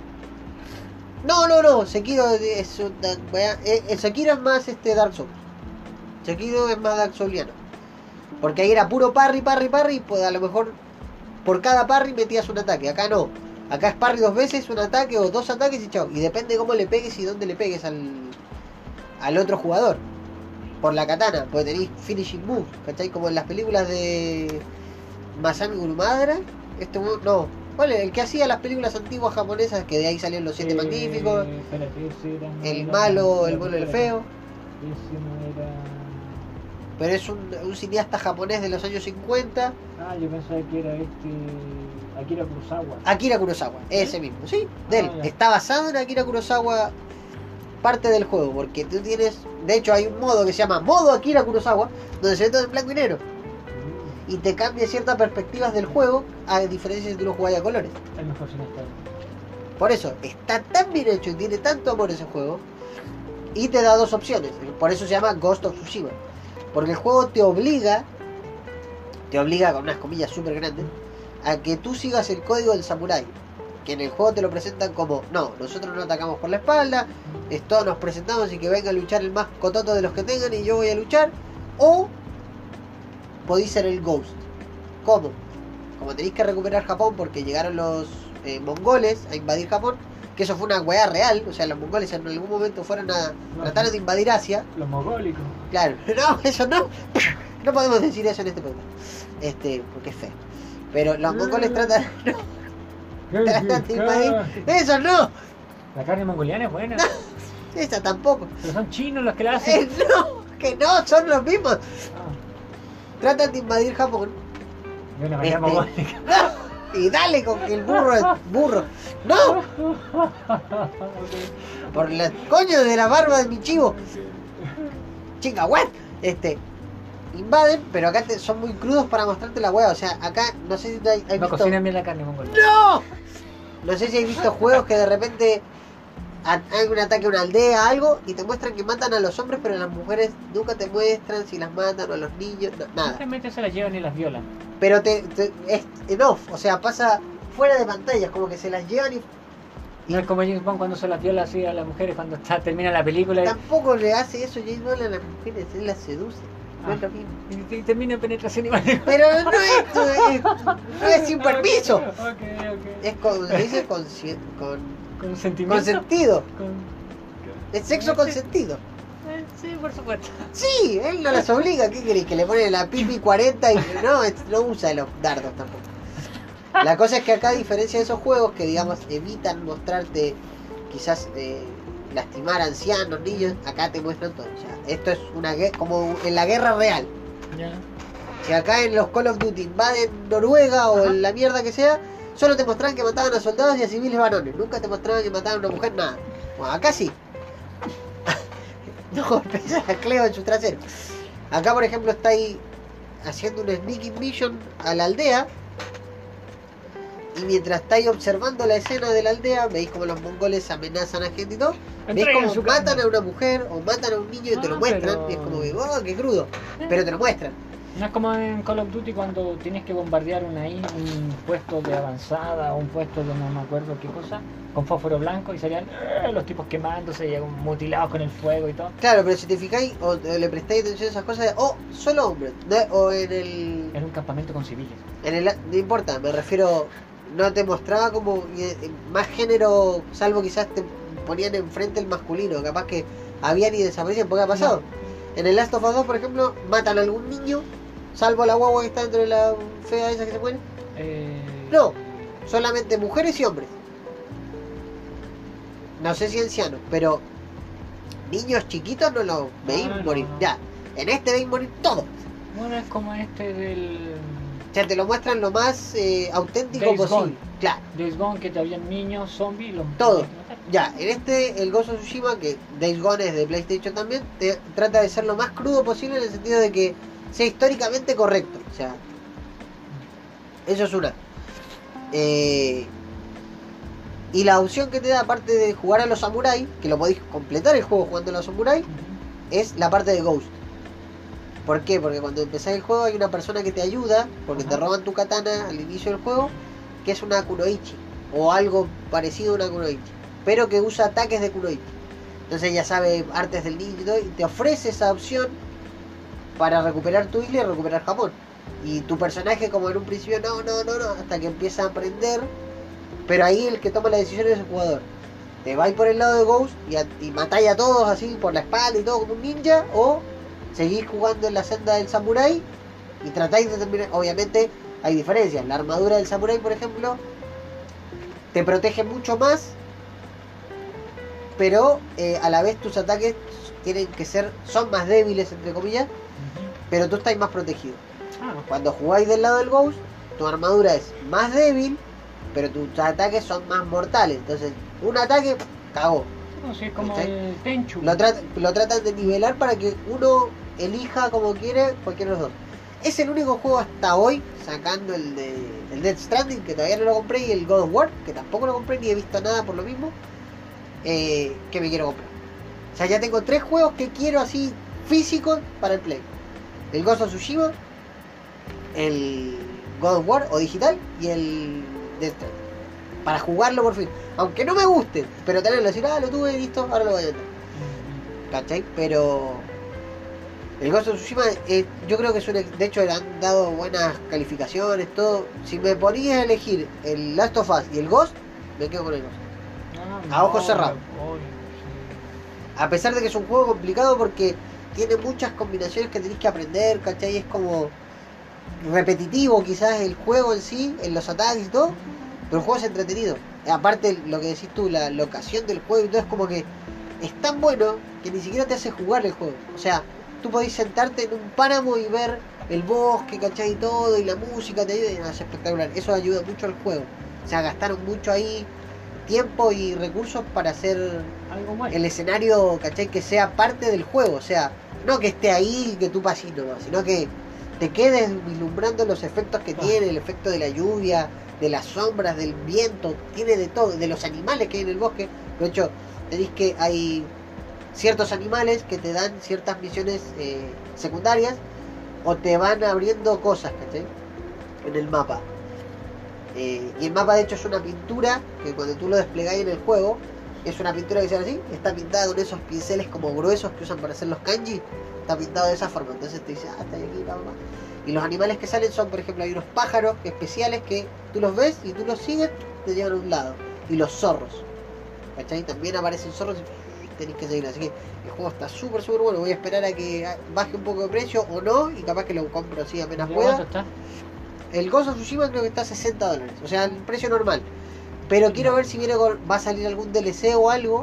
No, Sekiro es una wea- el Sekiro es más Dark Souls. Sekiro es más Dark Souliano. Porque ahí era puro parry, pues a lo mejor por cada parry metías un ataque. Acá no. Acá es parry 2 veces, un ataque o 2 ataques y chao. Y depende cómo le pegues y dónde le pegues al otro jugador. Por la katana, porque tenéis finishing moves, ¿cachai? Como en las películas de Masami Kurumada. No. ¿Cuál es? El que hacía las películas antiguas japonesas, que de ahí salieron los 7 magníficos. Espérate, ese era, no El era- malo, el espérate, bueno y el espérate. feo. Ese no era... Pero es un cineasta japonés de los años 50. Ah, yo pensaba que era Akira Kurosawa. Akira Kurosawa, ese mismo, sí, de él. Ah, ya. Está basado en Akira Kurosawa, parte del juego, porque tú tienes, de hecho hay un modo que se llama modo Akira Kurosawa, donde se ve todo en blanco y negro, y te cambia ciertas perspectivas del juego, a diferencia de si tú lo jugás a colores. El mejor cineasta. Por eso, está tan bien hecho y tiene tanto amor ese juego, y te da 2 opciones, por eso se llama Ghost of Tsushima, porque el juego te obliga con unas comillas súper grandes, a que tú sigas el código del samurái, que en el juego te lo presentan como, no, nosotros no atacamos por la espalda, todos nos presentamos y que venga a luchar el más cototo de los que tengan y yo voy a luchar. O podéis ser el Ghost. ¿Cómo? Como tenéis que recuperar Japón porque llegaron los mongoles a invadir Japón, que eso fue una weá real, o sea, los mongoles en algún momento fueron a tratar de invadir Asia. Los mogólicos. Claro, no, eso no. No podemos decir eso en este podcast. Porque es feo. Pero los mongoles tratan de invadir. ¡Eso no! La carne mongoliana es buena. No, esa tampoco. Pero son chinos los que la hacen. No, que no, son los mismos. Ah, Tratan de invadir Japón. de una manera mogólica. No, y dale con que el burro es burro. ¡No! Por la coño de la barba de mi chivo. Chica, what? Invaden, pero acá son muy crudos para mostrarte la hueá. O sea, acá no sé si te has No visto. cocinan bien la carne mongoliana. ¡No! No sé si has visto juegos que de repente hay un ataque a una aldea, algo, y te muestran que matan a los hombres, pero a las mujeres nunca te muestran si las matan o a los niños, nada. Simplemente se las llevan y las violan. Pero es en off, o sea, pasa fuera de pantallas, como que se las llevan y No es como James Bond cuando se las viola así a las mujeres cuando termina la película tampoco le hace eso James Bond a las mujeres, él las seduce. No es lo mismo. y termina en penetración y manejo. Pero no es sin permiso. Ok. Es con, se dice con Consentimiento. consentido. Con- Es sexo consentido. Sí, por supuesto. Sí, él no las obliga. ¿Qué querés? Que le pone la pipi 40 y no usa los dardos tampoco. La cosa es que acá, a diferencia de esos juegos que, digamos, evitan mostrarte quizás lastimar a ancianos, niños, acá te muestran todo. O sea, esto es como en la guerra real. Ya. Si acá en los Call of Duty invaden Noruega o en la mierda que sea, solo te mostraban que mataban a soldados y a civiles varones. Nunca te mostraban que mataban a una mujer, nada. Bueno, acá sí. No golpes a Cleo en su trasero. Acá, por ejemplo, está ahí haciendo un sneaking mission a la aldea. Y mientras estáis observando la escena de la aldea, veis como los mongoles amenazan a gente y todo. Veis Entregan como su matan carne. a una mujer o matan a un niño y te lo muestran. pero- Y es como que, oh, qué crudo. Pero te lo muestran. No es como en Call of Duty cuando tienes que bombardear un puesto de avanzada o un puesto de no me acuerdo qué cosa, con fósforo blanco y salían los tipos quemándose y mutilados con el fuego y todo. Claro, pero si te fijáis o le prestáis atención a esas cosas, solo hombres. O en el. Era un campamento con civiles. No importa, me refiero. No te mostraba como más género, salvo quizás te ponían enfrente el masculino. Capaz que habían y desaparecían, porque ha pasado. En el Last of Us 2, por ejemplo, matan a algún niño, salvo a la guagua que está dentro de la fea esa que se muere. No, solamente mujeres y hombres. No sé si ancianos, pero niños chiquitos no los veis No. morir. Ya, en este veis morir todo. Bueno, es como este del O sea, te lo muestran lo más auténtico Days posible. Gone. Claro, Days Gone, que te habían niños, zombies, los Todo. los que mataron. ya, en este, el Ghost of Tsushima, que Days Gone es de PlayStation también, trata de ser lo más crudo posible en el sentido de que sea históricamente correcto. O sea, eso es una. Y la opción que te da, aparte de jugar a los samuráis, que lo podéis completar el juego jugando a los samuráis, Ujú. es la parte de Ghost. ¿Por qué? Porque cuando empezás el juego hay una persona que te ayuda, porque te Ajá. roban tu katana al inicio del juego, que es una kunoichi, o algo parecido a una kunoichi, pero que usa ataques de kunoichi. Entonces ya sabe artes del ninja y todo, y te ofrece esa opción para recuperar tu isla y recuperar Japón. Y tu personaje, como en un principio, no, hasta que empieza a aprender, pero ahí el que toma la decisión es el jugador. Te vais por el lado de Ghost y matáis a todos así por la espalda y todo como un ninja, o seguís jugando en la senda del samurái y tratáis de terminar. Obviamente hay diferencias. La armadura del samurái, por ejemplo, te protege mucho más, pero a la vez tus ataques son más débiles, entre comillas, Ujú. pero tú estás más protegido. Ah, Cuando jugáis del lado del Ghost, tu armadura es más débil, pero tus ataques son más mortales. Entonces, un ataque, cagó. no, sí, es como ¿Cachai? el Tenchu. Lo tratan de nivelar para que uno elija como quiere cualquiera de los dos. Es el único juego hasta hoy, sacando el Death Stranding, que todavía no lo compré, y el God of War, que tampoco lo compré ni he visto nada por lo mismo, que me quiero comprar. O sea, ya tengo 3 juegos que quiero así físicos para el Play. El Ghost of Tsushima, el God of War o digital y el Death Stranding. para jugarlo por fin. Aunque no me guste, pero tenerlo, decir, lo tuve y listo, ahora lo voy a vender. ¿Cachai? Pero el Ghost of Tsushima, yo creo que es de hecho le han dado buenas calificaciones, todo. Si me ponías a elegir el Last of Us y el Ghost, me quedo con el Ghost. A ojos cerrados. A pesar de que es un juego complicado porque tiene muchas combinaciones que tenés que aprender, ¿cachai? Es como repetitivo quizás el juego en sí, en los ataques y todo, pero el juego es entretenido. Aparte lo que decís tú, la locación del juego y todo, es como que es tan bueno que ni siquiera te hace jugar el juego. O sea, tú podés sentarte en un páramo y ver el bosque, ¿cachai? Y todo, y la música te ayuda, es espectacular. Eso ayuda mucho al juego. O sea, gastaron mucho ahí tiempo y recursos para hacer algo bueno. El escenario, ¿cachai? Que sea parte del juego. O sea, no que esté ahí y que tú pases nomás, sino que te quedes vislumbrando los efectos que tiene, el efecto de la lluvia, de las sombras, del viento, tiene de todo, de los animales que hay en el bosque. De hecho, tenéis que hay ciertos animales que te dan ciertas misiones secundarias o te van abriendo cosas, ¿cachai? En el mapa. Y el mapa de hecho es una pintura que cuando tú lo desplegáis en el juego, es una pintura que se llama así, está pintada con esos pinceles como gruesos que usan para hacer los kanji, está pintado de esa forma, entonces te dice, está aquí, papá. Y los animales que salen son, por ejemplo, hay unos pájaros especiales que tú los ves y tú los sigues, te llevan a un lado. Y los zorros, ¿cachai? También aparecen zorros y tenés que seguir, así que el juego está súper bueno. Voy a esperar a que baje un poco de precio o no, y capaz que lo compro así apenas pueda. ¿Cuánto está? El Ghost of Tsushima creo que está a $60, o sea, el precio normal. Pero quiero ver si va a salir algún DLC o algo,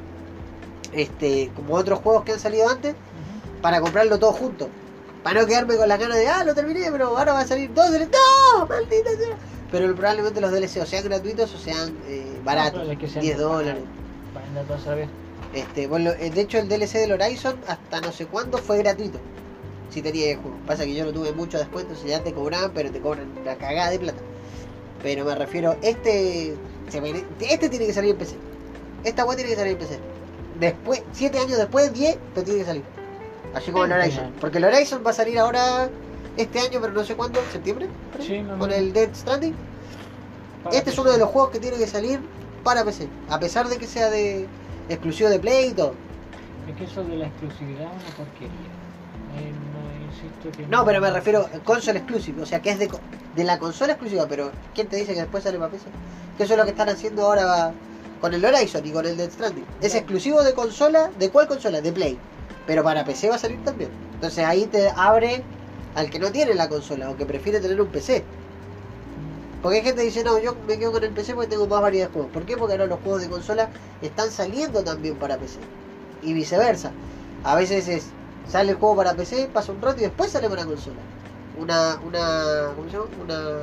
como otros juegos que han salido antes, para comprarlo todo junto. Para no quedarme con la gana de, lo terminé, pero ahora va a salir 2 DLC. ¡No! ¡Maldita sea! Pero probablemente los DLC o sean gratuitos o sean baratos, No, que sean $10. Para todo saber. Bueno, de hecho el DLC del Horizon hasta no sé cuándo fue gratuito. Si tenía el juego. Pasa que yo no tuve mucho después, entonces ya te cobraban, pero te cobran la cagada de plata. Pero me refiero, este tiene que salir en PC. Esta web tiene que salir en PC. Después, 7 años después, 10, pero tiene que salir. Así como el Horizon. Porque el Horizon va a salir ahora este año, pero no sé cuándo, ¿septiembre? Sí, con el Death Stranding. Este es uno de los juegos que tiene que salir para PC. A pesar de que sea de exclusivo de Play y todo. Es que eso de la exclusividad es una porquería. Insisto que no, pero me refiero a console exclusive, o sea que es de la consola exclusiva, pero ¿quién te dice que después sale para PC? Que eso es lo que están haciendo ahora con el Horizon y con el Death Stranding. Es exclusivo de consola, ¿de cuál consola? De Play. Pero para PC va a salir también. Entonces ahí te abre al que no tiene la consola o que prefiere tener un PC. Porque hay gente que dice, no, yo me quedo con el PC porque tengo más variedad de juegos. ¿Por qué? Porque ahora los juegos de consola están saliendo también para PC. Y viceversa. A veces sale el juego para PC, pasa un rato y después sale para consola. ¿Cómo se llama?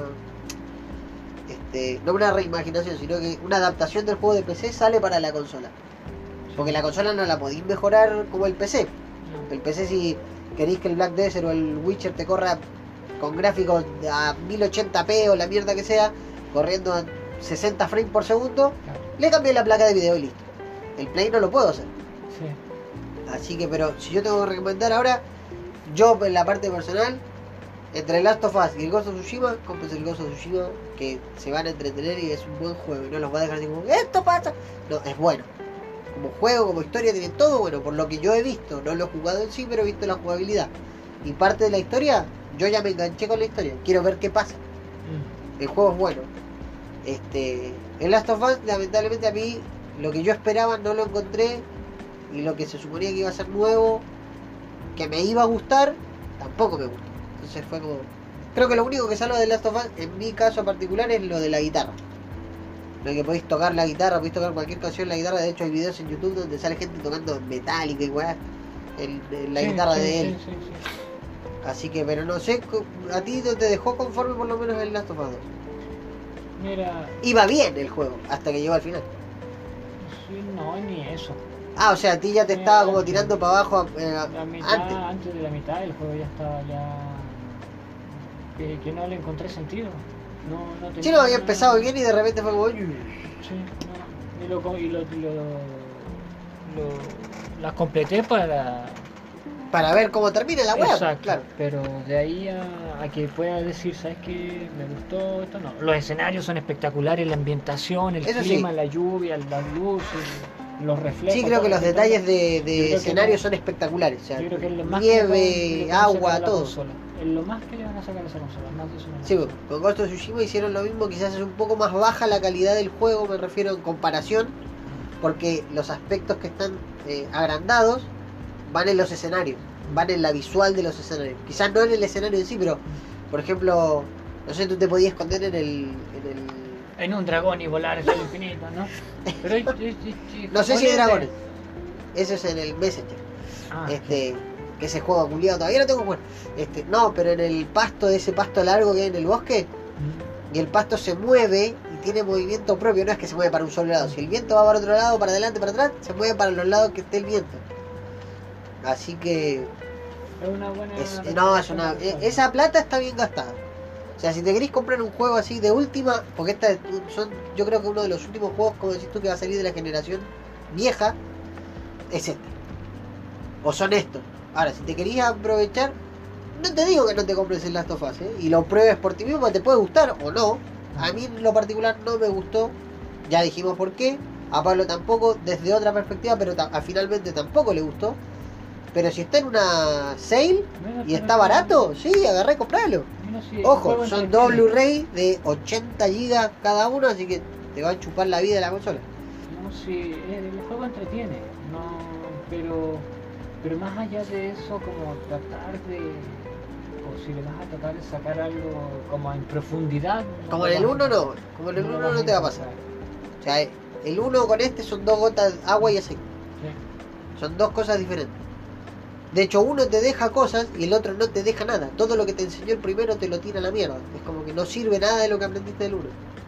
No una reimaginación, sino que una adaptación del juego de PC sale para la consola. Porque la consola no la podéis mejorar como el PC. El PC, si queréis que el Black Desert o el Witcher te corra con gráficos a 1080p o la mierda que sea, corriendo a 60 frames por segundo, le cambié la placa de video y listo. El Play no lo puedo hacer. Sí. Así que, pero si yo tengo que recomendar ahora, yo en la parte personal, entre el Last of Us y el Ghost of Tsushima, compres el Ghost of Tsushima, que se van a entretener y es un buen juego. Y no los va a dejar así como, ¡esto pasa! No, es bueno. Como juego, como historia, tiene todo bueno, por lo que yo he visto. No lo he jugado en sí, pero he visto la jugabilidad. Y parte de la historia, yo ya me enganché con la historia. Quiero ver qué pasa. El juego es bueno. El Last of Us, lamentablemente a mí, lo que yo esperaba no lo encontré. Y lo que se suponía que iba a ser nuevo, que me iba a gustar, tampoco me gustó. Entonces fue como... Creo que lo único que salva de Last of Us, en mi caso particular, es lo de la guitarra. Lo que podéis tocar la guitarra, podéis tocar cualquier canción en la guitarra. De hecho hay videos en YouTube donde sale gente tocando Metallica y weá, la guitarra de él. Sí. Así que, pero no sé, a ti no te dejó conforme por lo menos el Last of Us 2. Mira, Iba bien el juego, hasta que llegó al final. sí, no, ni eso. Ah, o sea, a ti ya te estaba como tirando para abajo La mitad, antes de la mitad del juego ya estaba que no le encontré sentido. No tenía Sí, no, había nada. empezado bien y de repente fue como... Sí, no. Las completé para Para ver cómo termina la web. Exacto, Claro. pero de ahí a que pueda decir, ¿sabes qué? Me gustó esto, no. Los escenarios son espectaculares, la ambientación, el Eso clima, sí. la lluvia, las luces, los reflejos. Sí, creo todo que lo los que detalles trata. de Yo creo que escenario no- son espectaculares. O sea, Yo creo que es lo más que le nieve, van a sacar agua, a la todo. consola. Es lo más que le van a sacar a esa consola, más de eso no. Sí, con Ghost of Tsushima hicieron lo mismo, quizás es un poco más baja la calidad del juego, me refiero en comparación, porque los aspectos que están agrandados van en los escenarios, van en la visual de los escenarios. Quizás no en el escenario en sí, pero, por ejemplo, no sé, tú te podías esconder En un dragón y volar hacia el infinito, ¿no? Pero no sé si hay japonés, dragones. Eso es en el Messenger. Ah, Que ese juego culiado todavía no tengo juego. No, pero en el pasto, de ese pasto largo que hay en el bosque, y el pasto se mueve y tiene movimiento propio, no es que se mueve para un solo lado. Si el viento va para otro lado, para adelante, para atrás, se mueve para los lados que esté el viento. Así que es una buena. esa plata está bien gastada. O sea, si te querés comprar un juego así de última, porque yo creo que uno de los últimos juegos, como decís tú, que va a salir de la generación vieja, es este. O son estos. Ahora, si te querías aprovechar, no te digo que no te compres el Last of Us, y lo pruebes por ti mismo, porque te puede gustar o no. A mí en lo particular no me gustó. Ya dijimos por qué. A Pablo tampoco, desde otra perspectiva, pero finalmente tampoco le gustó. Pero si está en una sale y está barato, sí, agarrá y compralo. Ojo, son dos Blu-ray de 80 GB cada uno, así que te va a chupar la vida de la consola. No, sí, el juego entretiene, no, pero más allá de eso, como tratar de, o si le vas a tratar de sacar algo como en profundidad. Como en el 1 no, como en el 1 no te va a pasar. O sea, el 1 con este son 2 gotas de agua y aceite. Sí. Son dos cosas diferentes. De hecho, uno te deja cosas y el otro no te deja nada. Todo lo que te enseñó el primero te lo tira a la mierda. Es como que no sirve nada de lo que aprendiste del 1.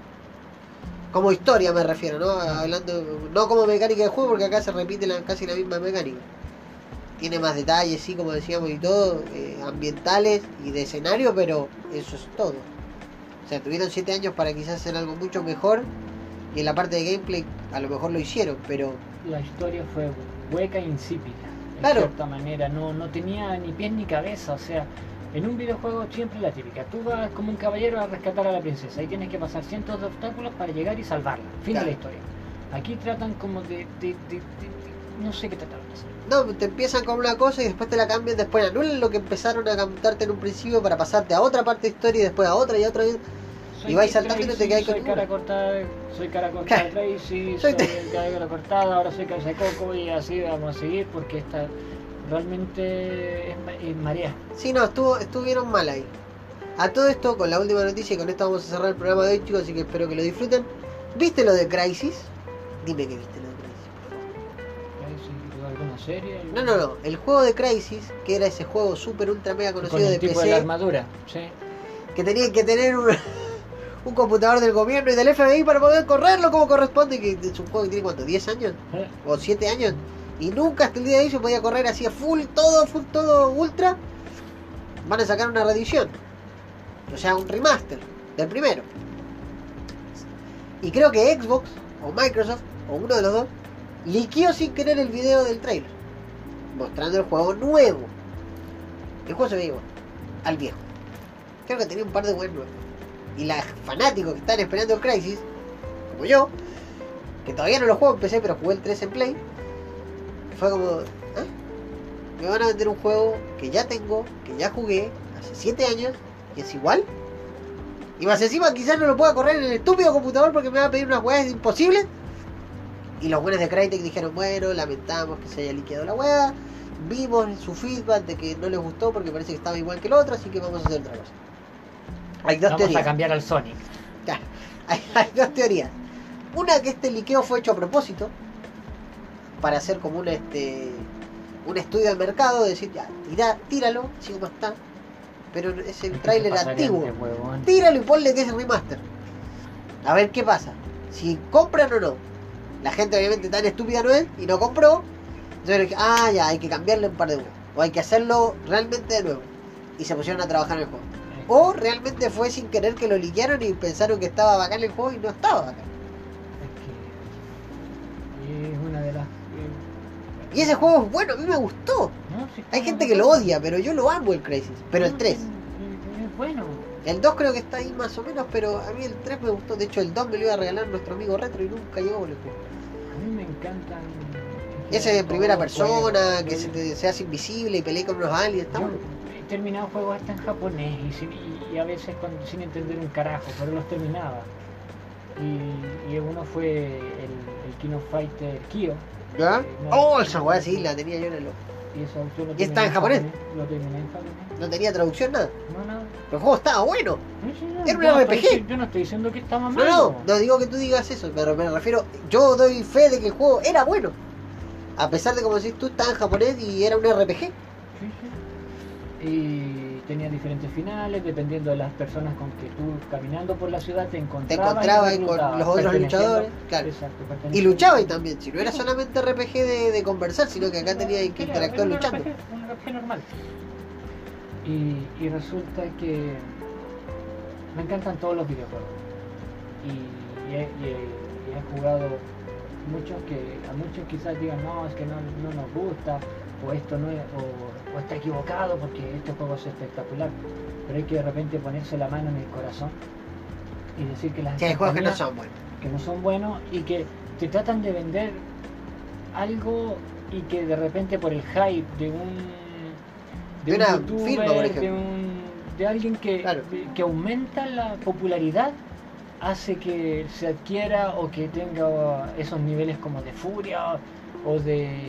Como historia me refiero, ¿no? Hablando, no como mecánica de juego, porque acá se repite casi la misma mecánica. Tiene más detalles, sí, como decíamos, y todo, ambientales y de escenario, pero eso es todo. O sea, tuvieron 7 años para quizás hacer algo mucho mejor, y en la parte de gameplay a lo mejor lo hicieron, pero... La historia fue hueca e insípida. Claro. De cierta manera, no tenía ni pies ni cabeza, o sea, en un videojuego siempre la típica, tú vas como un caballero a rescatar a la princesa y tienes que pasar cientos de obstáculos para llegar y salvarla, fin de la historia. Aquí tratan como de no sé qué tratan de hacer. No, te empiezan con una cosa y después te la cambian, después anulan lo que empezaron a cantarte en un principio para pasarte a otra parte de historia y después a otra y a otra y vais saltando y no te quedas con soy cara cortada de Tracy, soy cara cortada, ahora soy cabeza de coco y así vamos a seguir porque esta realmente es marea. Sí, no, estuvieron mal ahí. A todo esto, con la última noticia y con esto vamos a cerrar el programa de hoy, chicos, así que espero que lo disfruten. ¿Viste lo de Crysis? Dime que viste lo de Crysis, por favor. ¿Alguna serie? No, el juego de Crysis, que era ese juego super ultra mega conocido con el de tipo PC, de la armadura, sí. Que tenían que tener un computador del gobierno y del FBI para poder correrlo como corresponde, que es un juego que tiene ¿cuánto? ¿10 años? ¿O 7 años? Y nunca hasta el día de hoy se podía correr así a full todo ultra. Van a sacar una reedición, o sea, un remaster del primero. Y creo que Xbox o Microsoft o uno de los dos liqueó sin querer el video del trailer mostrando el juego nuevo. El juego se ve igual al viejo. Creo que tenía un par de buenos nuevos. Y los fanáticos que están esperando el Crysis, como yo, que todavía no lo juego en PC, pero jugué el 3 en Play, fue como, ¿eh? Me van a vender un juego que ya tengo, que ya jugué hace 7 años, y es igual. Y más encima quizás no lo pueda correr en el estúpido computador porque me va a pedir unas weas imposibles. Y los buenos de Crytek dijeron, bueno, lamentamos que se haya liqueado la wea, vimos su feedback de que no les gustó porque parece que estaba igual que el otro, así que vamos a hacer otra cosa. Hay dos Vamos teorías. a cambiar al Sonic. Claro, hay dos teorías. Una, que este liqueo fue hecho a propósito para hacer como un estudio de mercado, de decir, ya, tíralo, así como está. Pero es el tráiler antiguo. Tíralo y ponle que es el remaster. A ver qué pasa. Si compran o no. La gente obviamente tan estúpida no es y no compró. Entonces ya, hay que cambiarle un par de juegos. O hay que hacerlo realmente de nuevo. Y se pusieron a trabajar en el juego. O realmente fue sin querer que lo liquearon y pensaron que estaba bacán el juego y no estaba bacán. Es una de las... Y ese juego es bueno, a mí me gustó. No, sí, Hay gente que lo odia, pero yo lo amo el Crysis. Pero el 3. Es bueno. El 2 creo que está ahí más o menos, pero a mí el 3 me gustó. De hecho, el 2 me lo iba a regalar nuestro amigo Retro y nunca llegó con el juego. A mí me encantan. Ese de primera todos los persona, juegos. que se hace invisible y pelea con unos aliens, está Yo bueno. he terminado juegos hasta en japonés y a veces sin entender un carajo, pero los terminaba. Y uno fue el King of Fighter Kyo. ¿Ya? No, Oh, esa weá sí, la tenía yo en el ojo. Y eso yo lo ¿Y está en japonés? Lo terminé en japonés. No tenía traducción, nada. No, nada. Pero el juego estaba bueno. No, sí, no, Era un yo no RPG. yo no estoy diciendo que estaba mal. No digo que tú digas eso, pero me refiero, yo doy fe de que el juego era bueno. A pesar de, como decís tú, estaba en japonés y era un RPG. Sí, sí. Y tenía diferentes finales dependiendo de las personas con que tú caminando por la ciudad te encontrabas encontrabas con reclutabas, los otros perteneciendo- luchadores, claro. Exacto, Y perteneciendo- luchabas también, si no era solamente RPG de conversar, sino que acá tenía que Era interactuar un luchando. RPG, un RPG normal. Y resulta que me encantan todos los videojuegos. Y he jugado muchos que a muchos quizás digan no, es que no nos gusta, o esto no es, o está equivocado porque este juego es espectacular. Pero hay que de repente ponerse la mano en el corazón y decir que las Sí, hay juegos que no compañías son buenos. que no son buenos y que te tratan de vender algo y que de repente por el hype de De una youtuber, firma, por ejemplo. de alguien Claro. que aumenta la popularidad, hace que se adquiera o que tenga esos niveles como de furia o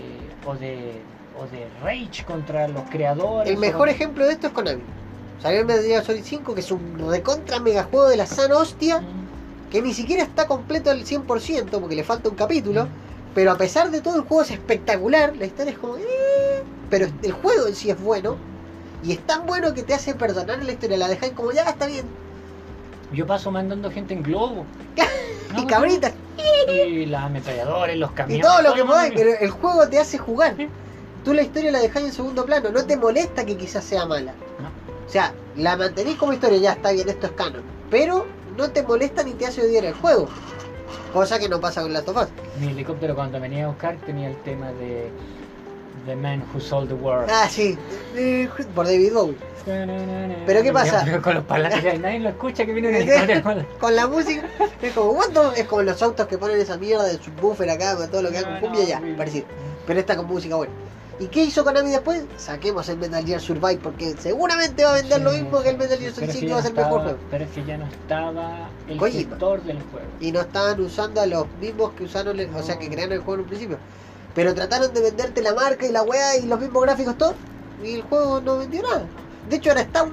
de rage contra los creadores. El mejor o- ejemplo de esto es Konami. Salió el Metal Gear Solid 5, que es un recontra mega juego de la sana hostia, Mm, que ni siquiera está completo al 100% porque le falta un capítulo, mm. pero a pesar de todo el juego es espectacular, la historia es como... pero el juego en sí es bueno, y es tan bueno que te hace perdonar la historia, la dejáis como ya está bien, Yo paso mandando gente en globo. y cabritas, Y las ametralladoras, los y camiones. todo lo que el podáis, mundo. pero el juego te hace jugar. Sí. Tú la historia la dejáis en segundo plano, no te molesta que quizás sea mala. No. O sea, la mantenís como historia, ya está bien, esto es canon, pero no te molesta ni te hace odiar el juego. Cosa que no pasa con Last of Us. Mi helicóptero cuando venía a buscar tenía el tema de The Man Who Sold the World. Ah, sí, por David Bowie. Pero ¿qué pasa? Pero con los parlantes, nadie lo escucha que viene un helicóptero. Con la música, es como, ¿cuánto? Es como los autos que ponen esa mierda de subwoofer acá, con todo lo que haga con cumbia, ya, parecido. Pero esta con música buena. ¿Y qué hizo Konami después? Saquemos el Metal Gear Survive, porque seguramente va a vender lo mismo que el Metal Gear Solid 5 y va a ser el mejor juego. Pero es que ya no estaba el Kojima. gestor del juego. Y no estaban usando a los mismos que usaron, o sea, que crearon el juego en un principio. Pero trataron de venderte la marca y la weá y los mismos gráficos todos, y el juego no vendió nada. De hecho, ahora está $1.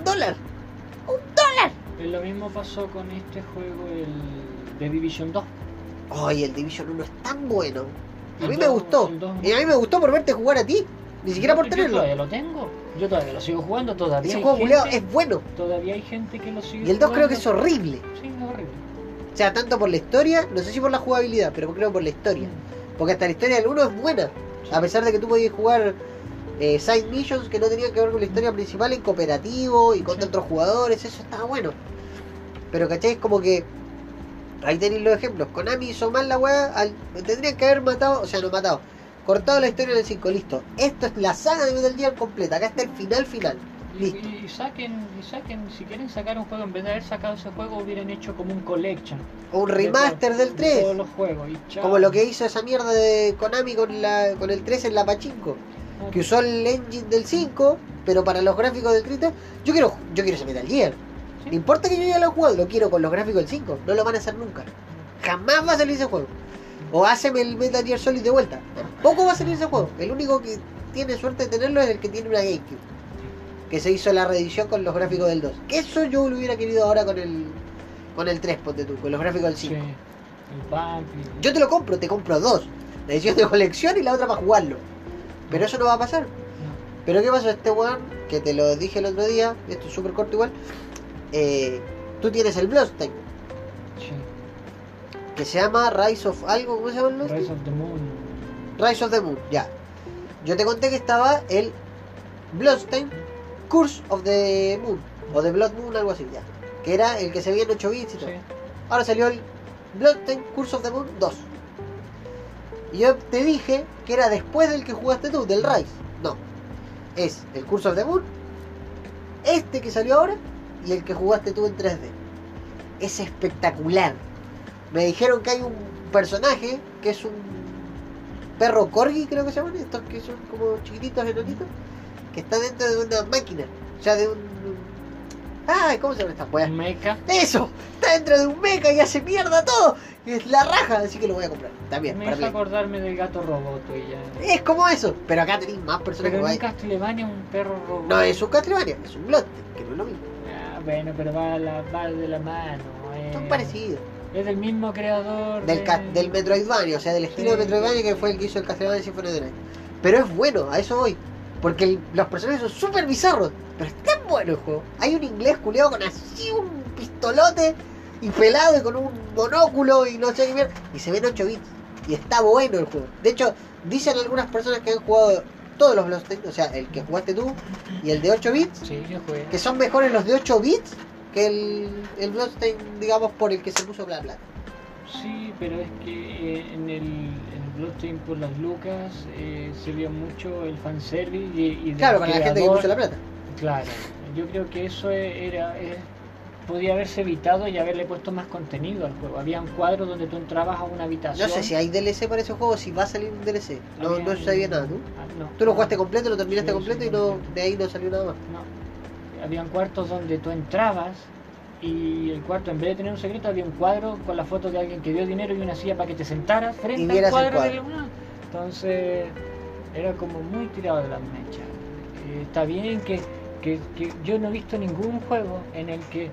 Lo mismo pasó con este juego, el The Division 2. Ay, el Division 1 es tan bueno. A El mí me dos- gustó. el dos- Y a mí me gustó por verte jugar a ti. Ni siquiera por Yo tenerlo. todavía lo tengo. Yo todavía lo sigo jugando. Todavía Ese hay juego culiao gente, es bueno. todavía hay gente que lo sigue Y el 2 creo que es jugando. horrible. Sí, es horrible. O sea, tanto por la historia, no sé si por la jugabilidad, pero creo por la historia. Porque hasta la historia del 1 es buena. A pesar de que tú podías jugar side missions que no tenían que ver con la historia principal en cooperativo y contra Sí. otros jugadores, eso estaba bueno. Pero ¿cachai? Es como que ahí tenéis los ejemplos. Konami hizo mal la weá, tendrían que haber matado, o sea, no matado, cortado la historia en el 5, listo. Esto es la saga de Metal Gear completa, acá está el final. Listo. Y saquen, si quieren sacar un juego, en vez de haber sacado ese juego, hubieran hecho como un collection. O un remaster de del de 3. todos los juegos. Y chao. Como lo que hizo esa mierda de Konami con el 3 en la Pachinko. Que usó el engine del 5, pero para los gráficos del 3. Yo quiero ese Metal Gear. Sí. No importa que yo ya lo he jugado, lo quiero con los gráficos del 5. No lo van a hacer nunca. Jamás va a salir ese juego. O haceme el Metal Gear Solid de vuelta. Tampoco va a salir ese juego. El único que tiene suerte de tenerlo es el que tiene una GameCube. Que se hizo la reedición con los gráficos del 2. Que eso yo lo hubiera querido ahora con el 3, ponte tú, con los gráficos del 5. Sí. El Vampire. Yo te lo compro, te compro dos. La edición de colección y la otra para jugarlo. Pero eso no va a pasar. No. Pero ¿qué pasó? Este weón, que te lo dije el otro día, esto es súper corto igual. Tú tienes el Bloodstain, Sí. que se llama Rise of algo, ¿cómo se llama el Bloodstain? Rise of the Moon. Rise of the Moon, ya. Yo te conté que estaba el Bloodstain Curse of the Moon, o The Blood Moon, algo así, ya. Que era el que se veía en 8 bits y todo. Sí. Ahora salió el Bloodstain Curse of the Moon 2. Y yo te dije que era después del que jugaste tú, del Rise. No. Es el Curse of the Moon, este que salió ahora, y el que jugaste tú en 3D. Es espectacular. Me dijeron que hay un personaje que es un perro corgi, creo que se llaman, estos que son como chiquititos, enanitos, que está dentro de una máquina. O sea, de un... ¡Ay! ¿Cómo se llama esta weá? Mecha. ¡Eso! Está dentro de un mecha y hace mierda todo. Es la raja, así que lo voy a comprar. También, Me para hizo Play. acordarme del gato roboto y ya. Es como eso, pero acá tenéis más personas Pero que en un hay. Castlevania un perro robot. No es un Castlevania, es un Bloodstained, que no es lo mismo. Ah, bueno, pero va de la mano. Son parecidos. Es del mismo creador Del Metroidvania, o sea, del estilo Sí. de Metroidvania que fue el que hizo el Castlevania Symphony of the Night. Pero es bueno, a eso voy. Porque los personajes son súper bizarros, pero es tan bueno el juego. Hay un inglés culiado con así un pistolote y pelado y con un monóculo y no sé qué mierda. Y se ven 8 bits. Y está bueno el juego. De hecho, dicen algunas personas que han jugado todos los Bloodstained, o sea, el que jugaste tú y el de 8 bits, Sí, yo jugué. que son mejores los de 8 bits que el Bloodstained, digamos, por el que se puso bla bla. Sí, pero es que en el Bloodstained por las lucas se vio mucho el fanservice y del Claro, para la gente que creador. puso la plata. Claro, yo creo que eso podía haberse evitado y haberle puesto más contenido al juego. Habían cuadros donde tú entrabas a una habitación. No sé si hay DLC para ese juego, si va a salir un DLC. No, Habían- no sabía nada, ¿tú? No. Tú lo jugaste completo, lo terminaste Sí, completo sí, y no completo. de ahí no salió nada más. No. Habían cuartos donde tú entrabas y el cuarto, en vez de tener un secreto, había un cuadro con la foto de alguien que dio dinero y una silla para que te sentaras Y frente vieras al el cuadro cuadro. Entonces, era como muy tirado de las mechas. Está bien que yo no he visto ningún juego en el que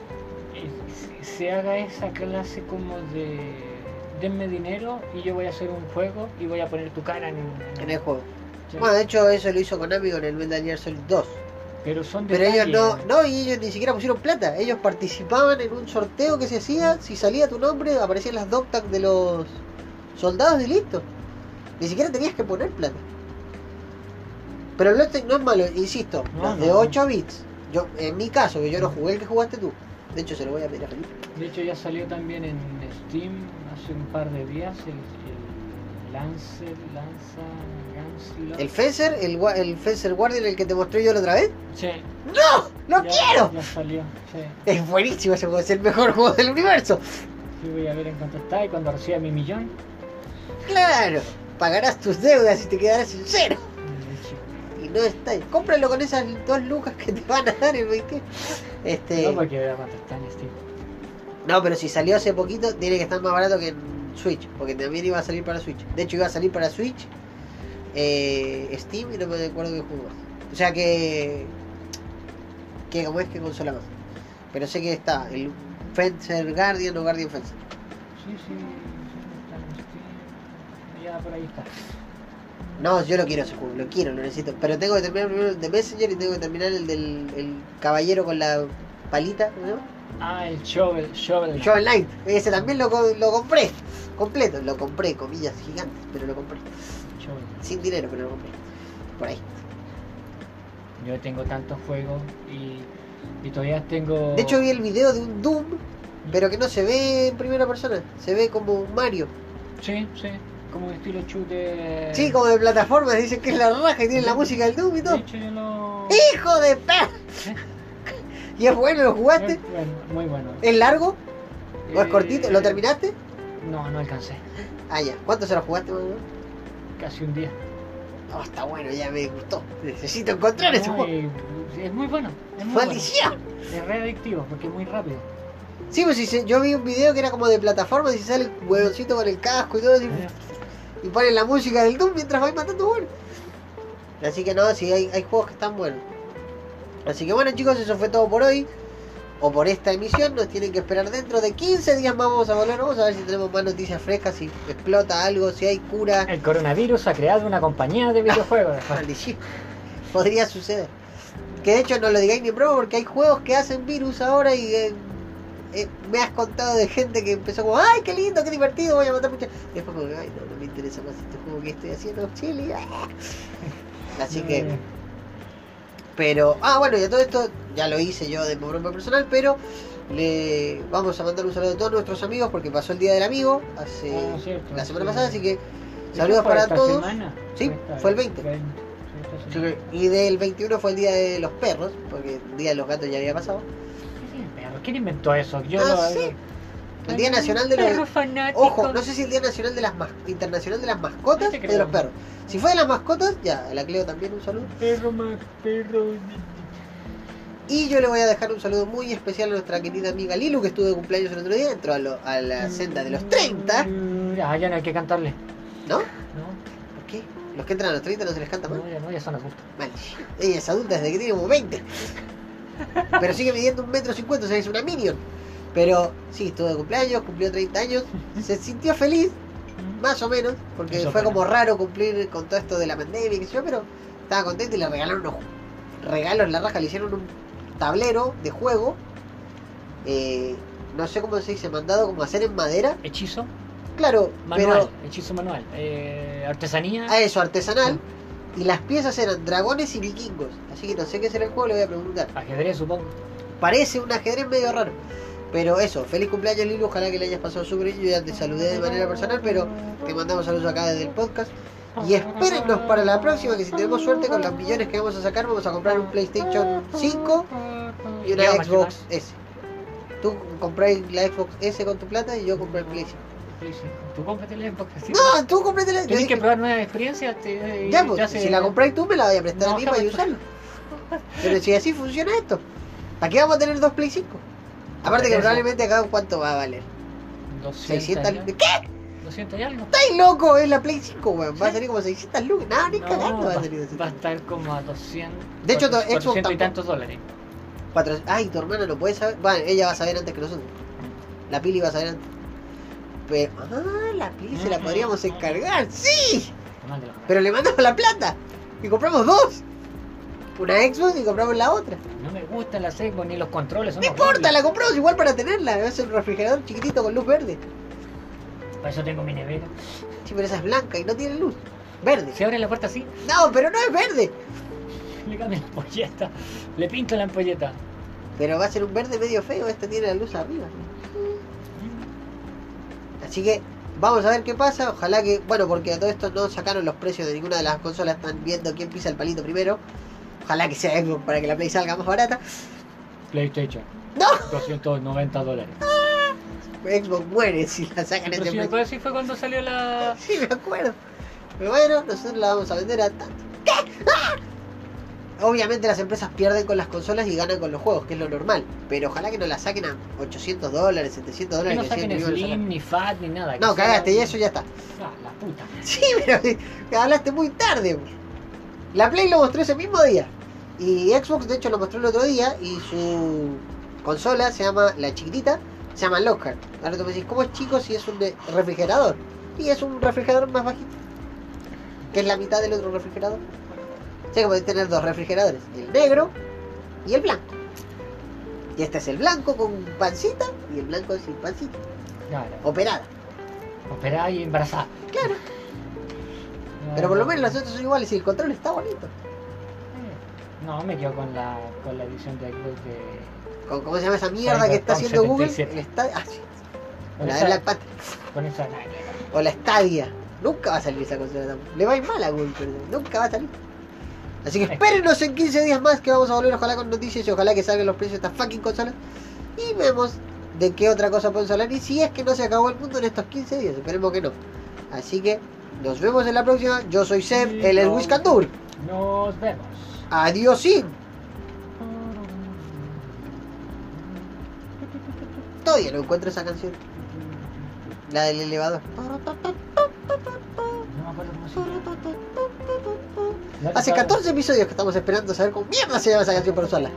se haga esa clase como de denme dinero y yo voy a hacer un juego y voy a poner tu cara En el juego. Sí. Bueno, de hecho eso lo hizo Konami con el Metal Gear Solid 2. Pero son Pero ellos detalles. no, y ellos ni siquiera pusieron plata. Ellos participaban en un sorteo que se hacía. Si salía tu nombre, aparecían las doctags de los soldados y listo. Ni siquiera tenías que poner plata. Pero el Bloodstained no es malo, insisto. No, Los no, de no. 8 bits. Yo, en mi caso, que yo no jugué el que jugaste tú. De hecho, se lo voy a pedir a Felipe. De hecho ya salió también en Steam hace un par de días el Lancer. El Fencer, el Fencer Guardian, el que te mostré yo la otra vez. Sí, ¡No! ¡No ya, quiero! Ya salió, sí. Es buenísimo ese juego, es el mejor juego del universo. Sí, voy a ver en cuánto está y cuando reciba mi millón. Claro, pagarás tus deudas y te quedarás sin cero. mm, Y no está ahí. Cómpralo con esas 2 lucas que te van a dar el 20. No, porque vea cuánto está en Steam. No, pero si salió hace poquito, tiene que estar más barato que en Switch. Porque también iba a salir para Switch. De hecho, iba a salir para Switch, Steam y no me acuerdo qué juego más. O sea que como es que consola más. Pero sé que está el Fencer Guardian o Guardian Fencer. Sí, está en Steam. Ya por ahí está. No, yo lo quiero ese juego, lo quiero, lo necesito. Pero tengo que terminar primero el de Messenger y tengo que terminar el del el caballero con la palita, ¿cómo se llama? Ah, el Shovel. El Shovel Knight. Ese también lo compré. Completo, lo compré, comillas gigantes, pero lo compré. Shovel. Sin dinero, pero lo compré. Por ahí. Yo tengo tantos juegos y todavía tengo... De hecho vi el video de un Doom, pero que no se ve en primera persona. Se ve como un Mario. Sí, como un estilo shooter. Sí, como de plataformas, dicen que es la raja y tiene la música del Doom y De todo. hecho yo lo... ¡Hijo de perra! Sí. ¿Y es bueno? ¿Lo jugaste? Bueno, muy bueno. ¿Es largo? ¿O es Eh, cortito? ¿Lo terminaste? No alcancé. Ah, ya. ¿Cuánto se lo jugaste, más o menos? Casi un día. Oh, está bueno, ya me gustó. Necesito encontrar ese No, juego. es muy bueno. Es muy bueno. ¡Maldición! Es re adictivo porque es muy rápido. Sí, pues yo vi un video que era como de plataforma y si sale el huevoncito con el casco y todo así, y ponen la música del Doom mientras vais matando bueno. Así que no, sí, hay juegos que están buenos. Así que bueno, chicos, eso fue todo por hoy. O por esta emisión. Nos tienen que esperar dentro de 15 días más. Vamos a volver. Vamos a ver si tenemos más noticias frescas. Si explota algo, si hay cura. El coronavirus ha creado una compañía de videojuegos. Maldición. Podría suceder. Que de hecho no lo digáis ni en broma porque hay juegos que hacen virus ahora y me has contado de gente que empezó como ¡ay, qué lindo, qué divertido, voy a matar mucho! Y después como ¡ay, no me interesa más este juego que estoy haciendo, Chile! Así que... Pero... Ah, bueno, y a todo esto ya lo hice yo de broma personal, pero le vamos a mandar un saludo a todos nuestros amigos porque pasó el Día del Amigo hace Cierto, la semana sí. pasada, así que Saludos para esta todos. semana? Sí, fue el 20. Y del 21 fue el día de los perros, porque el día de los gatos ya había pasado. ¿Quién inventó eso? Yo No lo sé. El Día Nacional de Perro los... fanático. Ojo, no sé si el Día Nacional de las Internacional de las Mascotas o Este de creo. los perros. Si fue de las mascotas, ya, a la Cleo también un saludo. Perro. Y yo le voy a dejar un saludo muy especial a nuestra querida amiga Lilu, que estuvo de cumpleaños el otro día, entró a la senda de los 30. Ya no hay que cantarle. ¿No? No, ¿Por qué? Los que entran a los 30 no se les canta más. no, ya son adultos. Mal. Ella es adulta desde que tiene como 20. Pero sigue midiendo 1,50 m, o sea, es una minion. Pero sí, estuvo de cumpleaños, cumplió 30 años, se sintió feliz, más o menos, porque Eso fue pena. como raro cumplir con todo esto de la pandemia, qué sé yo, pero estaba contento y le regalaron unos regalos en la raja, le hicieron un tablero de juego, no sé cómo se dice, mandado como hacer en madera, Hechizo claro, manual. pero Hechizo manual. Artesanía. a eso, artesanal, y las piezas eran dragones y vikingos, así que no sé qué será el juego, le voy a preguntar. Ajedrez, supongo. Parece un ajedrez medio raro. Pero eso, feliz cumpleaños Lilu, ojalá que le hayas pasado súper bien. Yo ya te saludé de manera personal, pero te mandamos saludos acá desde el podcast. Y espérennos para la próxima, que si tenemos suerte con los millones que vamos a sacar, vamos a comprar un PlayStation 5 y una Ya, Xbox S. Tú compráis la Xbox S con tu plata y yo compré el Play 5. Tú cómprate la Xbox. ¿Sí? No, tú cómprate la... yo Tienes que dije, probar nuevas experiencias. ya, pues, si la compráis tú me la voy a prestar No, a mí para yo usarla. Pero si así funciona esto, ¿para qué vamos a tener dos Play 5? Aparte que Eso. probablemente acá cuánto va a valer. 600... ¿Qué? 200 y algo. ¿Estáis loco? Es la Play 5, weón. Va a salir como 600 lucas. No, ni cagando va a salir va a 200. estar como a 200. De hecho, Xbox 400 y tampoco. tantos dólares. Ay, tu hermana no puede saber. Bueno, ella va a saber antes que nosotros. La Pili va a saber antes. Pero, la Pili se la podríamos encargar. ¡Sí! Mándalo. Pero le mandamos la plata. Y compramos dos. Una Xbox y compramos la otra. No me gustan las Xbox ni los controles. Son No importa, horribles. la compramos igual para tenerla. Es un refrigerador chiquitito con luz verde. Para eso tengo mi nevera. Sí, pero esa es blanca y no tiene luz. Verde. Si abre la puerta así, No, pero no es verde. le cambio la ampolleta. Le pinto la ampolleta. Pero va a ser un verde medio feo. Este tiene la luz arriba. Así que vamos a ver qué pasa. Ojalá que, bueno, porque a todo esto no sacaron los precios de ninguna de las consolas. Están viendo quién pisa el palito primero. Ojalá que sea Xbox para que la Play salga más barata. PlayStation. ¡No! 290 dólares. Xbox muere si la sacan Pero ese si me precio. acuerdo, sí fue cuando salió la... Sí, me acuerdo. Pero bueno, nosotros la vamos a vender a tanto. ¿Qué? ¡Ah! Obviamente las empresas pierden con las consolas y ganan con los juegos, que es lo normal. Pero ojalá que no la saquen a 800 dólares, 700 Que dólares. no que decían saquen que iban a sacar. Slim, ni Fat, ni nada. No, que sea- cagaste, y eso ya está. Ah, la puta. Sí, pero hablaste muy tarde. La Play lo mostró ese mismo día. Y Xbox, de hecho, lo mostró el otro día. Y su consola se llama, la chiquitita, se llama Lockhart. Ahora tú me decís, ¿cómo es chico si es un refrigerador? Y es un refrigerador más bajito, que es la mitad del otro refrigerador. O sea que podés tener dos refrigeradores, el negro y el blanco. Y este es el blanco con pancita y el blanco sin pancita, Claro. operada. Operada y embarazada. Claro. Pero por lo menos las otras son iguales y el control está bonito. No, me quedo con la edición de Xbox de... ¿Cómo se llama esa mierda que está haciendo Google? 77. Sí. Con La esa- de Black Panther. Con esa... O la Stadia. Nunca va a salir esa consola tampoco. Le va a ir mal a Google, pero nunca va a salir. Así que espérenos en 15 días más que vamos a volver ojalá con noticias y ojalá que salgan los precios de estas fucking consolas. Y vemos de qué otra cosa podemos hablar. Y si es que no se acabó el mundo en estos 15 días, esperemos que no. Así que nos vemos en la próxima. Yo soy Seb, él es Wiscandur. Nos vemos. Adiós. Todavía no encuentro esa canción. La del elevador. No me acuerdo cómo se llama. Hace 14 episodios que estamos esperando saber cómo mierda se llama esa canción para usarla.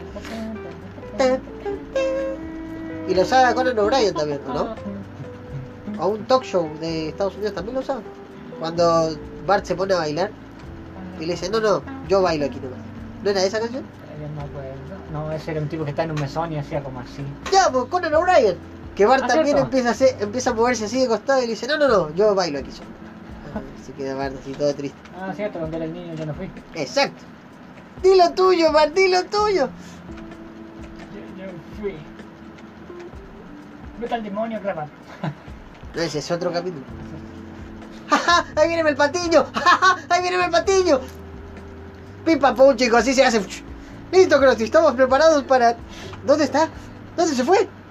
Y lo usaba Conan O'Brien también, ¿no? O un talk show de Estados Unidos también lo usaba. Cuando Bart se pone a bailar y le dice, no, yo bailo aquí nomás. ¿No era esa canción? Yo no me acuerdo. No, ese era un tipo que estaba en un mesón y hacía como así. Ya, pues Conan O'Brien. Que Bart Ah, también ¿cierto? empieza a moverse así de costado y le dice, no, yo bailo aquí solo. Se queda Bart así todo triste. Ah, cierto, cuando era el niño yo no fui. Exacto. Dilo tuyo, Bart, dilo tuyo. Yo fui. Vete al demonio, grabado. No, ese es otro capítulo. ¡Ja, ja! ¡Ahí viene el patiño! ¡Ja, ja! ¡Ahí viene el patiño! Pim pam pum, chicos, así se hace. Listo, Krusty, estamos preparados para... ¿Dónde está? ¿Dónde se fue?